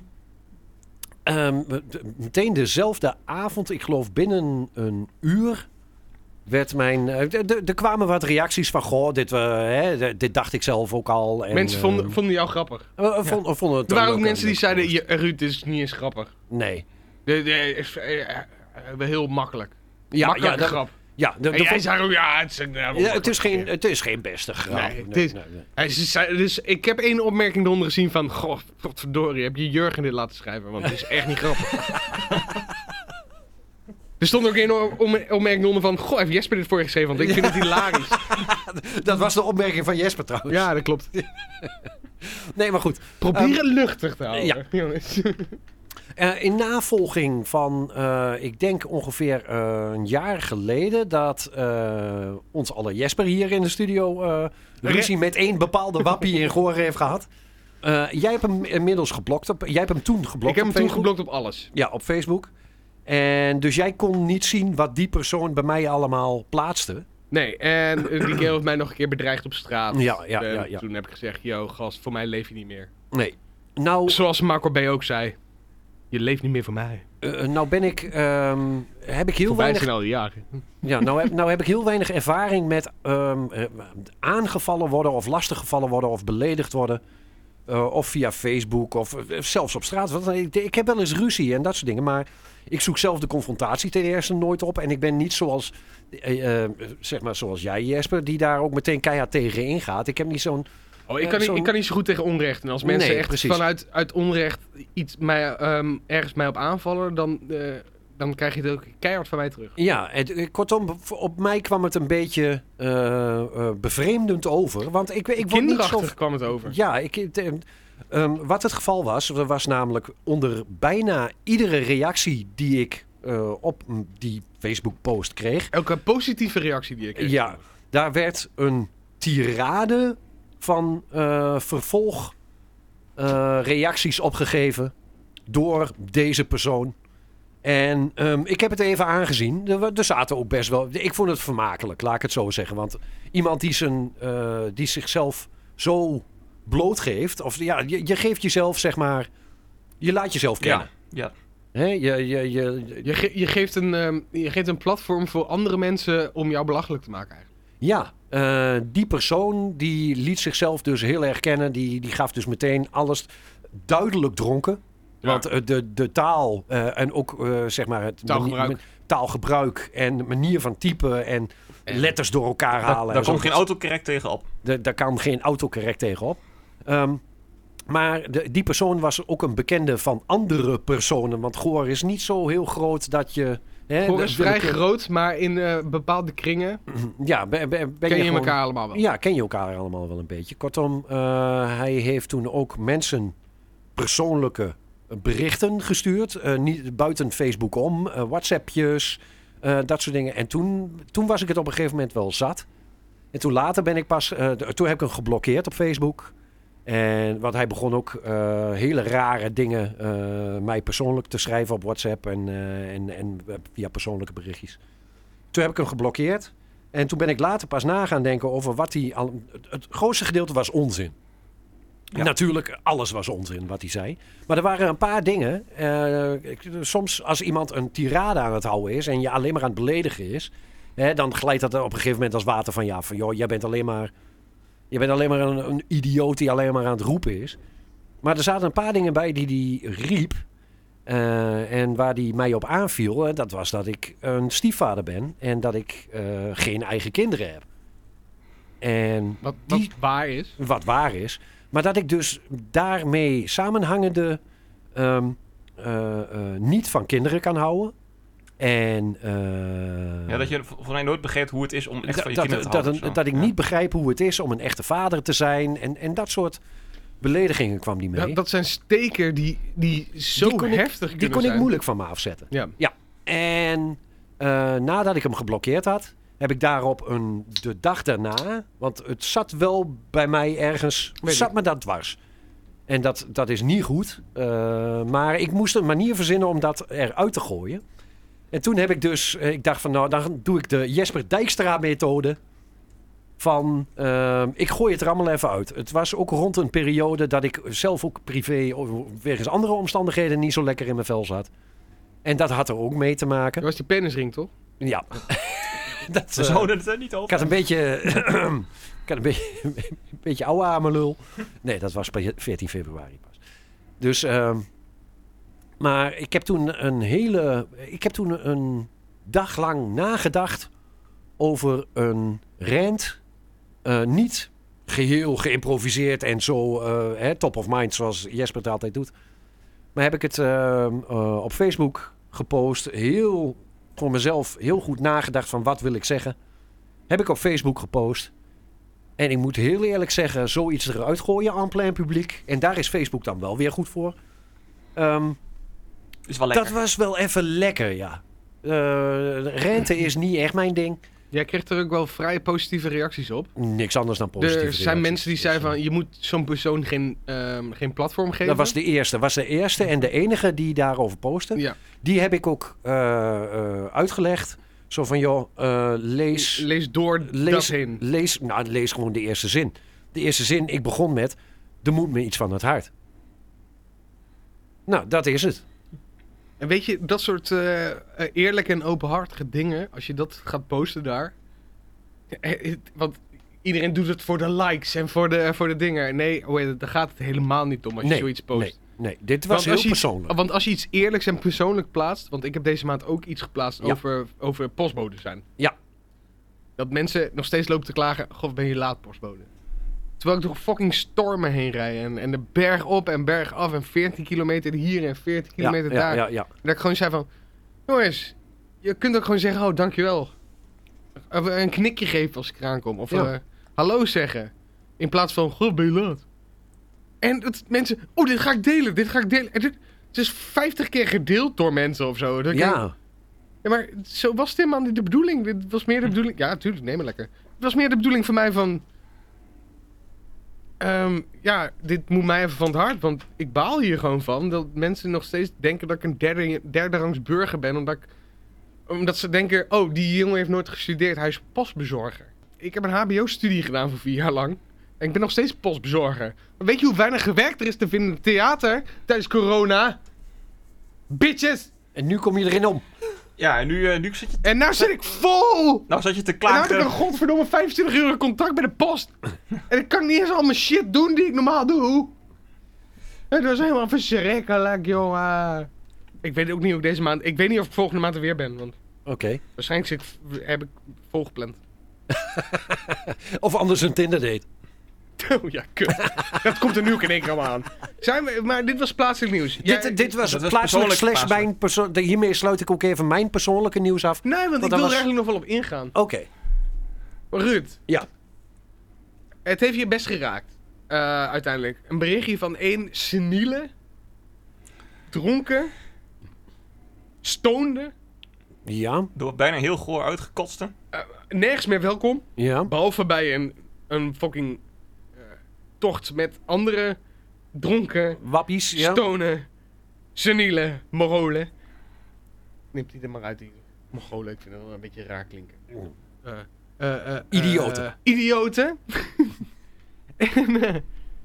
um, de- meteen dezelfde avond, ik geloof binnen een uur, werd mijn... uh, d- d- Er kwamen wat reacties van, goh, dit, uh, hè, d- dit dacht ik zelf ook al. En, Mensen vonden, um, vonden jou grappig. uh, vond- vonden het Er waren ook een mensen die leuke zeiden, post. "Ja, Ruud, dit is niet eens grappig. Nee. De, de, is, eh, eh, eh, heel makkelijk. Ja, Makkelijke ja, dat- grap. Ja, de, En de jij vond- zei ook, ja, het is een... eh, ja, het, is geen, makkelijk. het is geen beste grap. Nee, het is- Hij zei- dus ik heb één opmerking eronder gezien van... Goh, verdorie, heb je Jurgen dit laten schrijven? Want het is echt niet grappig. Er stond ook één o- om- opmerking onder van... Goh, heeft Jesper dit voor je geschreven? Want ik vind het hilarisch. Dat was de opmerking van Jesper trouwens. Ja, dat klopt. Nee, maar goed. Probeer het luchtig te houden, ja. jongens. Uh, in navolging van, uh, ik denk ongeveer uh, een jaar geleden, dat uh, ons alle Jesper hier in de studio uh, ruzie met één bepaalde wappie in Goor heeft gehad. Uh, jij hebt hem inmiddels geblokt. Op, jij hebt hem toen geblokt Ik heb hem op toen Facebook. geblokt op alles. Ja, op Facebook. En dus jij kon niet zien wat die persoon bij mij allemaal plaatste. Nee, en eh, die kerel heeft mij nog een keer bedreigd op straat. Ja, ja, En ja, ja. Toen heb ik gezegd, yo, gast, voor mij leef je niet meer. Nee. Nou, Zoals Marco B. ook zei. Je leeft niet meer voor mij. uh, nou ben ik, um, heb ik heel Voor wij weinig... zijn al die jaren. Ja, nou heb, nou heb ik heel weinig ervaring met um, uh, aangevallen worden of lastiggevallen worden of beledigd worden. Uh, of via Facebook of uh, zelfs op straat. Want ik, ik heb wel eens ruzie en dat soort dingen. Maar ik zoek zelf de confrontatie ten eerste nooit op. En ik ben niet zoals, uh, uh, zeg maar zoals jij, Jesper, die daar ook meteen keihard tegen ingaat. Ik heb niet zo'n... Oh, ik, Ja, kan niet, zo'n- ik kan niet zo goed tegen onrecht. En als mensen Nee, echt precies. vanuit uit onrecht iets mij, um, ergens mij op aanvallen, dan, uh, dan krijg je het ook keihard van mij terug. Ja, het, uh, kortom, op mij kwam het een beetje uh, uh, bevreemdend over. Want ik, ik word niet Kinderachtig zo... kwam het over. Ja, ik, het, eh, um, wat het geval was, er was namelijk onder bijna iedere reactie die ik uh, op mm, die Facebook-post kreeg, Elke positieve reactie die ik kreeg. ja, daar werd een tirade van uh, vervolg uh, reacties opgegeven door deze persoon. En um, ik heb het even aangezien. Er, er zaten ook best wel... Ik vond het vermakelijk, laat ik het zo zeggen. Want iemand die, zijn, uh, die zichzelf zo blootgeeft... Of ja, je, je geeft jezelf, zeg maar... Je laat jezelf kennen. Ja. Hè? Je, je, je, je, Je, ge- je, geeft een, um, je geeft een platform voor andere mensen om jou belachelijk te maken eigenlijk. ja, uh, die persoon die liet zichzelf dus heel erg kennen. Die, die gaf dus meteen alles duidelijk dronken. Ja. Want uh, de, de taal uh, en ook uh, zeg maar het Taalgebruik. mani- taalgebruik en de manier van typen en, En- letters door elkaar halen. Daar en zo. komt geen autocorrect tegenop. De- daar kan geen autocorrect tegenop. Um, maar de, die persoon was ook een bekende van andere personen. Want Goor is niet zo heel groot dat je Hè, Goor dat is wil vrij ik, eh, groot, maar in uh, bepaalde kringen Ja, ben, ben, ben ken je gewoon- elkaar allemaal wel. Ja, ken je elkaar allemaal wel een beetje. Kortom, uh, hij heeft toen ook mensen persoonlijke berichten gestuurd. Uh, niet buiten Facebook om, uh, WhatsAppjes, uh, dat soort dingen. En toen, toen was ik het op een gegeven moment wel zat. En toen later ben ik pas... Uh, toen heb ik hem geblokkeerd op Facebook. En want hij begon ook uh, hele rare dingen uh, mij persoonlijk te schrijven op WhatsApp en, uh, en, en via persoonlijke berichtjes. Toen heb ik hem geblokkeerd. En toen ben ik later pas na gaan denken over wat hij... Al, het, het grootste gedeelte was onzin. Ja. Natuurlijk, alles was onzin wat hij zei. Maar er waren een paar dingen. Uh, ik, soms als iemand een tirade aan het houden is en je alleen maar aan het beledigen is... Hè, dan glijdt dat op een gegeven moment als water van... ja, van joh, jij bent alleen maar... Je bent alleen maar een, een idioot die alleen maar aan het roepen is. Maar er zaten een paar dingen bij die hij riep. Uh, en waar hij mij op aanviel. Uh, dat was dat ik een stiefvader ben. En dat ik uh, geen eigen kinderen heb. En Wat, die, wat waar is. Wat waar is. Maar dat ik dus daarmee samenhangende... Um, uh, uh, niet van kinderen kan houden. En, uh, ja, dat je volgens mij nooit begrijpt hoe het is om echt van je dat, kinderen te dat, houden. dat, dat ik ja. niet begrijp hoe het is om een echte vader te zijn. En, en dat soort beledigingen kwam die mee. Ja, dat zijn steken die, die zo die kon heftig ik, kunnen Die kon zijn. ik moeilijk van me afzetten. Ja. Ja. En uh, nadat ik hem geblokkeerd had, heb ik daarop een, de dag daarna... Want het zat wel bij mij ergens... Weet zat ik. me dat dwars. En dat, dat is niet goed. Uh, maar ik moest een manier verzinnen om dat eruit te gooien. En toen heb ik dus... Ik dacht van, nou, dan doe ik de Jesper Dijkstra-methode. Van, uh, ik gooi het er allemaal even uit. Het was ook rond een periode dat ik zelf ook privé... of wegens andere omstandigheden niet zo lekker in mijn vel zat. En dat had er ook mee te maken. Dat was die penisring, toch? Ja. dat, Ze uh, zouden het er niet ik over. had een beetje... ik had een beetje, een beetje ouwe aan mijn lul. Nee, dat was veertien februari pas. Dus... Uh, Maar ik heb toen een hele... Ik heb toen een dag lang nagedacht over een rant. Uh, niet geheel geïmproviseerd en zo uh, hè, top of mind zoals Jesper het altijd doet. Maar heb ik het uh, uh, op Facebook gepost. Heel voor mezelf heel goed nagedacht van wat wil ik zeggen. Heb ik op Facebook gepost. En ik moet heel eerlijk zeggen, zoiets eruit gooien aan plein publiek. En daar is Facebook dan wel weer goed voor. Um, Is wel lekker. Dat was wel even lekker, ja. Uh, rente is niet echt mijn ding. Jij kreeg er ook wel vrij positieve reacties op. Niks anders dan positieve Er zijn reacties. mensen die zeiden van... je moet zo'n persoon geen, um, geen platform geven. Dat was de eerste. was de eerste en de enige die daarover postte. Ja. Die heb ik ook uh, uh, uitgelegd. Zo van, joh, uh, lees... Lees door lees, dat heen. Lees, nou, lees gewoon de eerste zin. De eerste zin, ik begon met... er moet me iets van het hart. Nou, dat is het. En weet je, dat soort uh, eerlijke en openhartige dingen... als je dat gaat posten daar... Want iedereen doet het voor de likes en voor de, voor de dingen. Nee, oh ja, daar gaat het helemaal niet om als je nee, zoiets post. Nee, nee, dit was want heel iets, persoonlijk. Want als je iets eerlijks en persoonlijk plaatst... want ik heb deze maand ook iets geplaatst Ja. over, over postbode zijn. Ja. Dat mensen nog steeds lopen te klagen... goh, ben je laat postbode? Terwijl ik door fucking stormen heen rijd... en, en de berg op en berg af... en veertien kilometer hier en veertien kilometer ja, daar. Ja, ja, ja. En dat ik gewoon zei van... jongens, je kunt ook gewoon zeggen... oh, dankjewel. Of een knikje geven als ik eraan kom. Of Ja. uh, hallo zeggen. In plaats van, goh, ben je laat? En het, mensen... oh, dit ga ik delen, dit ga ik delen. En dit, het is vijftig keer gedeeld door mensen of zo. Dat ik denk, Ja. ja, maar zo was het helemaal niet de bedoeling. Dit was meer de bedoeling... Ja, natuurlijk, neem maar lekker. Het was meer de bedoeling van mij van... Um, ja, dit moet mij even van het hart. Want ik baal hier gewoon van. Dat mensen nog steeds denken dat ik een derde, derde rangs burger ben. Omdat, ik, omdat ze denken... oh, die jongen heeft nooit gestudeerd. Hij is postbezorger. Ik heb een hbo-studie gedaan voor vier jaar lang. En ik ben nog steeds postbezorger. Maar weet je hoe weinig gewerkt er is te vinden in het theater tijdens corona? Bitches! En nu kom je erin om. Ja, en nu, uh, nu zit je... En nou zit ik vol! Nou zat je te En nou heb klagen. ik een godverdomme vijfentwintig euro contract bij de post. En ik kan niet eens al mijn shit doen die ik normaal doe. Het was helemaal verschrikkelijk, jongen. Ik weet ook niet hoe ik deze maand... Ik weet niet of ik volgende maand er weer ben. Want Oké. Okay. waarschijnlijk zit, heb ik volgepland. Of anders een Tinder date. Oh ja, kut. Dat komt er nu ook in één keer allemaal aan. Zijn we, maar dit was plaatselijk nieuws. Jij- dit, dit was dat was plaatselijk persoonlijk slash plaatselijk. mijn persoon... de- Hiermee sluit ik ook even mijn persoonlijke nieuws af. Nee, want, Want ik dat wil was- er eigenlijk nog wel op ingaan. Oké. Maar Ruud, Ja. het heeft je best geraakt. eh, uiteindelijk. Een berichtje van één seniele, dronken, stoonde, Ja. Door bijna heel goor uitgekotste. eh, nergens meer welkom. Ja. Behalve bij een, een fucking eh, tocht met andere dronken, Wappies. Ja. stonen, seniele, Mongolen. Neemt die er maar uit, die Mongolen. Ik vind dat wel een beetje raar klinken. Eh, eh, eh, Idioten. eh, idioten. en, eh,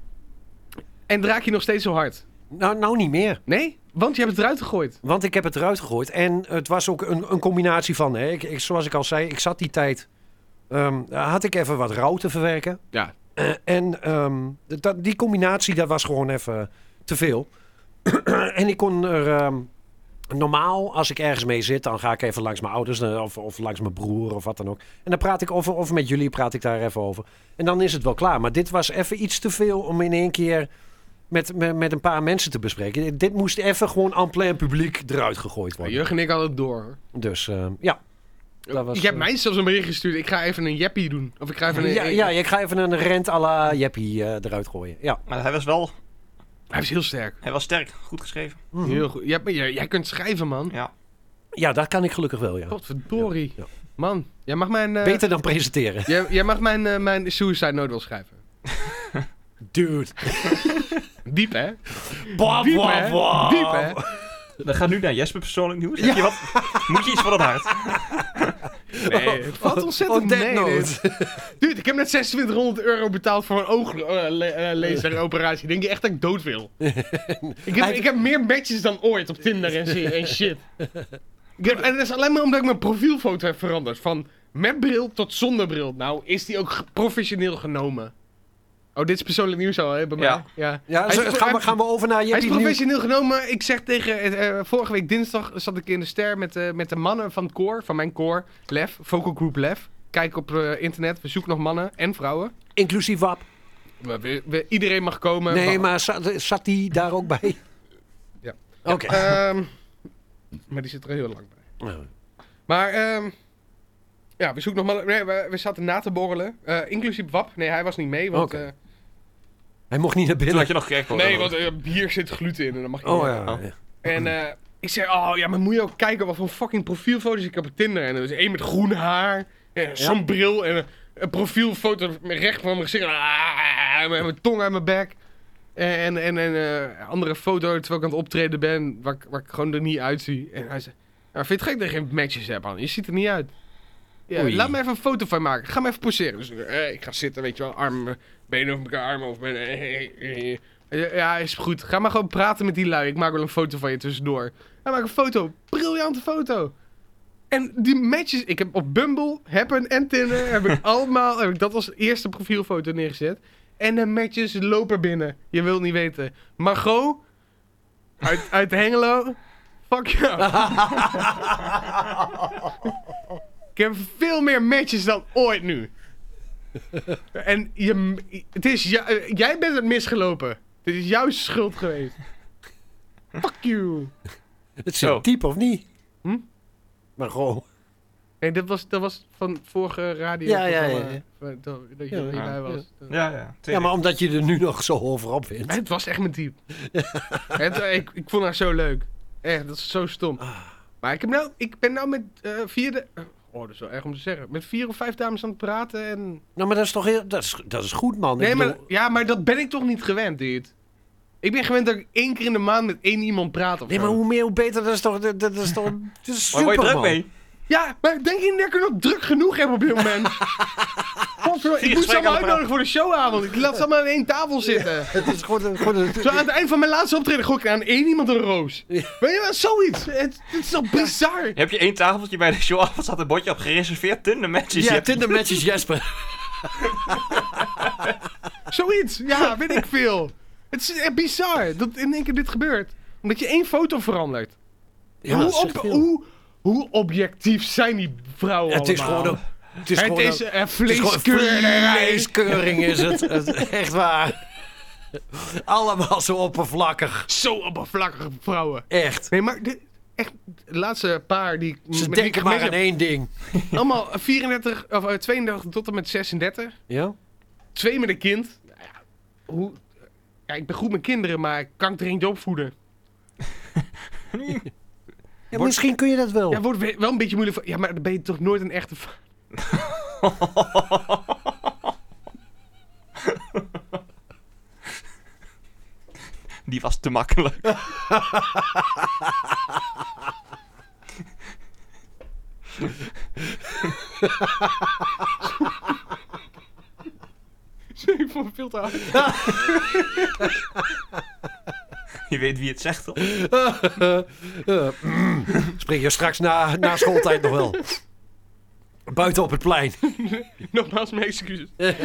en draak je nog steeds zo hard? Nou, nou niet meer. Nee? Want je hebt het eruit gegooid. Want ik heb het eruit gegooid. En het was ook een, een combinatie van... Hè, ik, ik, zoals ik al zei, ik zat die tijd... ehm, had ik even wat rouw te verwerken. Ja. Eh, en ehm, dat, die combinatie, dat was gewoon even te veel. En ik kon er... ehm, normaal, als ik ergens mee zit, dan ga ik even langs mijn ouders eh, of, of langs mijn broer of wat dan ook. En dan praat ik over, of met jullie praat ik daar even over. En dan is het wel klaar. Maar dit was even iets te veel om in één keer met, met, met een paar mensen te bespreken. Dit moest even gewoon en plein publiek eruit gegooid worden. Jurgen en ik hadden het door. Hoor. Dus eh, ja. Dat was, je hebt eh, mij zelfs een bericht gestuurd. Ik ga even een jeppie doen. Of ik ga even een... ja, ja, ik ga even een rent à la Jeppie eh, eruit gooien. Ja. Maar hij was wel Hij is heel sterk. hij was sterk. Goed geschreven. Heel goed. Jij, jij, jij kunt schrijven, man. Ja. Ja, dat kan ik gelukkig wel, ja. Godverdorie. Ja, ja. Man, jij mag mijn... eh, Beter dan presenteren. Jij, jij mag mijn, eh, mijn suicide note wel schrijven. Dude. Diep, hè? Bwah, Diep, bwah, hè? bwah. Diep, hè? We gaan nu naar Jesper persoonlijk nieuws. Heb je wat? Moet je iets van het hart? Nee, het valt ontzettend On that mee. note. dit. Dude, ik heb net zesentwintighonderd euro betaald voor een ooglazeroperatie. Denk je echt dat ik dood wil? ik, heb, Hij- ik heb meer matches dan ooit op Tinder en, zi- en shit. Ik heb, en dat is alleen maar omdat ik mijn profielfoto heb veranderd. Van met bril tot zonder bril. Nou, is die ook ge- professioneel genomen. Oh, dit is persoonlijk nieuws al, hè, bij mij. Ja. Ja, Ja, Hij zo, is- gaan, we, hij- gaan we over naar Hij is Jeppie nieuws. professioneel genomen. Ik zeg tegen... eh, eh, vorige week dinsdag zat ik in de ster met, eh, met de mannen van het koor. Van mijn koor. Lef. Vocal Group Lef. Kijk op eh, internet. We zoeken nog mannen en vrouwen. Inclusief W A P. We, we- we- iedereen mag komen. Nee, Wa- maar zat, zat die daar ook bij? Ja. Oké. Ehm, maar die zit er heel lang bij. Nou, Maar... ehm, ja, we zoeken nog mannen. Nee, we, we zaten na te borrelen. Eh, inclusief W A P. Nee, hij was niet mee. Want, Oké. eh, hij mocht niet naar Toen binnen. had je nog gek. nee, want eh, bier zit gluten in. En dan mag je Oh niet. ja. Oh. ja. En eh, ik zei, oh ja, maar moet je ook kijken wat voor fucking profielfoto's ik heb op Tinder. En er is één met groen haar, en zo'n bril en een, een profielfoto met recht van mijn gezicht. Ah, met mijn tong uit mijn bek. En, en, en eh, andere foto terwijl ik aan het optreden ben, waar, ik- waar ik gewoon er niet uitzie. En hij zei, nou, vind je het gek dat je geen matches hebt, man? Je ziet er niet uit. Ja, Oei. laat me even een foto van maken. Ga me even poseren. Dus eh, ik ga zitten, weet je wel, armen, benen over elkaar, armen of benen. eh, eh, eh. Ja, is goed. Ga maar gewoon praten met die lui. Ik maak wel een foto van je tussendoor. Hij maakt een foto. Briljante foto. En die matches... Ik heb op Bumble, Happen en Tinder... heb ik allemaal... Heb ik dat als eerste profielfoto neergezet. En de matches lopen binnen. Je wilt niet weten. Margot... Uit, uit Hengelo... Fuck jou. Ik heb veel meer matches dan ooit nu. En je, het is, ja, jij bent het misgelopen. Het is jouw schuld geweest. Fuck you. Het Zo. zit diep of niet? Hm? Maar gewoon. Nee, dat was, dat was van vorige radio. Ja, ja, ja, ja. Dat, dat je Ja, er niet ja. bij was. Ja, ja. Ja, maar omdat je er nu nog zo over op bent. Het was echt mijn type. het, ik, ik vond haar zo leuk. Echt, dat is zo stom. Maar ik, heb nou, ik ben nou met uh, vier... De, oh, dat is wel erg om te zeggen. Met vier of vijf dames aan het praten en... Nou, maar dat is toch heel... Dat is, dat is goed, man. Nee, Ik maar, bedoel- ja, maar dat ben ik toch niet gewend, dit. Ik ben gewend dat ik één keer in de maand met één iemand praat of Nee, zo. maar hoe meer, hoe beter. Dat is toch... Dat, dat is toch... Dat is Waar word super, je druk man. mee? Ja, maar denk je dat ik er nog druk genoeg heb op dit moment? Godverdomme, ik moet ze gesprekken allemaal aan het uitnodigen voor de showavond. Ik laat ze allemaal aan één tafel zitten. Het is gewoon... een- gewoon een- Zo aan het eind van mijn laatste optreden gooi ik aan één iemand een roos. Weet je wel, zoiets. Het, het is toch bizar? Heb je één tafeltje bij de show af? Zat een bordje op gereserveerd Tinder matches. Ja, Je- Tinder matches Jesper. Zoiets. Ja, weet ik veel. Het is echt bizar dat in één keer dit gebeurt. Omdat je één foto verandert. Ja, hoe, dat is op, echt veel. hoe, hoe objectief zijn die vrouwen Het is allemaal? gewoon... Een, Het is Het gewoon is een- een het is gewoon een vleeskeurderij. vleeskeuring is het. Het- Echt waar. Allemaal zo oppervlakkig. Zo oppervlakkige vrouwen. Echt. Nee, maar de, echt, de laatste paar die... Ze met wie ik denken maar gemeen aan heb, één ding. allemaal vierendertig, of uh, tweeëndertig tot en met zesendertig. Ja? Twee met een kind. Nou ja, hoe... Ja, ik ben goed met kinderen, maar kan ik er eentje opvoeden? Ja, misschien kun je dat wel. Ja, wordt we- wel een beetje moeilijk voor... Ja, maar dan ben je toch nooit een echte... va- Die was te makkelijk. Ik vond het veel te hard. Je weet wie het zegt, toch? Uh, mm, spreek je straks na, na schooltijd nog wel. Buiten op het plein. Nogmaals mijn excuses.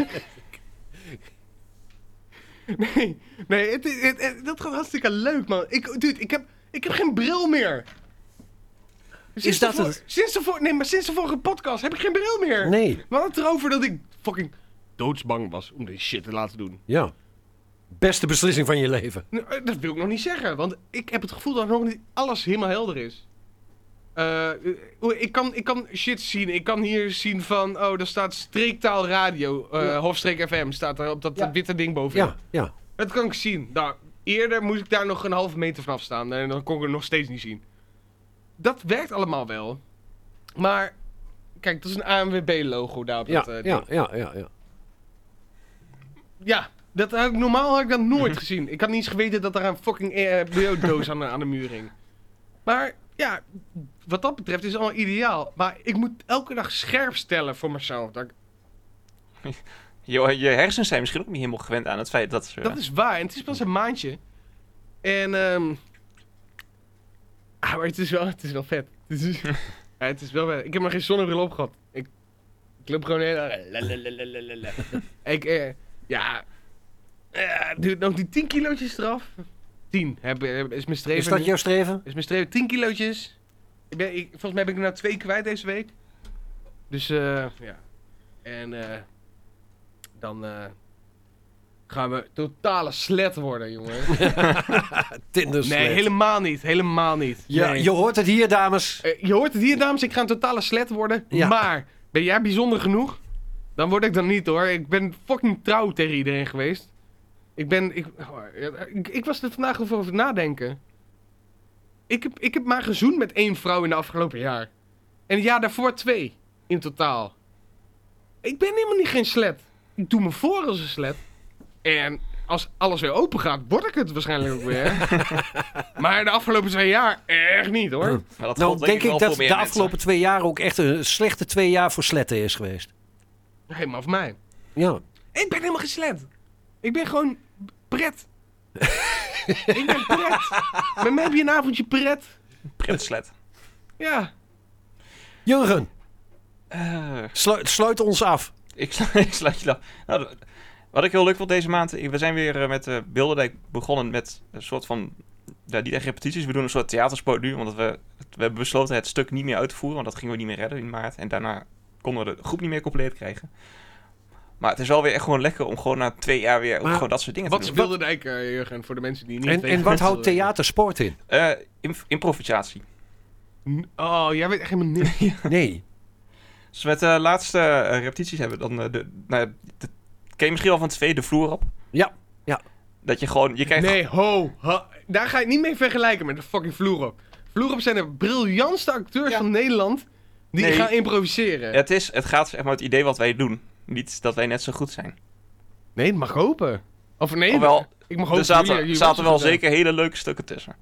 Nee, nee, het, het, het- het- dat gaat hartstikke leuk, man. Ik, dude, ik heb, ik heb geen bril meer. Sinds Is dat de vor- het? Sinds de, vor- nee, maar sinds de vorige podcast heb ik geen bril meer. Nee. We hadden het erover dat ik fucking doodsbang was om deze shit te laten doen. Ja. Beste beslissing van je leven. Nou, eh, dat wil ik nog niet zeggen, want ik heb het gevoel dat nog niet alles helemaal helder is. Eh, eh, ik, kan, ik kan shit zien. Ik kan hier zien van, oh, daar staat Streektaal Radio, eh Ja. Hofstreek F M, staat er op dat Ja. witte ding bovenin. Ja, ja. Dat kan ik zien. Nou, eerder moest ik daar nog een halve meter vanaf staan en dan kon ik het nog steeds niet zien. Dat werkt allemaal wel. Maar, kijk, dat is een A N W B-logo daar op Ja, dat eh, ja, ding. ja, ja, ja. Ja, dat had ik, normaal had ik dat nooit gezien. Ik had niet eens geweten dat er een fucking eh, biodoos aan, de- aan de muur hing. Maar ja, wat dat betreft is het allemaal ideaal. Maar ik moet elke dag scherp stellen voor mezelf. Dat, ik- Je, je hersens zijn misschien ook niet helemaal gewend aan het feit dat ze... dat is waar. En het is pas een maandje. En ehm ah, maar het is wel, het is wel vet. Het is, ja, het is wel vet. Ik heb nog geen zonnebril op gehad. Ik, ik loop gewoon heel... lalalala. Ik, eh, ja... Uh, duurt nog die tien kilootjes eraf? tien heb, heb- is mijn streven Is dat nu. jouw streven? Is mijn streven tien kilootjes. Ik ben, ik, volgens mij ben ik er nou twee kwijt deze week. Dus eh ja. En eh dan eh gaan we totale slet worden, jongen. Tinder Nee, helemaal niet. Helemaal niet. Ja, Nee. je hoort het hier, dames. Eh, je hoort het hier, dames. Ik ga een totale slet worden. Ja. Maar, ben jij bijzonder genoeg? Dan word ik dan niet, hoor. Ik ben fucking trouw tegen iedereen geweest. Ik ben... Ik, oh, ja, ik, ik was er vandaag over over nadenken. Ik heb, ik heb maar gezoend met één vrouw in de afgelopen jaar. En het jaar daarvoor twee. In totaal. Ik ben helemaal niet geen slet. Ik doe me voor als een slet. En als alles weer open gaat, word ik het waarschijnlijk ook weer. Maar de afgelopen twee jaar echt niet, hoor. Maar dat Nou, geldt denk wel ik voor dat meer de mensen. afgelopen twee jaar ook echt een slechte twee jaar voor sletten is geweest. Helemaal voor mij. Ja. Ik ben helemaal geen slet. Ik ben gewoon pret. Ik ben pret. Met mij heb je een avondje pret. Pretslet. Ja. Jurgen, Eh, sluit, sluit ons af. ik, slu- ik sluit je af. Nou, d- wat ik heel leuk vond deze maand... We zijn weer eh, met uh, Bilderdijk begonnen met een soort van... Ja, niet echt repetities. We doen een soort theatersport nu. Want we, we hebben besloten het stuk niet meer uit te voeren. Want dat gingen we niet meer redden in maart. En daarna konden we de groep niet meer compleet krijgen. Maar het is wel weer echt gewoon lekker om gewoon na twee jaar weer ook Maar gewoon dat soort dingen Wat te is doen. Bilderdijk, uh, Jurgen, voor de mensen die niet En, weten en wat houdt Bilderdijk- theatersport in? Eh, imp- improvisatie. N- Oh, jij weet echt helemaal niks. Nee. Dus met de laatste eh, repetities hebben we dan... eh, de, nou, de, ken je misschien wel van twee de vloer op? Ja, ja. Dat je gewoon... Je krijgt Nee, ho, ho. Daar ga je het niet mee vergelijken met de fucking Vloerop. Vloerop zijn de briljantste acteurs Ja. van Nederland die Nee. gaan improviseren. Het, is, het gaat zeg maar het idee wat wij doen. Niet dat wij net zo goed zijn. Nee, het mag hopen. Of nee, Ofwel, ik mag hopen. er zaten, jullie- jullie zaten was wel het wel. zeker hele leuke stukken tussen.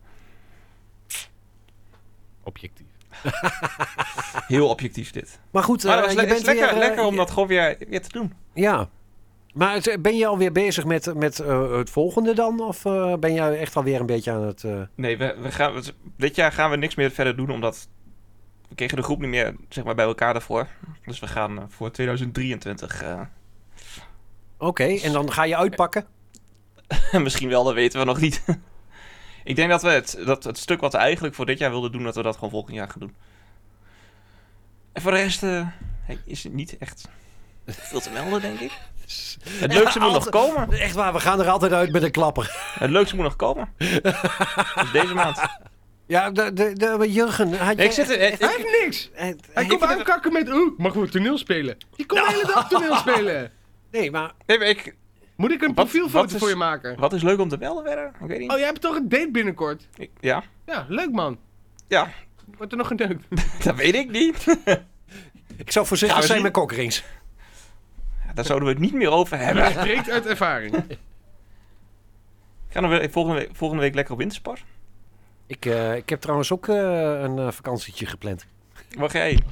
Objectief. Heel objectief dit. Maar goed, Maar eh, het was je le- bent is lekker, weer, eh, lekker om dat gewoon weer, weer te doen. Ja. Maar het- ben je alweer bezig met, met eh, het volgende dan? Of eh, ben jij echt alweer een beetje aan het... eh, Nee, we, we gaan, we- dit jaar gaan we niks meer verder doen, omdat we kregen de groep niet meer zeg maar, bij elkaar daarvoor. Dus we gaan eh, voor tweeduizend drieëntwintig... eh, Oké, en dan ga je uitpakken? misschien wel, dat weten we nog niet. Ik denk dat we het, dat het stuk wat we eigenlijk voor dit jaar wilden doen, dat we dat gewoon volgend jaar gaan doen. En voor de rest, eh, hij is niet echt veel te melden, denk ik. Het leukste moet nog Altijd- komen. Echt waar, we gaan er altijd uit met een klapper. Het leukste moet nog komen. Dus deze maand. Ja, de, de, de, Jurgen. Had Nee, ik zit er... Hij heeft niks. Hij, Hij komt aankakken met... Oeh, mag we toneel spelen? Je komt de hele dag toneel spelen. Nee, maar... Nee, maar ik... Moet ik een Wat- profielfoto wat is- voor je maken? Wat is leuk om te melden verder? Ik weet niet. Oh, jij hebt toch een date binnenkort? Ik- ja. Ja, leuk man. Ja, Wordt er nog geneukt? dat weet ik niet. Ik zou voorzichtig Gaan we zijn zien. met kokkerings. Daar zouden we het niet meer over hebben. Hij spreekt uit ervaring. Ik ga dan weer volgende week, volgende week lekker op wintersport. Ik, uh, ik heb trouwens ook uh, een uh, vakantietje gepland. Waar ga je heen?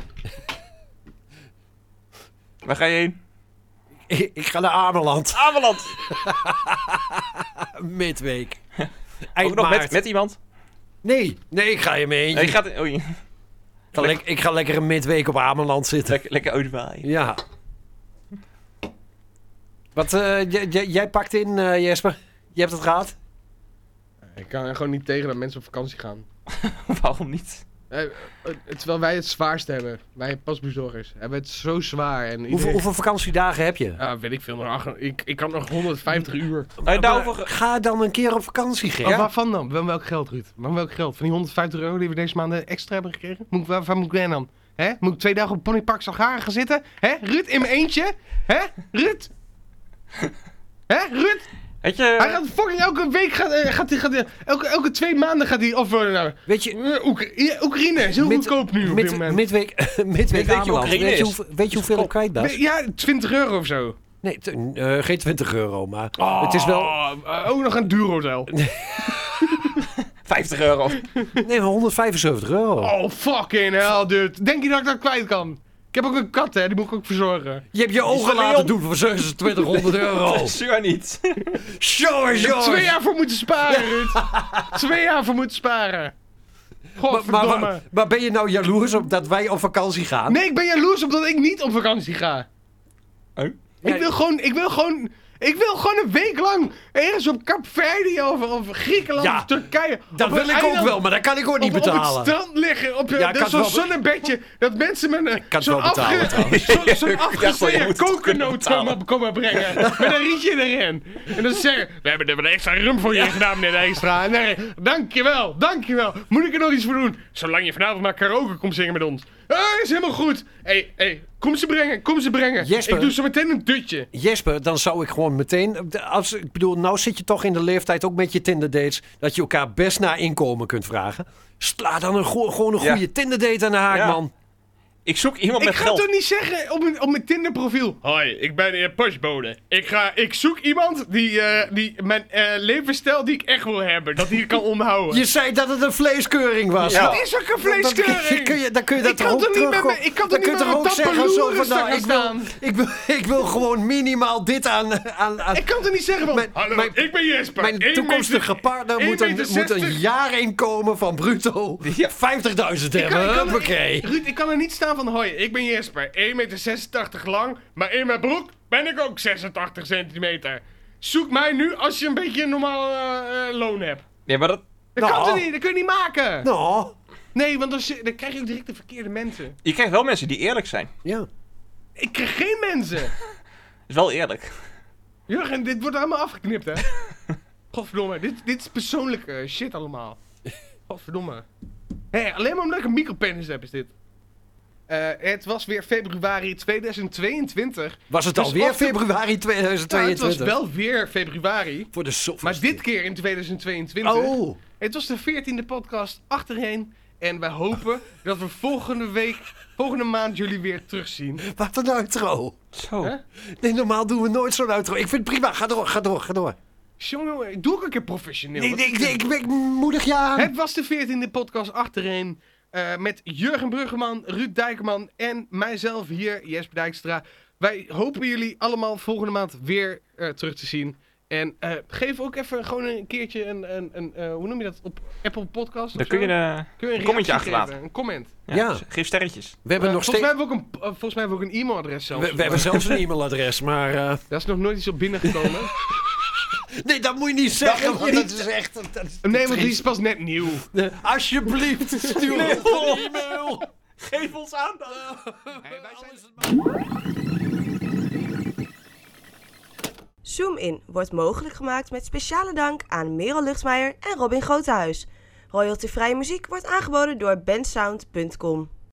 Waar ga je heen? Ik, ik ga naar Ameland. Ameland! Midweek. Ook nog maart. met, met iemand? Nee, nee, ik ga je mee. Nee, je gaat... Oei. Ik, ga lek- ik ga lekker een midweek op Ameland zitten. Lekker, lekker uitwaaien. Ja. Wat, uh, j- j- jij pakt in, uh, Jesper? Je hebt het gehad? Ik kan er gewoon niet tegen dat mensen op vakantie gaan. Waarom niet? Eh, eh, terwijl wij het zwaarst hebben. Wij pasbezorgers hebben het zo zwaar. En iedereen... Hoeveel, hoeveel vakantiedagen heb je? Ah, weet ik veel. Nog acht... ik, ik kan nog honderdvijftig uur. Nou, Maar daarover... ga dan een keer op vakantie, Geert. Oh, waarvan dan? Van welk geld, Ruud? Van welk geld? Van die honderdvijftig euro die we deze maanden extra hebben gekregen? Moet ik, waar, waar moet ik dan? Hè? Moet ik twee dagen op Ponypark Salgaren gaan zitten? Hè? Ruud, in mijn eentje? Hè? Ruud? Hè? Ruud? Weet je... Hij gaat fucking elke week, gaat, eh, gaat, hij- gaat, hij- elke, elke twee maanden gaat hij, of, uh, nou, Weet je, uh, Oekra- Oekraïne is heel Mid- goedkoop nu op mid- dit moment. midweek, midweek Midweek Ameland. Oekraïne Weet je, is- hoeveel, weet je hoeveel ik kwijt was? Ja, twintig euro of zo. Nee, t- uh, geen twintig euro, maar het is wel... Oh, uh, ook nog een duur hotel. vijftig euro. Nee, maar honderdvijfenzeventig euro. Oh, fucking hell, dude. Denk je dat ik dat kwijt kan? Ik heb ook een kat, hè. Die moet ik ook verzorgen. Je hebt je ogen Leon. laten doen voor zevenentwintighonderd euro. Zuur niet. Sure, Ik heb sure. twee jaar voor moeten sparen, Ruud. twee jaar voor moeten sparen. Maar, Godverdomme. maar, maar, maar ben je nou jaloers op dat wij op vakantie gaan? Nee, ik ben jaloers omdat ik niet op vakantie ga. Oh? Ik wil gewoon, ik wil gewoon, ik wil gewoon een week lang ergens op Kaapverdië of, of Griekenland Ja, of Turkije. Dat op wil een ik ook eiland- wel, maar dat kan ik ook niet Op, op betalen. het strand liggen, op Ja, ja, ik kan zo'n het wel be- zonnebedje, dat mensen met een kan het zo'n wel betalen, afge, trouwens. zo, zo'n Ik dacht wel, je afgesneden moet het kunnen kokosnoot betalen. komen, komen brengen. Met een rietje erin. En dan zeggen, we hebben er een extra rum voor je gedaan, meneer Dijkstra. Nee, dankjewel, dankjewel. Moet ik er nog iets voor doen? Zolang je vanavond maar karaoke komt zingen met ons. Ah, is helemaal goed. Hé, hey, hey, kom ze brengen, kom ze brengen. Jesper. Ik doe zo meteen een dutje. Jesper, dan zou ik gewoon meteen... Als, ik bedoel, nou zit je toch in de leeftijd, ook met je Tinder dates, dat je elkaar best naar inkomen kunt vragen. Sla dan een, go- gewoon een Ja. goede Tinder date aan de haak, Ja. man. Ik zoek iemand Ik met ga geld. toch niet zeggen op mijn, op mijn Tinder profiel. Hoi, ik ben de postbode. Ik, ga, ik zoek iemand die, eh, die mijn eh, levensstijl die ik echt wil hebben. Dat die ik kan onderhouden. Je zei dat het een vleeskeuring was. Ja. Dat is ook een Dan- dan- vleeskeuring. kun je- Dan kun je dat Ik kan er ook toch niet met terug- me- ik kan dan toch kun niet je met toch mijn ook zeggen zo van, tappeloeren nou, gaan ik wil, staan. ik, wil, ik wil gewoon minimaal dit aan... aan, aan Ik kan toch niet zeggen van... Mijn- Hallo, mijn- ik ben Jesper. mijn één toekomstige meter- partner één moet een, meter moet een zestig. jaarinkomen van bruto Ja. vijftigduizend Ik kan, hebben. ik kan, Hoppakee. ik, Ruud, ik kan er niet staan van... Hoi, ik ben Jesper. één meter zesentachtig lang. Maar in mijn broek ben ik ook zesentachtig centimeter. Zoek mij nu als je een beetje een normaal eh, eh, loon hebt. Nee, maar dat... Dat kan Nou. toch niet? Dat kun je niet maken. Nou, Nee, want dan, zi- dan krijg je ook direct de verkeerde mensen. Je krijgt wel mensen die eerlijk zijn. ja. Ik krijg geen mensen. Is wel eerlijk. Jurgen, dit wordt allemaal afgeknipt, hè? Godverdomme, dit, dit is persoonlijke shit allemaal. Godverdomme. Hé, hey, alleen maar omdat ik een micropenis heb is dit. Eh, het was weer februari tweeduizend tweeëntwintig. Was het Dus alweer of de- februari tweeduizend Ja, het tweeëntwintig? was wel weer februari. Voor de zoveelste. Maar dit keer in tweeduizend tweeëntwintig. Oh, Het was de veertiende podcast achterheen. En wij hopen dat we volgende week, volgende maand jullie weer terugzien. wat een outro. Zo. Hè? Nee, normaal doen we nooit zo'n outro. Ik vind het prima. Ga door, ga door, ga door. Jongen, ik doe ook een keer professioneel. Nee, Wat nee, is ik, dit? ik, ik moedig je aan. Het was de veertiende podcast achtereen. eh, met Jurgen Bruggeman, Ruud Dijkman en mijzelf hier, Jesper Dijkstra. Wij hopen jullie allemaal volgende maand weer eh, terug te zien. En eh, geef ook even gewoon een keertje een, een, een eh, hoe noem je dat, op Apple Podcast Dan of kun je zo? een, Kun je een commentje reactie achterlaten. geven, een comment. Ja, Ja. dus geef sterretjes. We hebben Eh, nog volgens, steeds... mij hebben we ook een, eh, volgens mij hebben we ook een e-mailadres zelfs. We, we hebben zelfs een e-mailadres, maar... eh, Daar is nog nooit iets op binnengekomen. nee, dat moet je niet zeggen, moet je want dat niet is echt... Dat is nee, want die triest. is pas net nieuw. Alsjeblieft, stuur Nee, ons een e-mail. Geef ons aandacht. Hey, wij zijn... Zoom In wordt mogelijk gemaakt met speciale dank aan Merel Luchtmeijer en Robin Grotehuis. Royaltyvrije muziek wordt aangeboden door bensound punt com.